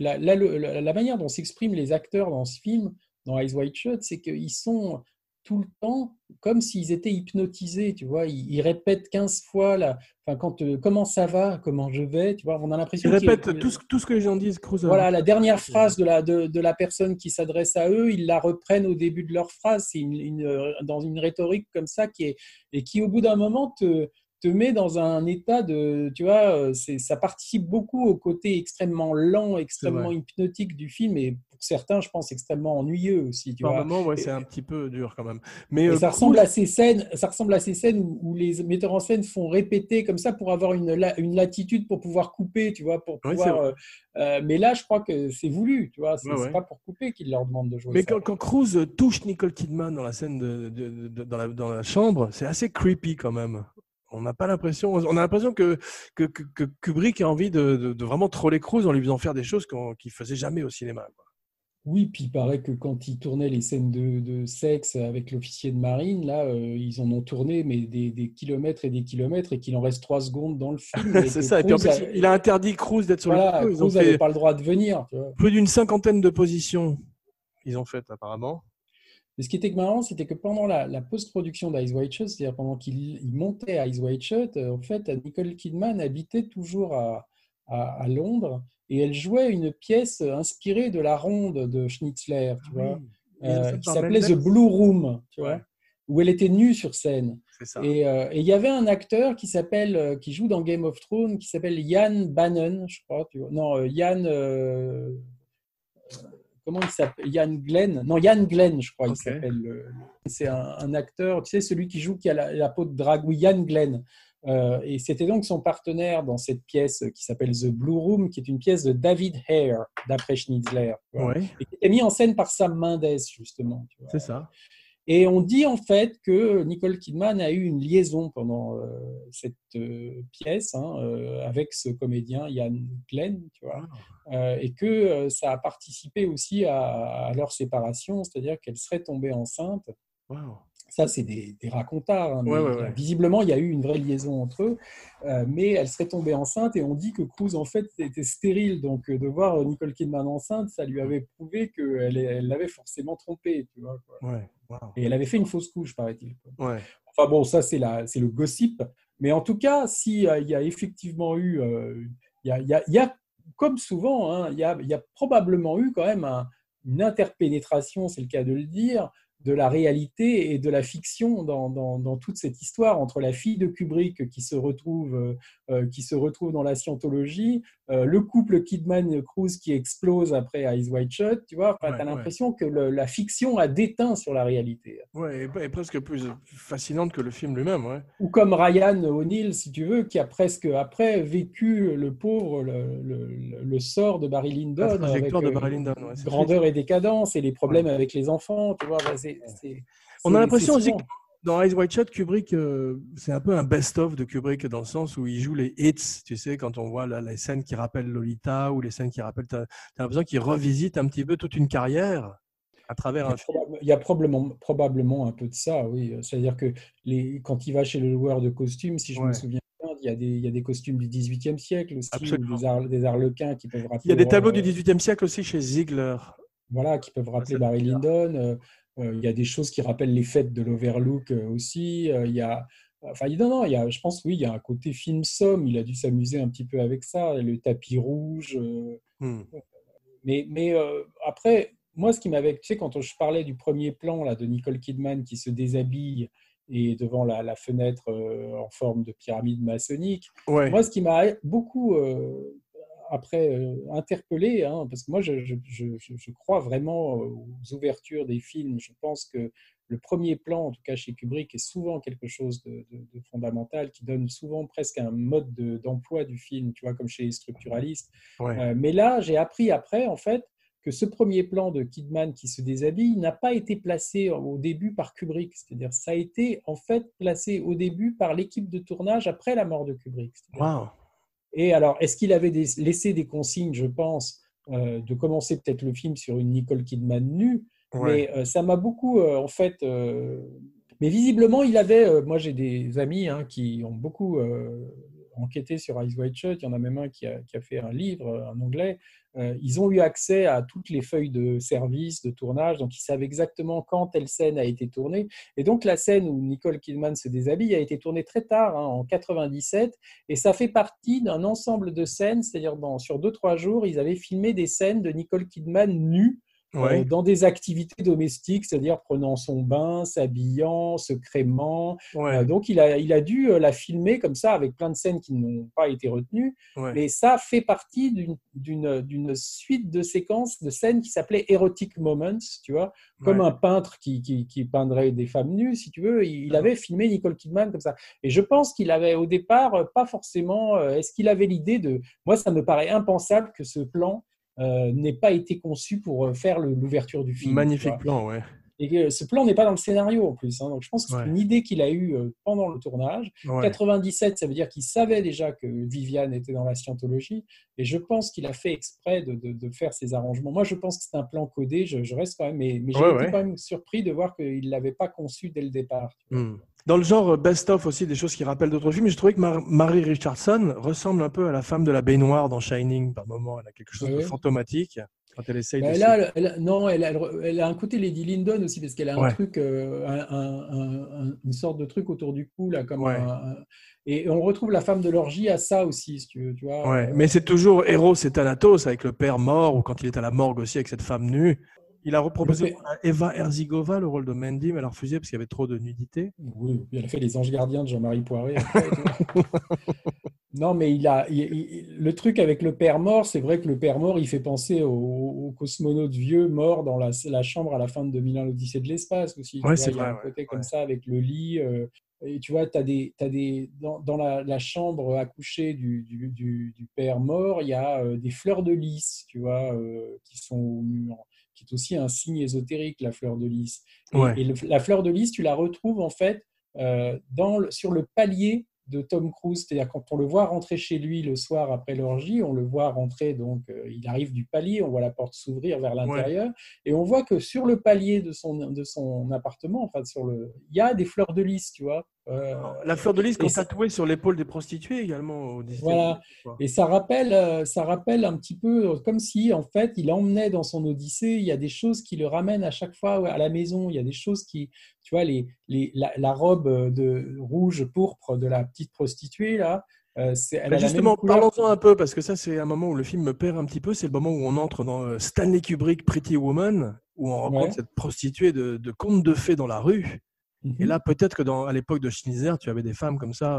S1: la manière dont s'expriment les acteurs dans ce film, dans Eyes Wide Shut, c'est qu'ils sont tout le temps comme s'ils étaient hypnotisés, tu vois. Ils répètent 15 fois, enfin, comment ça va, comment je vais, tu vois. On a
S2: Il
S1: l'impression
S2: répète tout ce que les gens disent, Cruise.
S1: voilà, la dernière phrase de la personne qui s'adresse à eux, ils la reprennent au début de leur phrase. C'est dans une rhétorique comme ça et qui, au bout d'un moment, te met dans un état de, tu vois, ça participe beaucoup au côté extrêmement lent,
S2: C'est vrai.
S1: extrêmement hypnotique du film et pour certains, je pense, extrêmement ennuyeux aussi, tu
S2: Par
S1: vois.
S2: moment, ouais, c'est un petit peu dur quand même. Mais
S1: Et
S2: Cruise,
S1: ça ressemble à ces scènes où les metteurs en scène font répéter comme ça pour avoir une latitude pour pouvoir couper, tu vois, pour
S2: oui, c'est
S1: pouvoir.
S2: vrai.
S1: Mais là, je crois que c'est voulu, tu vois,
S2: Ouais,
S1: c'est
S2: ouais.
S1: pas pour couper qu'ils leur demandent de jouer
S2: Mais
S1: ça.
S2: quand Cruise touche Nicole Kidman dans la scène dans la chambre, c'est assez creepy quand même. On n'a pas l'impression, on a l'impression que Kubrick a envie de vraiment troller Cruise en lui faisant faire des choses qu'il faisait jamais au cinéma, quoi.
S1: Oui, puis il paraît que quand ils tournaient les scènes de sexe avec l'officier de marine, là, ils en ont tourné mais des kilomètres et des kilomètres et qu'il en reste 3 secondes dans le film et
S2: C'est
S1: que
S2: ça. Et puis en plus, il a interdit Cruise d'être sur le
S1: voilà,
S2: plateau. Ils ont
S1: Cruise n'avait
S2: fait
S1: pas le droit de venir, tu vois.
S2: plus d'une cinquantaine de positions. Ils ont fait apparemment.
S1: Mais ce qui était marrant, c'était que pendant la post-production d'Eyes Wide Shut, c'est-à-dire pendant qu'il montait Eyes Wide Shut, en fait, Nicole Kidman habitait toujours à Londres et elle jouait une pièce inspirée de La Ronde de Schnitzler,
S2: Ah
S1: tu vois,
S2: oui. Mise en scène
S1: qui
S2: par
S1: s'appelait
S2: Mendes.
S1: The Blue Room, tu
S2: Ouais,
S1: vois, où elle était nue sur scène.
S2: c'est ça.
S1: Et il y avait un acteur qui joue dans Game of Thrones, qui s'appelle Ian Bannon, je crois, tu vois. Non, Ian. Comment il s'appelle? Ian Glenn. Non, Ian Glenn, je crois, il
S2: Ok.
S1: s'appelle. C'est un acteur, tu sais, celui qui a la peau de drague, oui, Ian Glenn. Et c'était donc son partenaire dans cette pièce qui s'appelle The Blue Room, qui est une pièce de David Hare, d'après Schnitzler, tu vois,
S2: Ouais,
S1: et qui était mise en scène par Sam Mendes, justement. Tu vois.
S2: c'est ça.
S1: Et on dit en fait que Nicole Kidman a eu une liaison pendant cette pièce avec ce comédien Ian Glenn, tu vois,
S2: Wow.
S1: et que ça a participé aussi à leur séparation, c'est-à-dire qu'elle serait tombée enceinte.
S2: Wow.
S1: Ça, c'est des racontards, hein,
S2: Ouais,
S1: mais
S2: ouais, ouais.
S1: visiblement, il y a eu une vraie liaison entre eux, mais elle serait tombée enceinte et on dit que Cruise, en fait, était stérile. Donc, de voir Nicole Kidman enceinte, ça lui avait prouvé qu'elle l'avait forcément trompée, tu vois, quoi.
S2: Ouais. Wow.
S1: Et elle avait fait une fausse couche, paraît-il.
S2: Ouais.
S1: Enfin bon, ça, c'est le gossip. Mais en tout cas, s'il y a effectivement eu, il y a, comme souvent, hein, il y a probablement eu quand même une interpénétration, c'est le cas de le dire, de la réalité et de la fiction dans toute cette histoire entre la fille de Kubrick qui se retrouve dans la scientologie, le couple Kidman-Cruise qui explose après Eyes Wide Shut, tu vois, enfin,
S2: Ouais,
S1: tu as
S2: ouais.
S1: l'impression que la fiction a déteint sur la réalité.
S2: Ouais, et presque plus fascinante que le film lui-même, ouais.
S1: Ou comme Ryan O'Neill, si tu veux, qui a presque après vécu le pauvre, le sort de Barry
S2: La
S1: Lyndon avec
S2: trajectoire de Barry Lyndon, ouais, c'est triste.
S1: grandeur et décadence et les
S2: Ouais.
S1: problèmes avec les enfants, tu vois,
S2: On a
S1: c'est
S2: l'impression aussi que
S1: souvent.
S2: dans Eyes Wide Shut, Kubrick, c'est un peu un best-of de Kubrick dans le sens où il joue les hits, tu sais, quand on voit là, les scènes qui rappellent Lolita ou les scènes qui rappellent... T'as l'impression qu'il revisite un petit peu toute une carrière à travers un film.
S1: Il y a probablement un peu de ça, oui. C'est-à-dire que quand il va chez le loueur de costumes, si je me
S2: Ouais,
S1: souviens bien, il y a des costumes du XVIIIe siècle aussi, ou
S2: absolument.
S1: des arlequins qui peuvent
S2: Il y a
S1: rappeler
S2: des tableaux du XVIIIe siècle aussi chez Ziegler.
S1: voilà, qui peuvent
S2: À
S1: rappeler
S2: cette
S1: Barry
S2: époque-là.
S1: Lyndon. Il y a des choses qui rappellent les fêtes de l'Overlook aussi. Il y a, enfin, non, je pense, oui, il y a un côté film somme. Il a dû s'amuser un petit peu avec ça, le tapis rouge.
S2: Hmm.
S1: Mais après, moi, ce qui m'avait, tu sais, quand je parlais du premier plan là, de Nicole Kidman qui se déshabille et devant la fenêtre en forme de pyramide maçonnique,
S2: Ouais,
S1: moi, ce qui m'a beaucoup après interpellé, hein, parce que moi, je crois vraiment aux ouvertures des films. Je pense que le premier plan, en tout cas chez Kubrick, est souvent quelque chose de fondamental, qui donne souvent presque un mode d'emploi du film, tu vois, comme chez les structuralistes.
S2: Ouais.
S1: Mais là, j'ai appris après, en fait, que ce premier plan de Kidman qui se déshabille n'a pas été placé au début par Kubrick. C'est-à-dire, ça a été en fait placé au début par l'équipe de tournage après la mort de Kubrick.
S2: Wow.
S1: Et alors, est-ce qu'il avait laissé des consignes, je pense, de commencer peut-être le film sur une Nicole Kidman nue,
S2: Ouais.
S1: mais ça m'a beaucoup, en fait... mais visiblement, il avait... moi, j'ai des amis qui ont beaucoup enquêté sur Eyes Wide Shut. Il y en a même un qui a fait un livre en anglais. Ils ont eu accès à toutes les feuilles de service, de tournage, donc ils savent exactement quand telle scène a été tournée. Et donc, la scène où Nicole Kidman se déshabille a été tournée très tard, en 97, et ça fait partie d'un ensemble de scènes, c'est-à-dire sur 2-3 jours, ils avaient filmé des scènes de Nicole Kidman nue
S2: Ouais.
S1: dans des activités domestiques, c'est-à-dire prenant son bain, s'habillant, se crémant.
S2: Ouais.
S1: Donc, il a dû la filmer comme ça, avec plein de scènes qui n'ont pas été retenues.
S2: Ouais.
S1: Mais ça fait partie d'une suite de séquences, de scènes qui s'appelait Erotic Moments, tu vois, comme
S2: Ouais.
S1: un peintre qui peindrait des femmes nues, si tu veux. Il avait filmé Nicole Kidman comme ça. Et je pense qu'il avait au départ pas forcément... est-ce qu'il avait l'idée de... Moi, ça me paraît impensable que ce plan n'ait pas été conçu pour faire l'ouverture du film.
S2: Magnifique plan, ouais.
S1: Et ce plan n'est pas dans le scénario en plus. Donc je pense que c'est
S2: Ouais.
S1: une idée qu'il a eue pendant le tournage.
S2: Ouais.
S1: 97, ça veut dire qu'il savait déjà que Viviane était dans la scientologie. Et je pense qu'il a fait exprès de faire ces arrangements. Moi, je pense que c'est un plan codé. Je reste quand même, mais j'ai
S2: Ouais,
S1: été
S2: ouais.
S1: quand même surpris de voir qu'il ne l'avait pas conçu dès le départ.
S2: Dans le genre best-of aussi, des choses qui rappellent d'autres films, je trouvais que Mary Richardson ressemble un peu à la femme de la baignoire dans Shining par moment. Elle a quelque chose de
S1: Ouais.
S2: fantomatique quand elle essaye de...
S1: Là, non, elle a un côté Lady Lyndon aussi, parce qu'elle a un
S2: Ouais.
S1: truc, une sorte de truc autour du cou, là, comme
S2: Ouais.
S1: et on retrouve la femme de l'orgie à ça aussi, si tu veux, tu vois.
S2: Ouais. Mais c'est toujours Eros et Thanatos avec le père mort, ou quand il est à la morgue aussi avec cette femme nue. Il a reproposé à Eva Herzigova le rôle de Mandy, mais elle a refusé parce qu'il y avait trop de nudité.
S1: Oui, elle a fait Les Anges Gardiens de Jean-Marie Poiré. Après, non, mais le truc avec le père mort, c'est vrai que le père mort, il fait penser au cosmonaute vieux mort dans la chambre à la fin de 2001, l'Odyssée de l'espace aussi.
S2: Ouais,
S1: Tu vois,
S2: c'est
S1: il y a
S2: vrai,
S1: un côté
S2: ouais.
S1: comme ça avec le lit. Et tu vois, dans la chambre à coucher du père mort, il y a des fleurs de lys, tu vois, qui sont au mur, qui est aussi un signe ésotérique, la fleur de lys.
S2: Ouais.
S1: La fleur de lys, tu la retrouves en fait sur le palier de Tom Cruise, c'est-à-dire quand on le voit rentrer chez lui le soir après l'orgie, on le voit rentrer, donc il arrive du palier, on voit la porte s'ouvrir vers l'intérieur, et on voit que sur le palier de son appartement, enfin il y a des fleurs de lys, tu vois.
S2: La fleur de lys qu'on
S1: ça-
S2: tatouait sur l'épaule des prostituées également au 18e
S1: Voilà.
S2: siècle.
S1: Et ça rappelle un petit peu comme si, en fait, il emmenait dans son Odyssée, il y a des choses qui le ramènent à chaque fois à la maison, il y a des choses qui, tu vois, la robe de rouge pourpre de la petite prostituée, là, elle a la
S2: Justement,
S1: même couleur.
S2: parlons-en un peu, parce que ça, c'est un moment où le film me perd un petit peu. C'est le moment où on entre dans Stanley Kubrick, Pretty Woman, où on rencontre
S1: Ouais.
S2: cette prostituée de conte de fées dans la rue.
S1: Mhm.
S2: Et là, peut-être que à l'époque de Schnitzer, tu avais des femmes comme ça,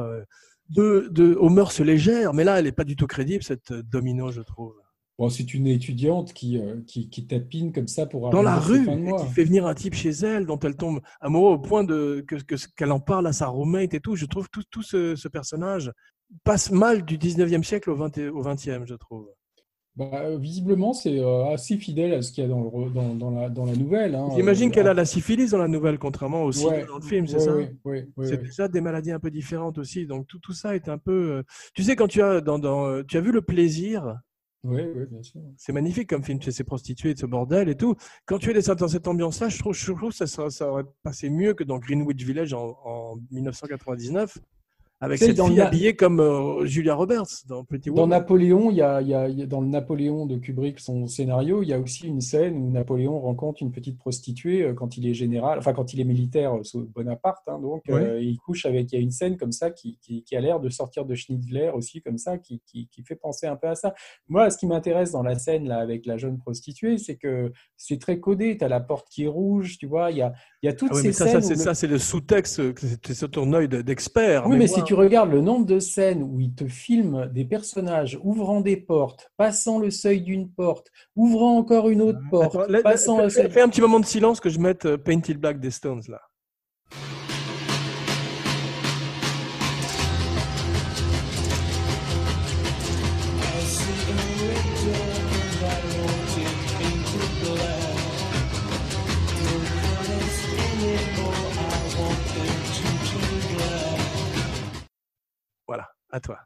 S2: aux mœurs légères, mais là, elle n'est pas du tout crédible, cette Domino, je trouve.
S1: Bon, c'est une étudiante qui tapine comme ça pour
S2: Dans la
S1: arrondir ses
S2: rue,
S1: fins de
S2: et
S1: mois.
S2: qui fait venir un type chez elle, dont elle tombe amoureuse au point qu'elle en parle à sa roommate et tout. Je trouve tout ce personnage passe mal du 19e siècle au 20e, je trouve.
S1: Visiblement, c'est assez fidèle à ce qu'il y a dans la nouvelle. Hein.
S2: J'imagine qu'elle a la syphilis dans la nouvelle, contrairement au sida dans le film, c'est ça?
S1: Ouais,
S2: C'est déjà des maladies un peu différentes aussi. Donc tout ça est un peu... Tu sais, quand tu as vu Le Plaisir,
S1: Oui, bien sûr.
S2: c'est magnifique comme film, tu sais, ces prostituées, de ce bordel et tout. Quand tu es dans cette ambiance-là, je trouve que ça aurait passé mieux que dans Greenwich Village en 1999. Avec
S1: Tu sais,
S2: cette
S1: dans
S2: fille
S1: le
S2: habillée comme Julia Roberts dans Pretty
S1: Dans
S2: Woman.
S1: Napoléon, il y a dans le Napoléon de Kubrick, son scénario, il y a aussi une scène où Napoléon rencontre une petite prostituée quand il est général, enfin quand il est militaire sous Bonaparte, hein, donc
S2: Ouais.
S1: il couche avec. Il y a une scène comme ça qui a l'air de sortir de Schindler aussi, comme ça, qui fait penser un peu à ça. Moi, ce qui m'intéresse dans la scène là avec la jeune prostituée, c'est que c'est très codé. Tu as la porte qui est rouge, tu vois. Il y a toutes
S2: Ah oui,
S1: ces
S2: mais
S1: scènes.
S2: ça, c'est le sous-texte, c'est sur ton œil d'expert.
S1: Oui, mais
S2: moi,
S1: tu regardes le nombre de scènes où il te filme des personnages ouvrant des portes, passant le seuil d'une porte, ouvrant encore une autre porte,
S2: Attends,
S1: passant le seuil...
S2: fais un petit moment de silence que je mette Painted Black des Stones là. Voilà, à toi.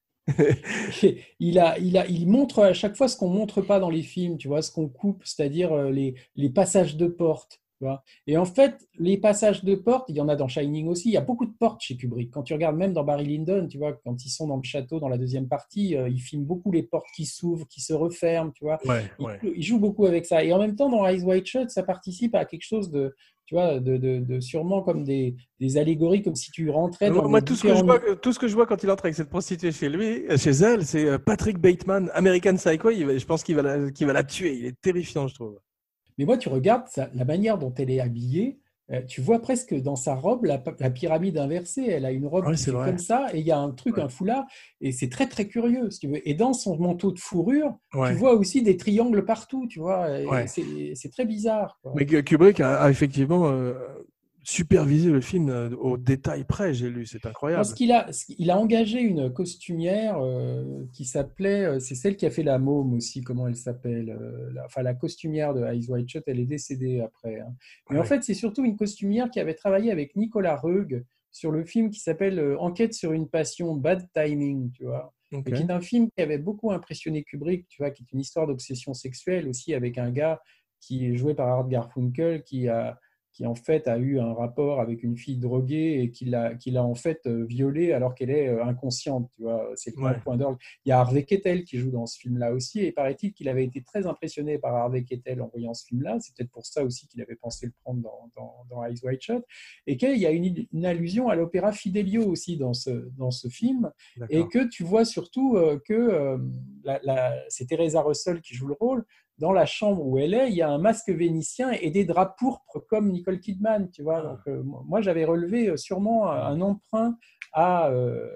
S1: Il montre à chaque fois ce qu'on montre pas dans les films, tu vois, ce qu'on coupe, c'est-à-dire les passages de porte. Tu vois. Et en fait, les passages de porte, il y en a dans Shining aussi. Il y a beaucoup de portes chez Kubrick. Quand tu regardes même dans Barry Lyndon, tu vois, quand ils sont dans le château, dans la deuxième partie, il filme beaucoup les portes qui s'ouvrent, qui se referment, tu vois.
S2: Ouais.
S1: Il joue beaucoup avec ça. Et en même temps, dans Eyes Wide Shut, ça participe à quelque chose de, tu vois, de sûrement comme des allégories, comme si tu rentrais dans
S2: Moi,
S1: les
S2: tout ce que je vois quand il entre avec cette prostituée chez elle, c'est Patrick Bateman, American Psycho. Je pense qu'il va la tuer. Il est terrifiant, je trouve.
S1: Mais moi, tu regardes la manière dont elle est habillée, tu vois presque dans sa robe la pyramide inversée. Elle a une robe qui fait comme ça, et il y a un truc, un foulard, et c'est très très curieux, si tu veux. Et dans son manteau de fourrure, tu vois aussi des triangles partout, tu vois. C'est très bizarre, quoi.
S2: Mais Kubrick a effectivement supervisé le film au détail près, j'ai lu, c'est incroyable.
S1: Parce il a engagé une costumière qui s'appelait, c'est celle qui a fait La Môme aussi, comment elle s'appelle, la costumière de Eyes Wide Shut, elle est décédée après. Hein. Mais en fait, c'est surtout une costumière qui avait travaillé avec Nicolas Roeg sur le film qui s'appelle Enquête sur une passion, Bad Timing, tu vois. Et qui est un film qui avait beaucoup impressionné Kubrick, tu vois, qui est une histoire d'obsession sexuelle aussi avec un gars qui est joué par Art Garfunkel, qui en fait a eu un rapport avec une fille droguée et qui l'a en fait violée alors qu'elle est inconsciente, tu vois, c'est le grand point d'orgue. Il y a Harvey Keitel qui joue dans ce film-là aussi, et paraît-il qu'il avait été très impressionné par Harvey Keitel en voyant ce film-là, c'est peut-être pour ça aussi qu'il avait pensé le prendre dans Eyes Wide Shut, et qu'il y a une allusion à l'opéra Fidelio aussi dans ce film, et que tu vois surtout que c'est Teresa Russell qui joue le rôle. Dans la chambre où elle est, il y a un masque vénitien et des draps pourpres comme Nicole Kidman, tu vois. Donc, moi, j'avais relevé sûrement un emprunt à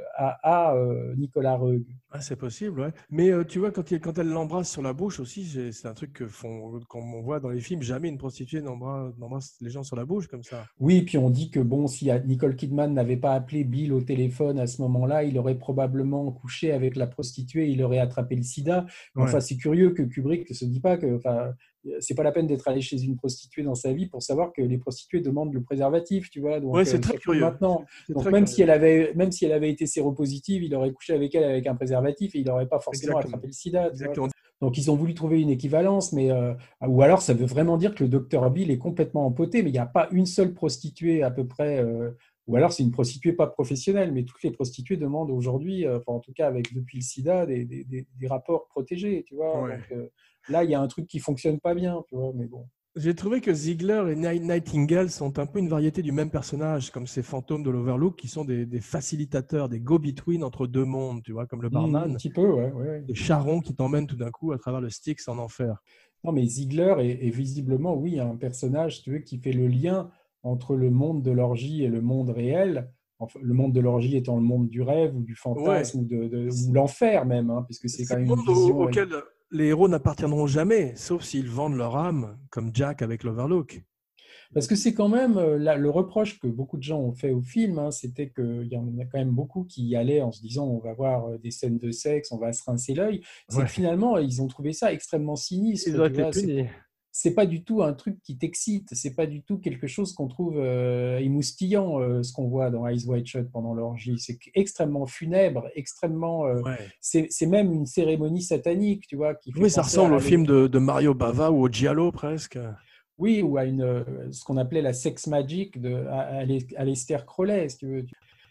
S1: Nicolas Roeg.
S2: C'est possible, ouais. Mais tu vois, quand elle l'embrasse sur la bouche aussi, c'est un truc qu'on voit dans les films. Jamais une prostituée n'embrasse les gens sur la bouche comme ça.
S1: Oui, puis on dit que bon, si Nicole Kidman n'avait pas appelé Bill au téléphone à ce moment-là, il aurait probablement couché avec la prostituée, il aurait attrapé le sida. Enfin, c'est curieux que Kubrick ne se dit pas que, c'est pas la peine d'être allé chez une prostituée dans sa vie pour savoir que les prostituées demandent le préservatif, tu vois. Donc,
S2: c'est très curieux.
S1: Maintenant, si elle avait été séropositive, il aurait couché avec elle avec un préservatif et il n'aurait pas forcément attrapé le sida. Donc, ils ont voulu trouver une équivalence, mais ou alors ça veut vraiment dire que le docteur Bill est complètement empoté, mais il n'y a pas une seule prostituée à peu près. Ou alors c'est une prostituée pas professionnelle, mais toutes les prostituées demandent aujourd'hui, en tout cas depuis le sida, des rapports protégés, tu vois. Donc, là, il y a un truc qui fonctionne pas bien, tu vois, mais bon.
S2: J'ai trouvé que Ziegler et Nightingale sont un peu une variété du même personnage, comme ces fantômes de l'Overlook qui sont des facilitateurs, des go-between entre deux mondes, tu vois, comme le barman.
S1: Un petit peu, ouais.
S2: Des charrons qui t'emmènent tout d'un coup à travers le Styx en enfer.
S1: Non, mais Ziegler est visiblement, oui, un personnage, tu veux, qui fait le lien entre le monde de l'orgie et le monde réel. Enfin, le monde de l'orgie étant le monde du rêve ou du fantasme ou l'enfer même, hein, puisque c'est quand même une vision
S2: auquel les héros n'appartiendront jamais, sauf s'ils vendent leur âme, comme Jack avec l'Overlook.
S1: Parce que c'est quand même le reproche que beaucoup de gens ont fait au film, hein, c'était qu'il y en a quand même beaucoup qui y allaient en se disant on va voir des scènes de sexe, on va se rincer l'œil. C'est que finalement, ils ont trouvé ça extrêmement sinistre. C'est pas du tout un truc qui t'excite, c'est pas du tout quelque chose qu'on trouve émoustillant, ce qu'on voit dans Eyes Wide Shut pendant l'orgie. C'est extrêmement funèbre, extrêmement. C'est même une cérémonie satanique, tu vois.
S2: Ça ressemble au film de Mario Bava ou au Giallo presque.
S1: Oui, ou à ce qu'on appelait la sex magic de Aleister Crowley, si tu veux.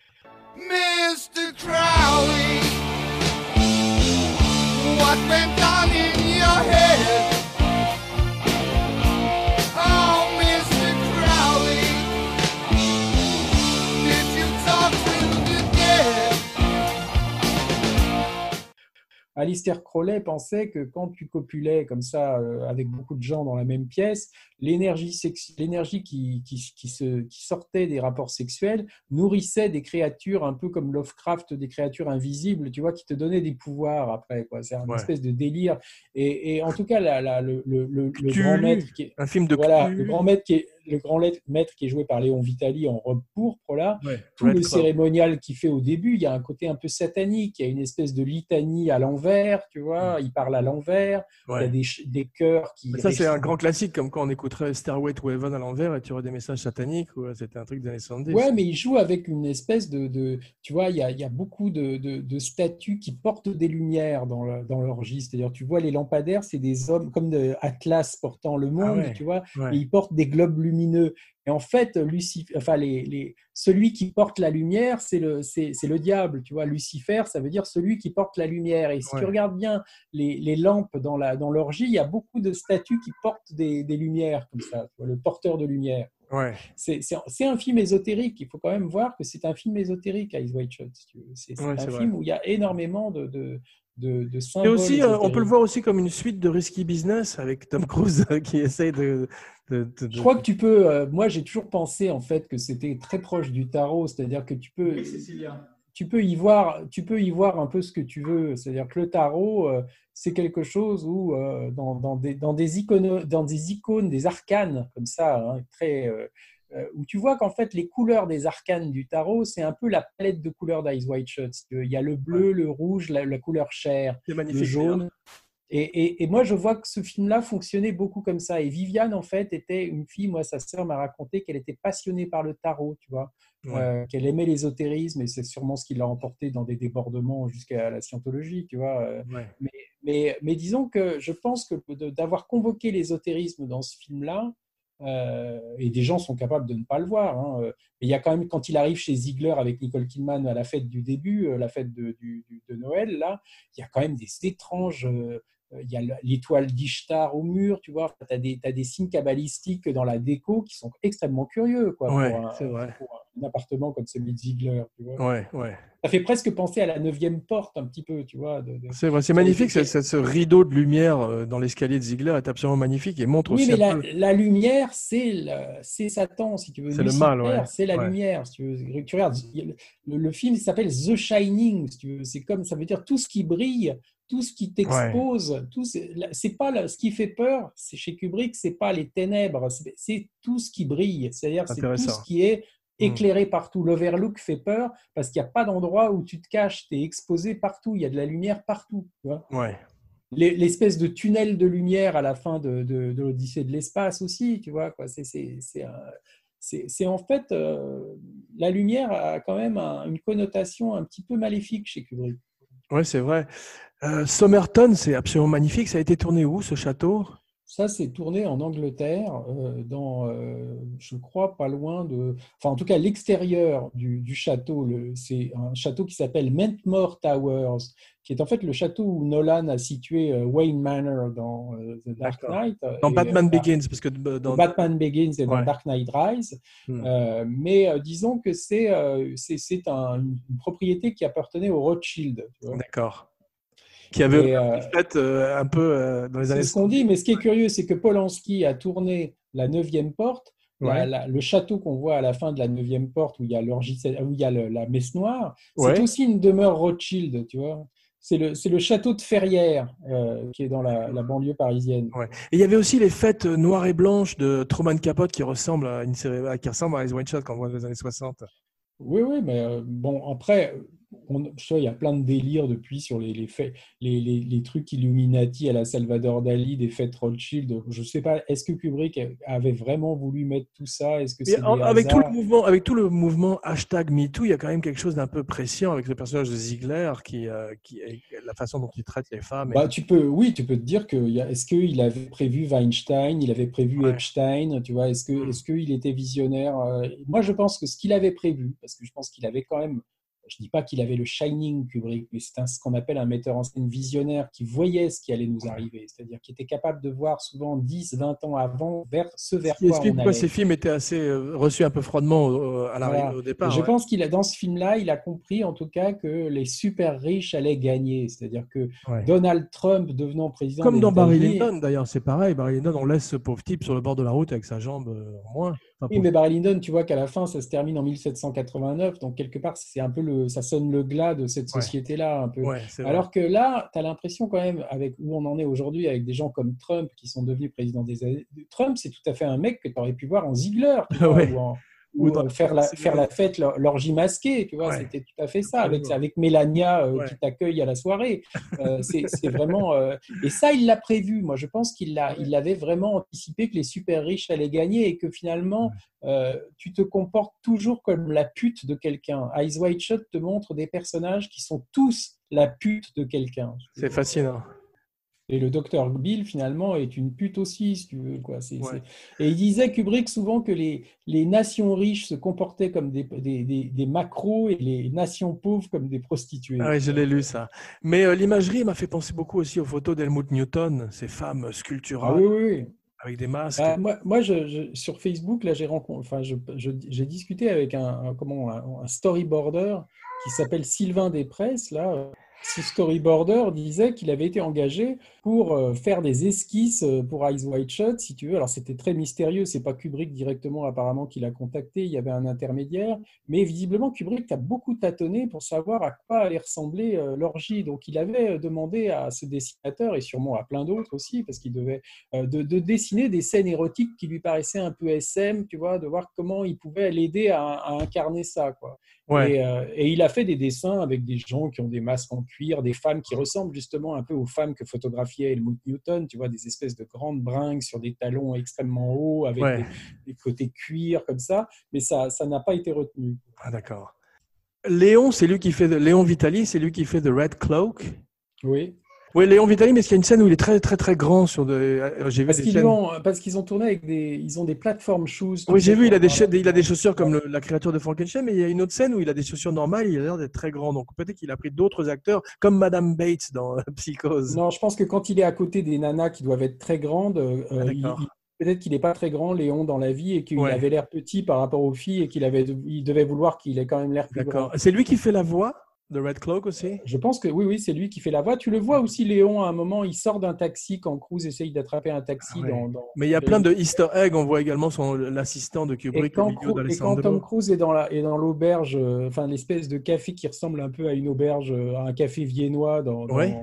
S8: Mr. Crowley, what went on in your head?
S1: Alistair Crowley pensait que quand tu copulais comme ça avec beaucoup de gens dans la même pièce, l'énergie qui sortait des rapports sexuels nourrissait des créatures un peu comme Lovecraft, des créatures invisibles, tu vois, qui te donnaient des pouvoirs après, quoi. C'est une espèce de délire. Et en tout cas, le grand maître qui est,
S2: un film de
S1: voilà,
S2: Cthulhu.
S1: le grand maître qui est joué par Léon Vitali en robe pourpre, là, tout
S2: Red
S1: le
S2: Crow.
S1: cérémonial qu'il fait au début, il y a un côté un peu satanique, il y a une espèce de litanie à l'envers, tu vois, il parle à l'envers, il y a des chœurs qui...
S2: Mais ça, c'est un grand classique, comme quand on écouterait Stairway to Heaven à l'envers et tu aurais des messages sataniques. C'était un truc des années 70.
S1: Ouais, mais il joue avec une espèce tu vois, il y a beaucoup de statues qui portent des lumières dans l'orgie. C'est-à-dire, tu vois, les lampadaires, c'est des hommes comme Atlas portant le monde, tu vois, et ils portent des globes lumineux. Et en fait, celui qui porte la lumière, c'est le diable, tu vois. Lucifer, ça veut dire celui qui porte la lumière. Et si tu regardes bien les lampes dans l'orgie, il y a beaucoup de statues qui portent des lumières comme ça, tu vois, le porteur de lumière.
S2: Ouais.
S1: C'est un film ésotérique. Il faut quand même voir que c'est un film ésotérique, Eyes Wide Shut. C'est un film où il y a énormément de symboles.
S2: Et aussi, on peut le voir aussi comme une suite de Risky Business avec Tom Cruise qui essaye de...
S1: Je crois que tu peux... moi, j'ai toujours pensé en fait que c'était très proche du tarot. C'est-à-dire que tu peux y voir un peu ce que tu veux. C'est-à-dire que le tarot, c'est quelque chose où dans des icônes, des arcanes comme ça, hein, où tu vois qu'en fait les couleurs des arcanes du tarot, c'est un peu la palette de couleurs d'Eyes Wide Shut. Il y a le bleu, le rouge, la couleur chair, le jaune. Et moi, je vois que ce film-là fonctionnait beaucoup comme ça. Et Viviane, en fait, était une fille, moi, sa sœur m'a raconté qu'elle était passionnée par le tarot, tu vois, qu'elle aimait l'ésotérisme, et c'est sûrement ce qui l'a emporté dans des débordements jusqu'à la scientologie, tu vois. Mais disons que je pense que d'avoir convoqué l'ésotérisme dans ce film-là, et des gens sont capables de ne pas le voir, hein. Mais il y a quand même, quand il arrive chez Ziegler avec Nicole Kidman à la fête du début, la fête de Noël, là, il y a quand même des étranges... il y a l'étoile d'Ishtar au mur, tu vois, tu as des signes kabbalistiques dans la déco qui sont extrêmement curieux, quoi, pour un appartement comme celui de Ziegler, tu vois. Ça fait presque penser à la 9e porte un petit peu, tu vois.
S2: C'est vrai, c'est magnifique, ce rideau de lumière dans l'escalier de Ziegler est absolument magnifique et montre aussi
S1: la lumière, c'est Satan, si tu veux.
S2: C'est le mal,
S1: c'est la lumière, si tu veux. Tu regardes, le film s'appelle The Shining, si tu veux. C'est comme, ça veut dire tout ce qui brille, tout ce qui t'expose, c'est pas ce qui fait peur. C'est chez Kubrick, c'est pas les ténèbres, c'est tout ce qui brille. C'est-à-dire, c'est tout ce qui est éclairé partout. L'overlook fait peur parce qu'il n'y a pas d'endroit où tu te caches. Tu es exposé partout. Il y a de la lumière partout. Tu vois, l'espèce de tunnel de lumière à la fin de l'Odyssée de l'espace aussi. Tu vois, quoi. C'est en fait la lumière a quand même une connotation un petit peu maléfique chez Kubrick.
S2: Oui, c'est vrai. Somerton, c'est absolument magnifique. Ça a été tourné où, ce château ?
S1: Ça, c'est tourné en Angleterre, je crois, pas loin de... Enfin, en tout cas, l'extérieur du château, c'est un château qui s'appelle Mentmore Towers, qui est en fait le château où Nolan a situé Wayne Manor dans The Dark Knight.
S2: Dans Batman Begins. Parce que
S1: Batman Begins et dans Dark Knight Rises. Mais disons que c'est une propriété qui appartenait au Rothschild.
S2: D'accord. Qui avait fait un peu dans les années...
S1: C'est ce qu'on dit, mais ce qui est curieux, c'est que Polanski a tourné la 9e porte, le château qu'on voit à la fin de la 9e porte, où il y a la messe noire, c'est aussi une demeure Rothschild, tu vois. C'est le château de Ferrières qui est dans la banlieue parisienne.
S2: Et il y avait aussi les fêtes noires et blanches de Truman Capote qui ressemblent à une série, qui ressemble à Eyes Wide Shut quand on voit les années 60.
S1: Oui, mais bon, après, il y a plein de délires depuis sur les trucs Illuminati à la Salvador Dali, des fêtes Rothschild. Je ne sais pas, est-ce que Kubrick avait vraiment voulu mettre tout ça? Est-ce que c'est
S2: avec tout le mouvement #MeToo, il y a quand même quelque chose d'un peu prescient avec le personnage de Ziegler qui la façon dont il traite les femmes.
S1: Tu peux te dire que est-ce qu'il avait prévu Weinstein, il avait prévu Epstein, tu vois, est-ce qu'il était visionnaire? Moi, je pense que ce qu'il avait prévu, parce que je pense qu'il avait quand même je dis pas qu'il avait le Shining, Kubrick, mais c'est ce qu'on appelle un metteur en scène visionnaire qui voyait ce qui allait nous arriver, c'est-à-dire qui était capable de voir souvent 10, 20 ans avant vers
S2: Ce
S1: quoi
S2: qui explique
S1: on
S2: pourquoi
S1: allait.
S2: ces films étaient assez reçus un peu froidement
S1: Voilà.
S2: au départ.
S1: Je
S2: Ouais.
S1: pense dans ce film-là, il a compris en tout cas que les super riches allaient gagner, c'est-à-dire que
S2: Ouais.
S1: Donald Trump devenant président
S2: Comme
S1: des
S2: dans Barry
S1: États-Unis.
S2: Lyndon, d'ailleurs, c'est pareil. Barry Lyndon, on laisse ce pauvre type sur le bord de la route avec sa jambe en moins. Enfin,
S1: Oui, mais Barry Lyndon, tu vois qu'à la fin, ça se termine en 1789, donc quelque part, c'est un peu ça sonne le glas de cette
S2: Ouais.
S1: société-là, un peu.
S2: ouais, c'est vrai.
S1: Alors que là, tu as l'impression quand même, avec où on en est aujourd'hui, avec des gens comme Trump qui sont devenus président des années. Trump, c'est tout à fait un mec que tu aurais pu voir en Ziegler, tu vois,
S2: Ouais.
S1: ou
S2: dans
S1: faire la fête, l'orgie masquée, tu vois,
S2: Ouais.
S1: c'était tout à fait ça,
S2: Absolument.
S1: avec Mélania
S2: Ouais.
S1: qui t'accueille à la soirée. C'est vraiment. Et ça, il l'a prévu. Moi, je pense il avait vraiment anticipé que les super riches allaient gagner et que finalement, tu te comportes toujours comme la pute de quelqu'un. Eyes Wide Shut te montre des personnages qui sont tous la pute de quelqu'un.
S2: C'est fascinant.
S1: Et le docteur Bill, finalement, est une pute aussi, si tu veux, quoi.
S2: Ouais.
S1: Et il disait, Kubrick, souvent que les nations riches se comportaient comme des macros et les nations pauvres comme des prostituées.
S2: Ah oui, je l'ai lu ça. Mais l'imagerie m'a fait penser beaucoup aussi aux photos d'Helmut Newton, ces femmes
S1: Ah
S2: sculpturales
S1: oui, oui, oui.
S2: avec des masques.
S1: Bah, moi sur Facebook, là, j'ai discuté avec un storyboarder qui s'appelle Sylvain Després, là. Ce storyboarder disait qu'il avait été engagé pour faire des esquisses pour Eyes Wide Shut, si tu veux. Alors, c'était très mystérieux. C'est pas Kubrick directement, apparemment, qui l'a contacté. Il y avait un intermédiaire. Mais visiblement, Kubrick a beaucoup tâtonné pour savoir à quoi allait ressembler l'orgie. Donc, il avait demandé à ce dessinateur, et sûrement à plein d'autres aussi, parce qu'il devait de dessiner des scènes érotiques qui lui paraissaient un peu SM, tu vois, de voir comment il pouvait l'aider à incarner ça, quoi.
S2: Ouais.
S1: Et il a fait des dessins avec des gens qui ont des masques en cuir, des femmes qui ressemblent justement un peu aux femmes que photographiait Helmut Newton, tu vois, des espèces de grandes bringues sur des talons extrêmement hauts, avec
S2: Ouais.
S1: des côtés cuir comme ça, mais ça n'a pas été retenu.
S2: Ah, d'accord. Léon, c'est lui qui fait Léon Vitali, c'est lui qui fait The Red Cloak.
S1: Oui.
S2: Oui, Léon Vitali, mais il y a une scène où il est très très très grand sur j'ai vu
S1: Parce
S2: des
S1: qu'ils
S2: scènes.
S1: parce qu'ils ont tourné avec ils ont des platform shoes.
S2: Oui, j'ai vu, il a
S1: des
S2: des chaussures comme la créature de Frankenstein, mais il y a une autre scène où il a des chaussures normales, il a l'air d'être très grand. Donc peut-être qu'il a pris d'autres acteurs, comme Madame Bates dans Psychose.
S1: Non, je pense que quand il est à côté des nanas qui doivent être très grandes,
S2: d'accord.
S1: peut-être qu'il n'est pas très grand, Léon, dans la vie, et qu'il
S2: Ouais.
S1: avait l'air petit par rapport aux filles, et il devait vouloir qu'il ait quand même l'air plus grand.
S2: D'accord. C'est lui qui fait la voix de Red Cloak aussi?
S1: Je pense que oui, c'est lui qui fait la voix. Tu le vois aussi, Léon, à un moment, il sort d'un taxi quand Cruise essaye d'attraper un taxi.
S2: Ouais.
S1: dans
S2: Mais il y a plein de Easter eggs. On voit également l'assistant de
S1: Et
S2: Kubrick au milieu
S1: quand
S2: d'Alessandro.
S1: Tom Cruise est dans l'auberge, enfin l'espèce de café qui ressemble un peu à une auberge, à un café viennois,
S2: Ouais.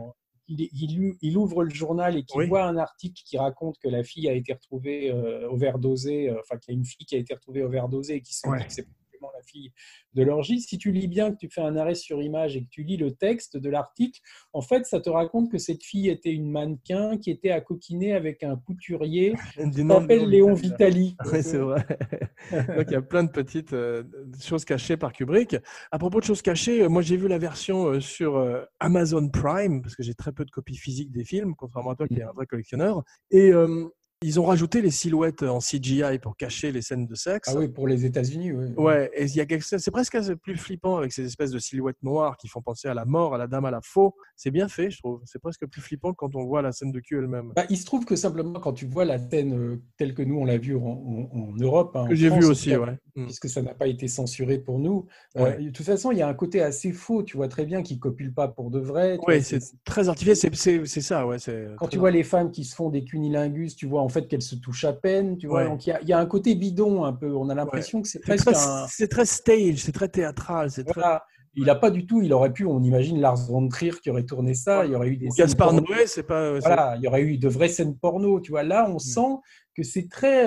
S1: il ouvre le journal et qu'il
S2: Oui.
S1: voit un article qui raconte que la fille a été retrouvée overdosée, enfin qu'il y a une fille qui a été retrouvée overdosée et qui se dit
S2: Ouais.
S1: que c'est probablement la fille de l'orgie. Si tu lis bien, que tu fais un arrêt sur image et que tu lis le texte de l'article, en fait, ça te raconte que cette fille était une mannequin qui était à coquiner avec un couturier qui s'appelle Léon Vitali.
S2: Oui, c'est vrai. Donc, il y a plein de petites choses cachées par Kubrick. À propos de choses cachées, moi, j'ai vu la version sur Amazon Prime, parce que j'ai très peu de copies physiques des films, contrairement à toi qui est un vrai collectionneur. Et ils ont rajouté les silhouettes en CGI pour cacher les scènes de sexe.
S1: Ah oui, pour les États-Unis, oui.
S2: Ouais, et il y a c'est presque plus flippant avec ces espèces de silhouettes noires qui font penser à la mort, à la dame à la faux. C'est bien fait, je trouve. C'est presque plus flippant quand on voit la scène de cul elle-même.
S1: Bah, il se trouve que simplement quand tu vois la scène telle que nous on l'a vue en Europe, hein,
S2: Que
S1: en
S2: j'ai
S1: France,
S2: vu aussi,
S1: en tout cas,
S2: ouais.
S1: puisque ça n'a pas été censuré pour nous.
S2: Ouais.
S1: De toute façon, il y a un côté assez faux. Tu vois très bien qu'ils copulent pas pour de vrai. Tu
S2: Oui,
S1: vois,
S2: c'est très artificiel. C'est ça, ouais.
S1: Quand tu vois les femmes qui se font des cunilingus, tu vois en fait qu'elles se touchent à peine. Tu vois,
S2: Ouais.
S1: donc il y a un côté bidon un peu. On a l'impression que c'est presque
S2: C'est très stage, c'est très théâtral.
S1: Voilà. Il n'a pas du tout. Il aurait pu. On imagine Lars von Trier qui aurait tourné ça. Il y aurait eu des scènes
S2: Gaspard
S1: porno.
S2: Noé, c'est pas.
S1: Voilà, il y aurait eu de vraies scènes porno. Tu vois, là, on sent que c'est très,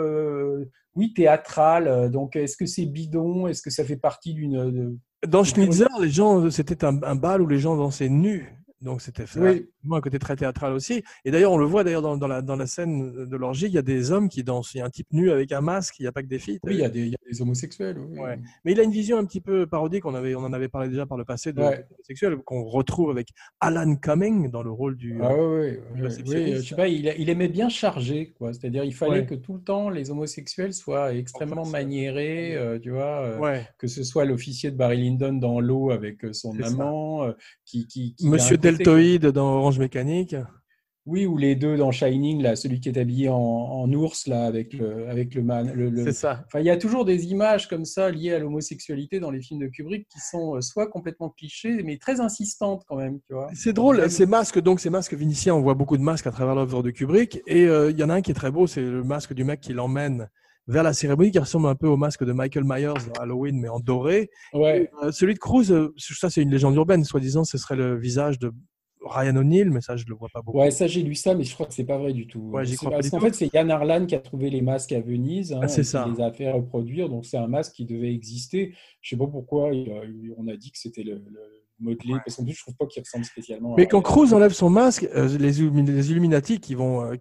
S1: théâtral. Donc, est-ce que c'est bidon? Est-ce que ça fait partie d'une
S2: Dans Schnitzer, les gens, c'était un bal où les gens dansaient nus. Donc c'était fait
S1: Oui.
S2: un côté très théâtral aussi. Et d'ailleurs, on le voit d'ailleurs dans la scène de l'orgie, il y a des hommes qui dansent. Il y a un type nu avec un masque, il n'y a pas que des filles.
S1: Oui, il y a des homosexuels. Oui.
S2: Ouais. Mais il a une vision un petit peu parodique, on en avait parlé déjà par le passé, de
S1: Ouais.
S2: homosexuels, qu'on retrouve avec Alan Cumming dans le rôle du
S1: Ah oui, je
S2: réceptionniste.
S1: sais pas, il aimait bien charger, quoi. C'est-à-dire, il fallait
S2: Ouais.
S1: que tout le temps les homosexuels soient extrêmement
S2: face,
S1: maniérés, tu vois,
S2: Ouais,
S1: que ce soit l'officier de Barry Lyndon dans L'eau avec son
S2: c'est ça.
S1: amant, qui a un
S2: Monsieur
S1: côté
S2: Deltoïde dans Orange Mécanique.
S1: oui, ou les deux dans Shining, là, celui qui est habillé en ours, là, avec le man.
S2: C'est ça.
S1: Enfin, il y a toujours des images comme ça liées à l'homosexualité dans les films de Kubrick qui sont soit complètement clichés, mais très insistantes quand même, tu vois.
S2: C'est drôle,
S1: Même-
S2: ces masques vénitiens, on voit beaucoup de masques à travers l'œuvre de Kubrick. Et il y en a un qui est très beau, c'est le masque du mec qui l'emmène vers la cérémonie, qui ressemble un peu au masque de Michael Myers dans Halloween, mais en doré.
S1: Ouais.
S2: Celui de Cruise, ça c'est une légende urbaine, soi-disant, ce serait le visage de Ryan O'Neill, mais ça je le vois pas beaucoup.
S1: Ouais, ça j'ai lu ça, mais je crois que c'est pas vrai du tout.
S2: Ouais, j'y
S1: C'est
S2: crois pas
S1: parce
S2: du
S1: qu'en
S2: tout.
S1: fait, c'est Yann Arlan qui a trouvé les masques à Venise,
S2: Ah, c'est
S1: et
S2: ça.
S1: qui les a fait reproduire. Donc c'est un masque qui devait exister. Je sais pas pourquoi on a dit que c'était le modelé, parce qu'en plus je trouve pas qu'il ressemble spécialement
S2: Mais
S1: à
S2: quand
S1: Ryan.
S2: Cruise enlève son masque, les Illuminati qui vont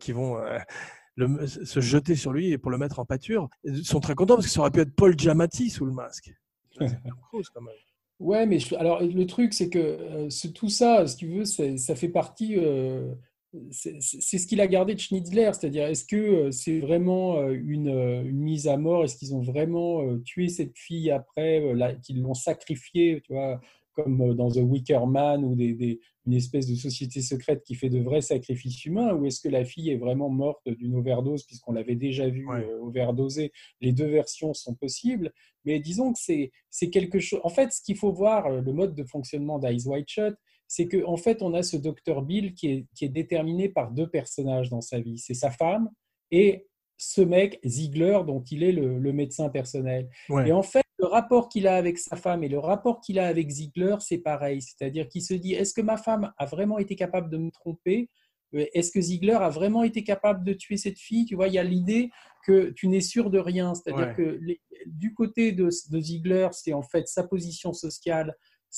S2: se jeter sur lui et pour le mettre en pâture sont très contents parce que ça aurait pu être Paul Giamatti sous le masque. C'est Tom Cruise quand même.
S1: Ouais, mais alors le truc, c'est que tout ça, si tu veux, ça fait partie. C'est ce qu'il a gardé de Schnitzler, c'est-à-dire est-ce que c'est vraiment une mise à mort? Est-ce qu'ils ont vraiment tué cette fille après, qu'ils l'ont sacrifiée, tu vois, comme dans The Wicker Man ou une espèce de société secrète qui fait de vrais sacrifices humains? Ou est-ce que la fille est vraiment morte d'une overdose puisqu'on l'avait déjà vue
S2: Ouais.
S1: overdoser? Les deux versions sont possibles. Mais disons que c'est quelque chose. En fait, ce qu'il faut voir, le mode de fonctionnement d'Eyes Wide Shut, c'est qu'en fait, on a ce Dr. Bill qui est déterminé par deux personnages dans sa vie. C'est sa femme et ce mec, Ziegler, dont il est le médecin personnel.
S2: Ouais.
S1: Et en fait, le rapport qu'il a avec sa femme et le rapport qu'il a avec Ziegler, c'est pareil. C'est-à-dire qu'il se dit, est-ce que ma femme a vraiment été capable de me tromper? Est-ce que Ziegler a vraiment été capable de tuer cette fille? Tu vois, il y a l'idée que tu n'es sûr de rien. C'est-à-dire
S2: Ouais.
S1: que du côté de Ziegler, c'est en fait sa position sociale,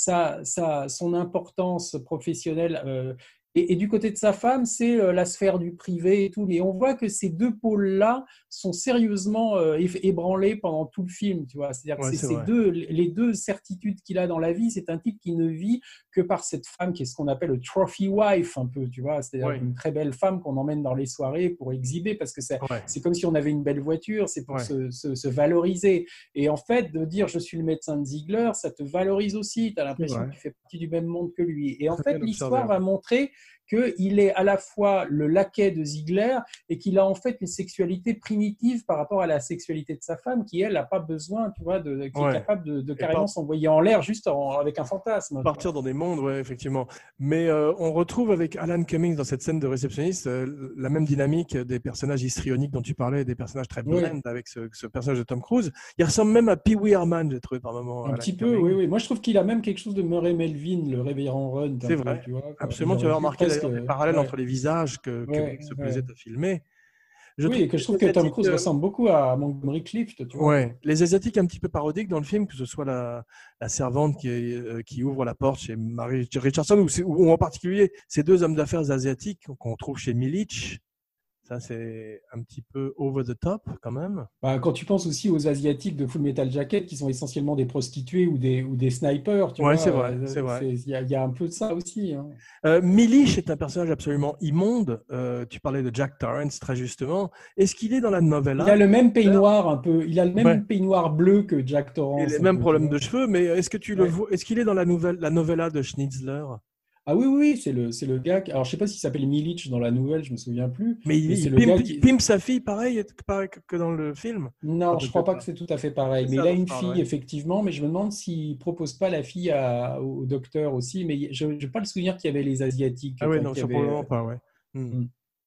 S1: son importance professionnelle. Et du côté de sa femme, c'est la sphère du privé et tout. Mais on voit que ces deux pôles-là sont sérieusement ébranlés pendant tout le film. Tu vois, c'est-à-dire que
S2: Ouais,
S1: c'est
S2: c'est
S1: ces
S2: vrai.
S1: les deux certitudes qu'il a dans la vie. C'est un type qui ne vit que par cette femme qui est ce qu'on appelle le trophy wife, un peu. Tu vois, c'est-à-dire
S2: Ouais.
S1: une très belle femme qu'on emmène dans les soirées pour exhiber, parce que
S2: Ouais.
S1: c'est comme si on avait une belle voiture, c'est pour
S2: Ouais.
S1: se valoriser. Et en fait, de dire je suis le médecin de Ziegler, ça te valorise aussi. Tu as l'impression
S2: vrai.
S1: que tu fais partie du même monde que lui. Et en
S2: Très
S1: fait,
S2: bien
S1: l'histoire
S2: observé.
S1: va montrer qu'il est à la fois le laquais de Ziegler et qu'il a en fait une sexualité primitive par rapport à la sexualité de sa femme, qui elle n'a pas besoin, tu vois, qui est
S2: Ouais.
S1: capable de
S2: Et
S1: carrément s'envoyer en l'air juste avec un fantasme. tu vois.
S2: Partir dans des mondes, ouais, effectivement. Mais on retrouve avec Alan Cummings dans cette scène de réceptionniste la même dynamique des personnages histrioniques dont tu parlais, des personnages très
S1: Oui.
S2: blend avec ce personnage de Tom Cruise. Il ressemble même à Pee Wee Herman, j'ai trouvé par moments.
S1: Un
S2: Alan
S1: petit peu,
S2: Cummings.
S1: oui, oui. Moi, je trouve qu'il a même quelque chose de Murray Melvin, le révérend Run.
S2: C'est vrai.
S1: Tu vois, quoi.
S2: Absolument, tu
S1: J'aurais
S2: avais
S1: vu
S2: remarqué
S1: presque,
S2: d'ailleurs des parallèles
S1: ouais.
S2: entre les visages que
S1: Ouais,
S2: Kubrick se plaisait à filmer.
S1: Oui, et que je trouve que Tom Cruise ressemble beaucoup à Montgomery Clift, tu vois.
S2: Ouais, les Asiatiques un petit peu parodiques dans le film, que ce soit la servante qui ouvre la porte chez Mary Richardson, ou en particulier ces deux hommes d'affaires asiatiques qu'on trouve chez Milich. Ça, c'est un petit peu over the top quand même.
S1: Bah, quand tu penses aussi aux Asiatiques de Full Metal Jacket, qui sont essentiellement des prostituées ou des snipers, tu
S2: Ouais,
S1: vois,
S2: c'est vrai, c'est vrai.
S1: Il y a un peu de ça aussi. Hein.
S2: Milich est un personnage absolument immonde. Tu parlais de Jack Torrance très justement. Est-ce qu'il est dans la novella?
S1: Il a le même peignoir un peu. Il a le même
S2: Ouais.
S1: peignoir bleu que Jack Torrance.
S2: Et les
S1: un
S2: mêmes
S1: peu,
S2: problèmes
S1: tu
S2: de
S1: vois.
S2: cheveux, mais est-ce que tu le
S1: Ouais.
S2: vois? Est-ce qu'il est dans la novella de Schnitzler?
S1: Ah oui, oui, c'est le gars. Alors, je sais pas s'il s'appelle Milich dans la nouvelle, je me souviens plus.
S2: Mais
S1: Mais c'est
S2: il
S1: le gars
S2: pimpe,
S1: qui.
S2: il pimpe sa fille pareil que dans le film.
S1: Non,
S2: Enfin,
S1: je crois pas
S2: peut-être
S1: que c'est tout à fait pareil.
S2: C'est
S1: Mais
S2: ça
S1: il a
S2: dont je
S1: une
S2: parle,
S1: fille,
S2: ouais.
S1: effectivement, mais je me demande s'il propose pas la fille au docteur aussi. Mais je n'ai pas le souvenir qu'il y avait les Asiatiques.
S2: Ah oui,
S1: enfin,
S2: non,
S1: qu'il y avait,
S2: probablement pas, ouais.
S1: Mm.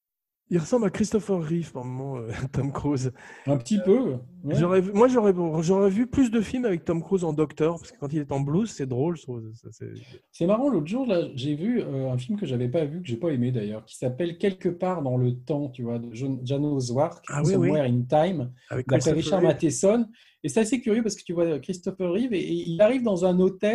S2: Il ressemble à Christopher Reeve par moment, Tom Cruise.
S1: Un petit peu. Ouais.
S2: J'aurais vu plus de films avec Tom Cruise en docteur, parce que quand il est en blues, c'est drôle, je trouve.
S1: C'est marrant, l'autre jour, là, j'ai vu un film que j'avais pas vu, que j'ai pas aimé d'ailleurs, qui s'appelle Quelque part dans le temps, tu vois, de Janos Zwark,
S2: Ah oui, oui.
S1: Somewhere in Time,
S2: Avec
S1: d'après
S2: Christopher
S1: Richard
S2: Reeve.
S1: Matheson. Et c'est assez curieux parce que tu vois Christopher Reeve et il arrive dans un hôtel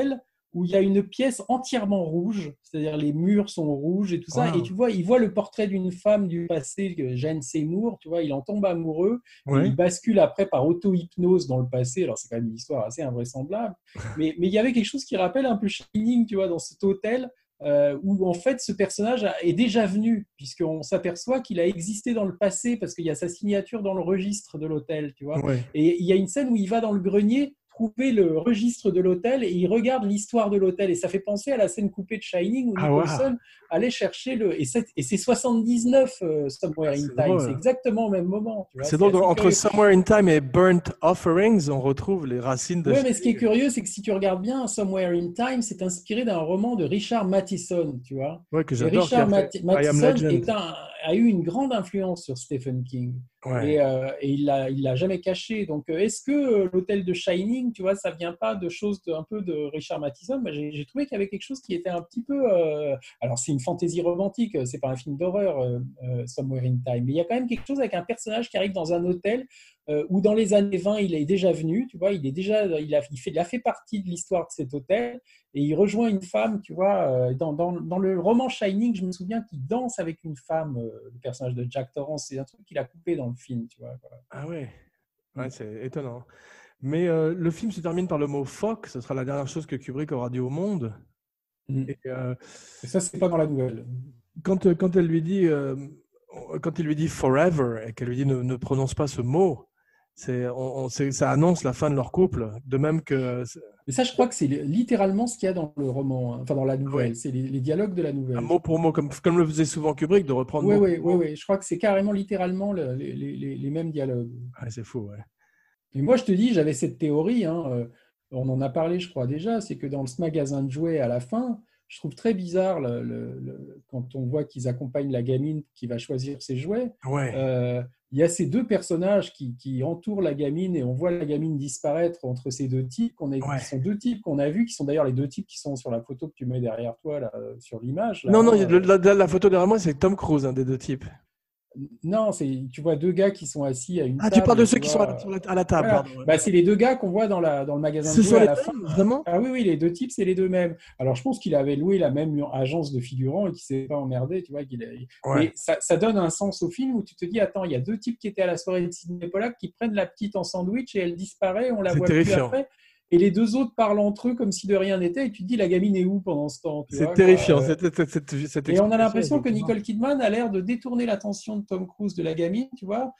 S1: où il y a une pièce entièrement rouge, c'est-à-dire les murs sont rouges et tout ça.
S2: Wow.
S1: Et tu vois, il voit le portrait d'une femme du passé, Jane Seymour, tu vois, il en tombe amoureux. Et
S2: Ouais.
S1: il bascule après par auto-hypnose dans le passé. Alors, c'est quand même une histoire assez invraisemblable. Mais il y avait quelque chose qui rappelle un peu Shining, tu vois, dans cet hôtel, où en fait ce personnage est déjà venu, puisqu'on s'aperçoit qu'il a existé dans le passé, parce qu'il y a sa signature dans le registre de l'hôtel, tu vois.
S2: Ouais.
S1: Et il y a une scène où il va dans le grenier trouver le registre de l'hôtel et il regarde l'histoire de l'hôtel. Et ça fait penser à la scène coupée de Shining où
S2: Ah, wow.
S1: Nicholson allait chercher le... Et c'est 79 Somewhere in
S2: C'est
S1: Time.
S2: drôle.
S1: C'est exactement au même moment. Tu vois.
S2: C'est drôle,
S1: assez
S2: entre
S1: curieux.
S2: Somewhere in Time et Burnt Offerings, on retrouve les racines de
S1: Oui, mais ce qui est
S2: Shining.
S1: curieux, c'est que si tu regardes bien, Somewhere in Time, c'est inspiré d'un roman de Richard Matheson, tu vois.
S2: Ouais, que
S1: Et
S2: j'adore, qui a
S1: Richard
S2: fait I Am
S1: Matheson
S2: Legend.
S1: a eu une grande influence sur Stephen King.
S2: Ouais.
S1: Et il l'a jamais caché. Donc, est-ce que l'hôtel de Shining, tu vois, ça vient pas de choses un peu de Richard Matheson? J'ai trouvé qu'il y avait quelque chose qui était un petit peu... alors, c'est une fantaisie romantique, c'est pas un film d'horreur, Somewhere in Time, mais il y a quand même quelque chose avec un personnage qui arrive dans un hôtel où dans les années 20, il est déjà venu, tu vois, il a fait partie de l'histoire de cet hôtel et il rejoint une femme, tu vois. Dans le roman Shining, je me souviens qu'il danse avec une femme, le personnage de Jack Torrance. C'est un truc qu'il a coupé dans le film, tu vois. Voilà.
S2: Ah ouais, ouais, c'est étonnant. Mais le film se termine par le mot fuck, ce sera la dernière chose que Kubrick aura dit au monde.
S1: Mm.
S2: Et
S1: Et ça, c'est pas dans la nouvelle.
S2: quand elle lui dit, quand il lui dit forever et qu'elle lui dit ne prononce pas ce mot, ça annonce la fin de leur couple. De même que
S1: Mais ça, je crois que c'est littéralement ce qu'il y a dans le roman, hein, enfin dans la nouvelle.
S2: Ouais.
S1: C'est les dialogues de la
S2: un
S1: nouvelle.
S2: mot pour mot, comme le faisait souvent Kubrick, de reprendre
S1: Oui,
S2: mot
S1: oui,
S2: pour
S1: oui,
S2: mot.
S1: oui. Je crois que c'est carrément littéralement les mêmes dialogues.
S2: Ouais, c'est fou, ouais.
S1: Et moi, je te dis, j'avais cette théorie, hein, on en a parlé, je crois déjà, c'est que dans ce magasin de jouets, à la fin, je trouve très bizarre quand on voit qu'ils accompagnent la gamine qui va choisir ses jouets.
S2: Ouais.
S1: Il y a ces deux personnages qui entourent la gamine et on voit la gamine disparaître entre ces deux types,
S2: Ouais.
S1: qui sont deux types qu'on a vus, qui sont d'ailleurs les deux types qui sont sur la photo que tu mets derrière toi, là, sur l'image. Là,
S2: Non, non,
S1: hein.
S2: la photo derrière moi, c'est Tom Cruise, un des deux types.
S1: Non, tu vois deux gars qui sont assis à une
S2: Ah,
S1: table.
S2: tu parles de ceux
S1: tu
S2: qui sont
S1: vois.
S2: à la table,
S1: Voilà.
S2: pardon. Ouais.
S1: Bah, c'est les deux gars qu'on voit dans le magasin
S2: Ce
S1: de
S2: sont
S1: jouets à
S2: les
S1: la fin.
S2: mêmes, vraiment?
S1: Ah oui, oui, les deux types, c'est les deux mêmes. Alors, je pense qu'il avait loué la même agence de figurants et qu'il ne s'est pas emmerdé, tu vois.
S2: Ouais.
S1: Mais ça donne un sens au film où tu te dis, attends, il y a deux types qui étaient à la soirée de Sidney Pollack qui prennent la petite en sandwich et elle disparaît, on la
S2: C'est
S1: voit
S2: terrifiant.
S1: plus après. Et les deux autres parlent entre eux comme si de rien n'était et tu te dis, la gamine est où pendant ce temps, tu vois,
S2: C'est
S1: quoi.
S2: terrifiant, cette
S1: Et on a
S2: expression,
S1: l'impression que
S2: effectivement.
S1: Nicole Kidman a l'air de détourner l'attention de Tom Cruise de la gamine, tu vois.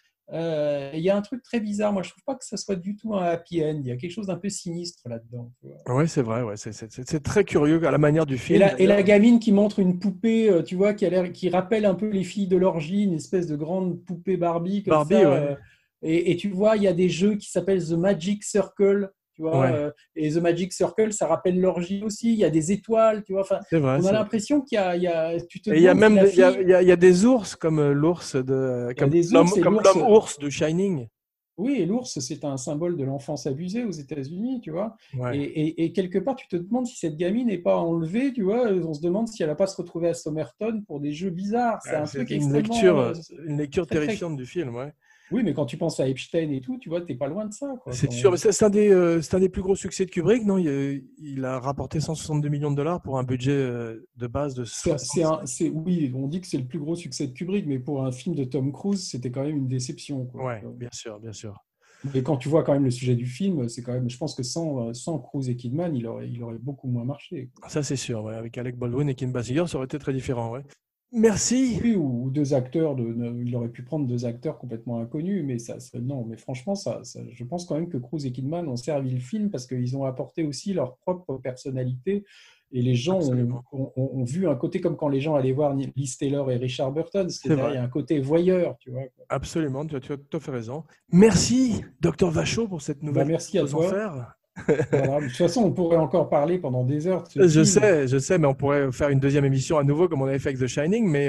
S1: Il y a un truc très bizarre. Moi, je trouve pas que ça soit du tout un happy end. Il y a quelque chose d'un peu sinistre là-dedans, tu vois.
S2: Ouais, c'est vrai, ouais, c'est très curieux à la manière du
S1: Et
S2: film.
S1: la
S2: d'ailleurs.
S1: gamine qui montre une poupée, tu vois, qui rappelle un peu les filles de l'orgie, une espèce de grande poupée Barbie comme
S2: Barbie,
S1: ça.
S2: ouais.
S1: Et tu vois, il y a des jeux qui s'appellent The Magic Circle, tu vois.
S2: Ouais.
S1: Et The Magic Circle, ça rappelle l'orgie aussi. Il y a des étoiles, tu vois. Enfin,
S2: C'est vrai.
S1: on
S2: c'est
S1: a
S2: vrai.
S1: l'impression qu'il y a tu te
S2: Et il y a
S1: demandes
S2: même
S1: si la
S2: des-
S1: fille...
S2: il y a des ours comme l'ours
S1: Il
S2: de
S1: y a des ours et
S2: comme
S1: l'ours.
S2: l'homme ours de Shining.
S1: Oui, et l'ours, c'est un symbole de l'enfance abusée aux États-Unis, tu vois.
S2: Ouais.
S1: Et quelque part, tu te demandes si cette gamine n'est pas enlevée, tu vois. On se demande si elle va pas se retrouver à Somerton pour des jeux bizarres. C'est un
S2: C'est
S1: truc
S2: une
S1: extrêmement...
S2: lecture
S1: très, très-
S2: terrifiante du film, ouais.
S1: Oui, mais quand tu penses à Epstein et tout, tu vois, t'es pas loin de ça, quoi.
S2: C'est
S1: Quand
S2: sûr,
S1: même.
S2: mais c'est un des plus gros succès de Kubrick, non? Il a rapporté 162 millions de dollars pour un budget de base de 60.
S1: Oui, on dit que c'est le plus gros succès de Kubrick, mais pour un film de Tom Cruise, c'était quand même une déception, quoi.
S2: Ouais, bien sûr, bien sûr.
S1: Et quand tu vois quand même le sujet du film, c'est quand même, je pense que sans Cruise et Kidman, il aurait beaucoup moins marché, quoi.
S2: Ça, c'est sûr, ouais. Avec Alec Baldwin et Kim Basinger, ça aurait été très différent, ouais. Merci.
S1: Oui, ou deux acteurs, il aurait pu prendre deux acteurs complètement inconnus, mais non, mais franchement, je pense quand même que Cruise et Kidman ont servi le film parce qu'ils ont apporté aussi leur propre personnalité et les gens
S2: Absolument.
S1: ont vu un côté comme quand les gens allaient voir Liz Taylor et Richard Burton,
S2: C'est
S1: c'est-à-dire
S2: vrai.
S1: il y a un côté voyeur, tu vois, quoi.
S2: Absolument, tu as tout à fait raison. Merci, Docteur Vachot, pour cette nouvelle
S1: Merci à
S2: chose en
S1: toi.
S2: faire.
S1: Voilà. De toute façon, on pourrait encore parler pendant des heures de ce
S2: Je
S1: film.
S2: sais, mais on pourrait faire une deuxième émission à nouveau comme on avait fait avec The Shining, mais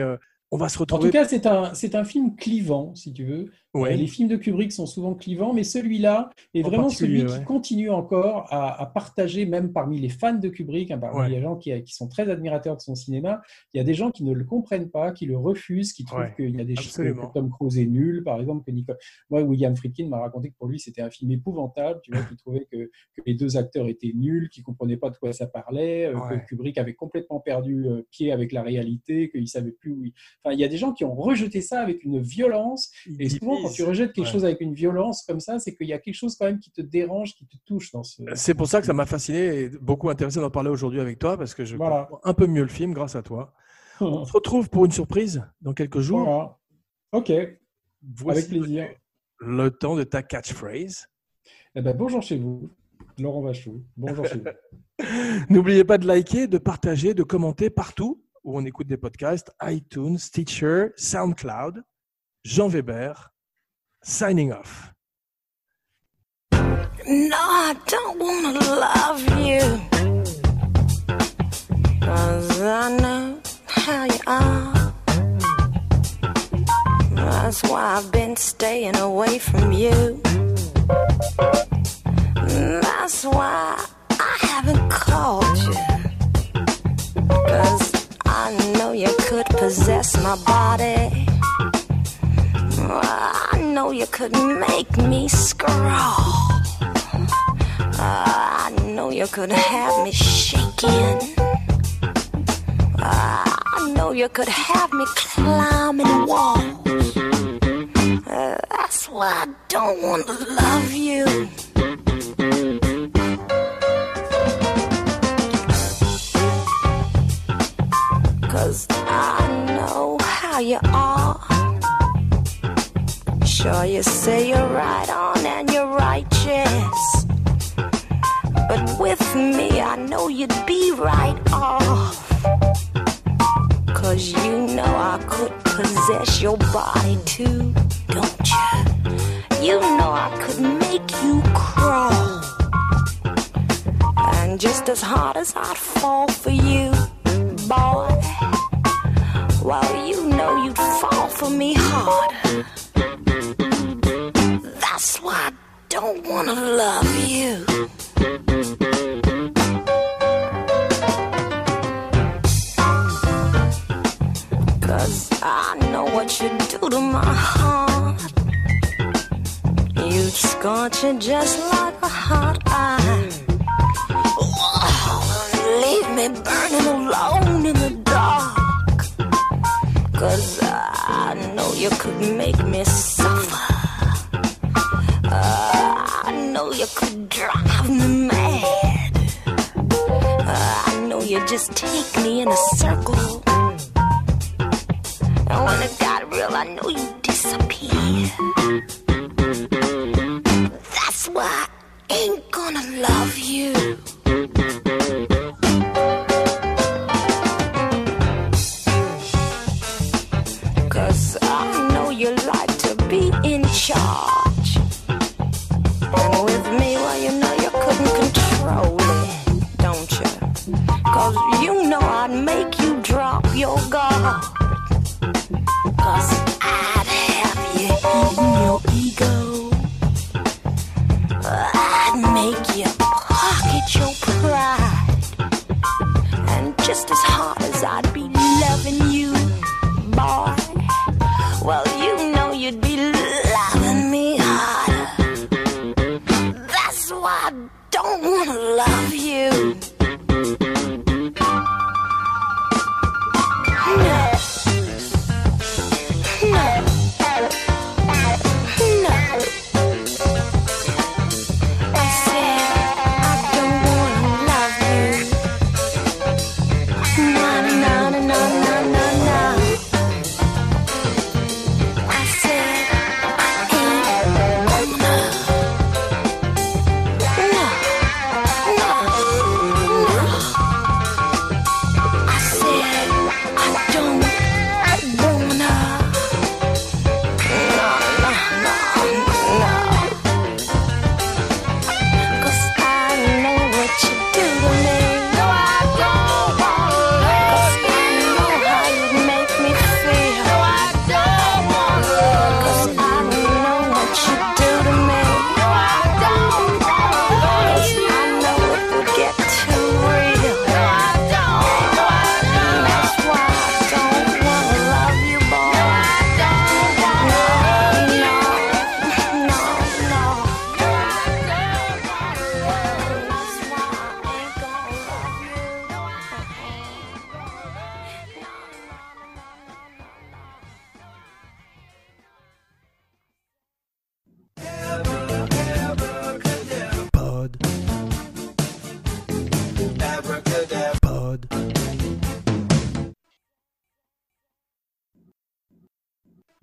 S2: On va se
S1: En
S2: retrouver.
S1: tout cas, c'est un film clivant, si tu veux.
S2: Ouais.
S1: Les films de Kubrick sont souvent clivants, mais celui-là est
S2: En
S1: vraiment celui
S2: particulier,
S1: qui
S2: ouais.
S1: continue encore à partager, même parmi les fans de Kubrick, parmi
S2: Ouais.
S1: les gens qui sont très admirateurs de son cinéma, il y a des gens qui ne le comprennent pas, qui le refusent, qui trouvent
S2: Ouais,
S1: qu'il y a des choses
S2: absolument.
S1: que Tom Cruise est nul, par exemple. Moi, William Friedkin m'a raconté que pour lui, c'était un film épouvantable, tu vois, qu'il trouvait que les deux acteurs étaient nuls, qu'ils ne comprenaient pas de quoi ça parlait,
S2: Ouais.
S1: que Kubrick avait complètement perdu pied avec la réalité, qu'il ne savait plus où il... Enfin, il y a des gens qui ont rejeté ça avec une violence.
S2: Il
S1: Et souvent, quand
S2: divise.
S1: tu rejettes quelque
S2: Ouais.
S1: chose avec une violence comme ça, c'est qu'il y a quelque chose quand même qui te dérange, qui te touche dans ce.
S2: C'est pour ça que ça m'a fasciné et beaucoup intéressé d'en parler aujourd'hui avec toi parce que je
S1: Voilà.
S2: comprends un peu mieux le film grâce à toi. On se retrouve pour une surprise dans quelques jours.
S1: Voilà. Ok,
S2: Voici
S1: avec plaisir.
S2: le temps de ta catchphrase.
S1: Eh ben, bonjour chez vous, Laurent Vachou. Bonjour chez vous.
S2: N'oubliez pas de liker, de partager, de commenter partout où on écoute des podcasts, iTunes, Stitcher, SoundCloud. Jean Weber, signing off.
S9: No, I don't wanna love you, 'cause I know how you are. That's why I've been staying away from you. That's why I haven't called you, 'cause I know you could possess my body. I know you could make me scrawl. I know you could have me shaking. I know you could have me climbing walls. That's why I don't want to love you. Cause I know how you are. Sure, you say you're right on and you're righteous, but with me I know you'd be right off. 'Cause you know I could possess your body too, don't you? You know I could make you crawl. And just as hard as I'd fall for you, boy, well, you know you'd fall for me harder. That's why I don't wanna love you. Cause I know what you do to my heart. You'd scorch it just like a hot iron. Leave me burning alone in the dark. Cause I know you could make me suffer. I know you could drive me mad. I know you just take me in a circle. And when it got real, I know you disappear. That's why I ain't gonna love you. Cause I know you like to be in charge. And with me, well, you know you couldn't control it, don't you? Cause you know I'd make you drop your guard. Cause I'd have you eating your ego. I'd make you pocket your pride. And just as hard as I'd be loving you, boy,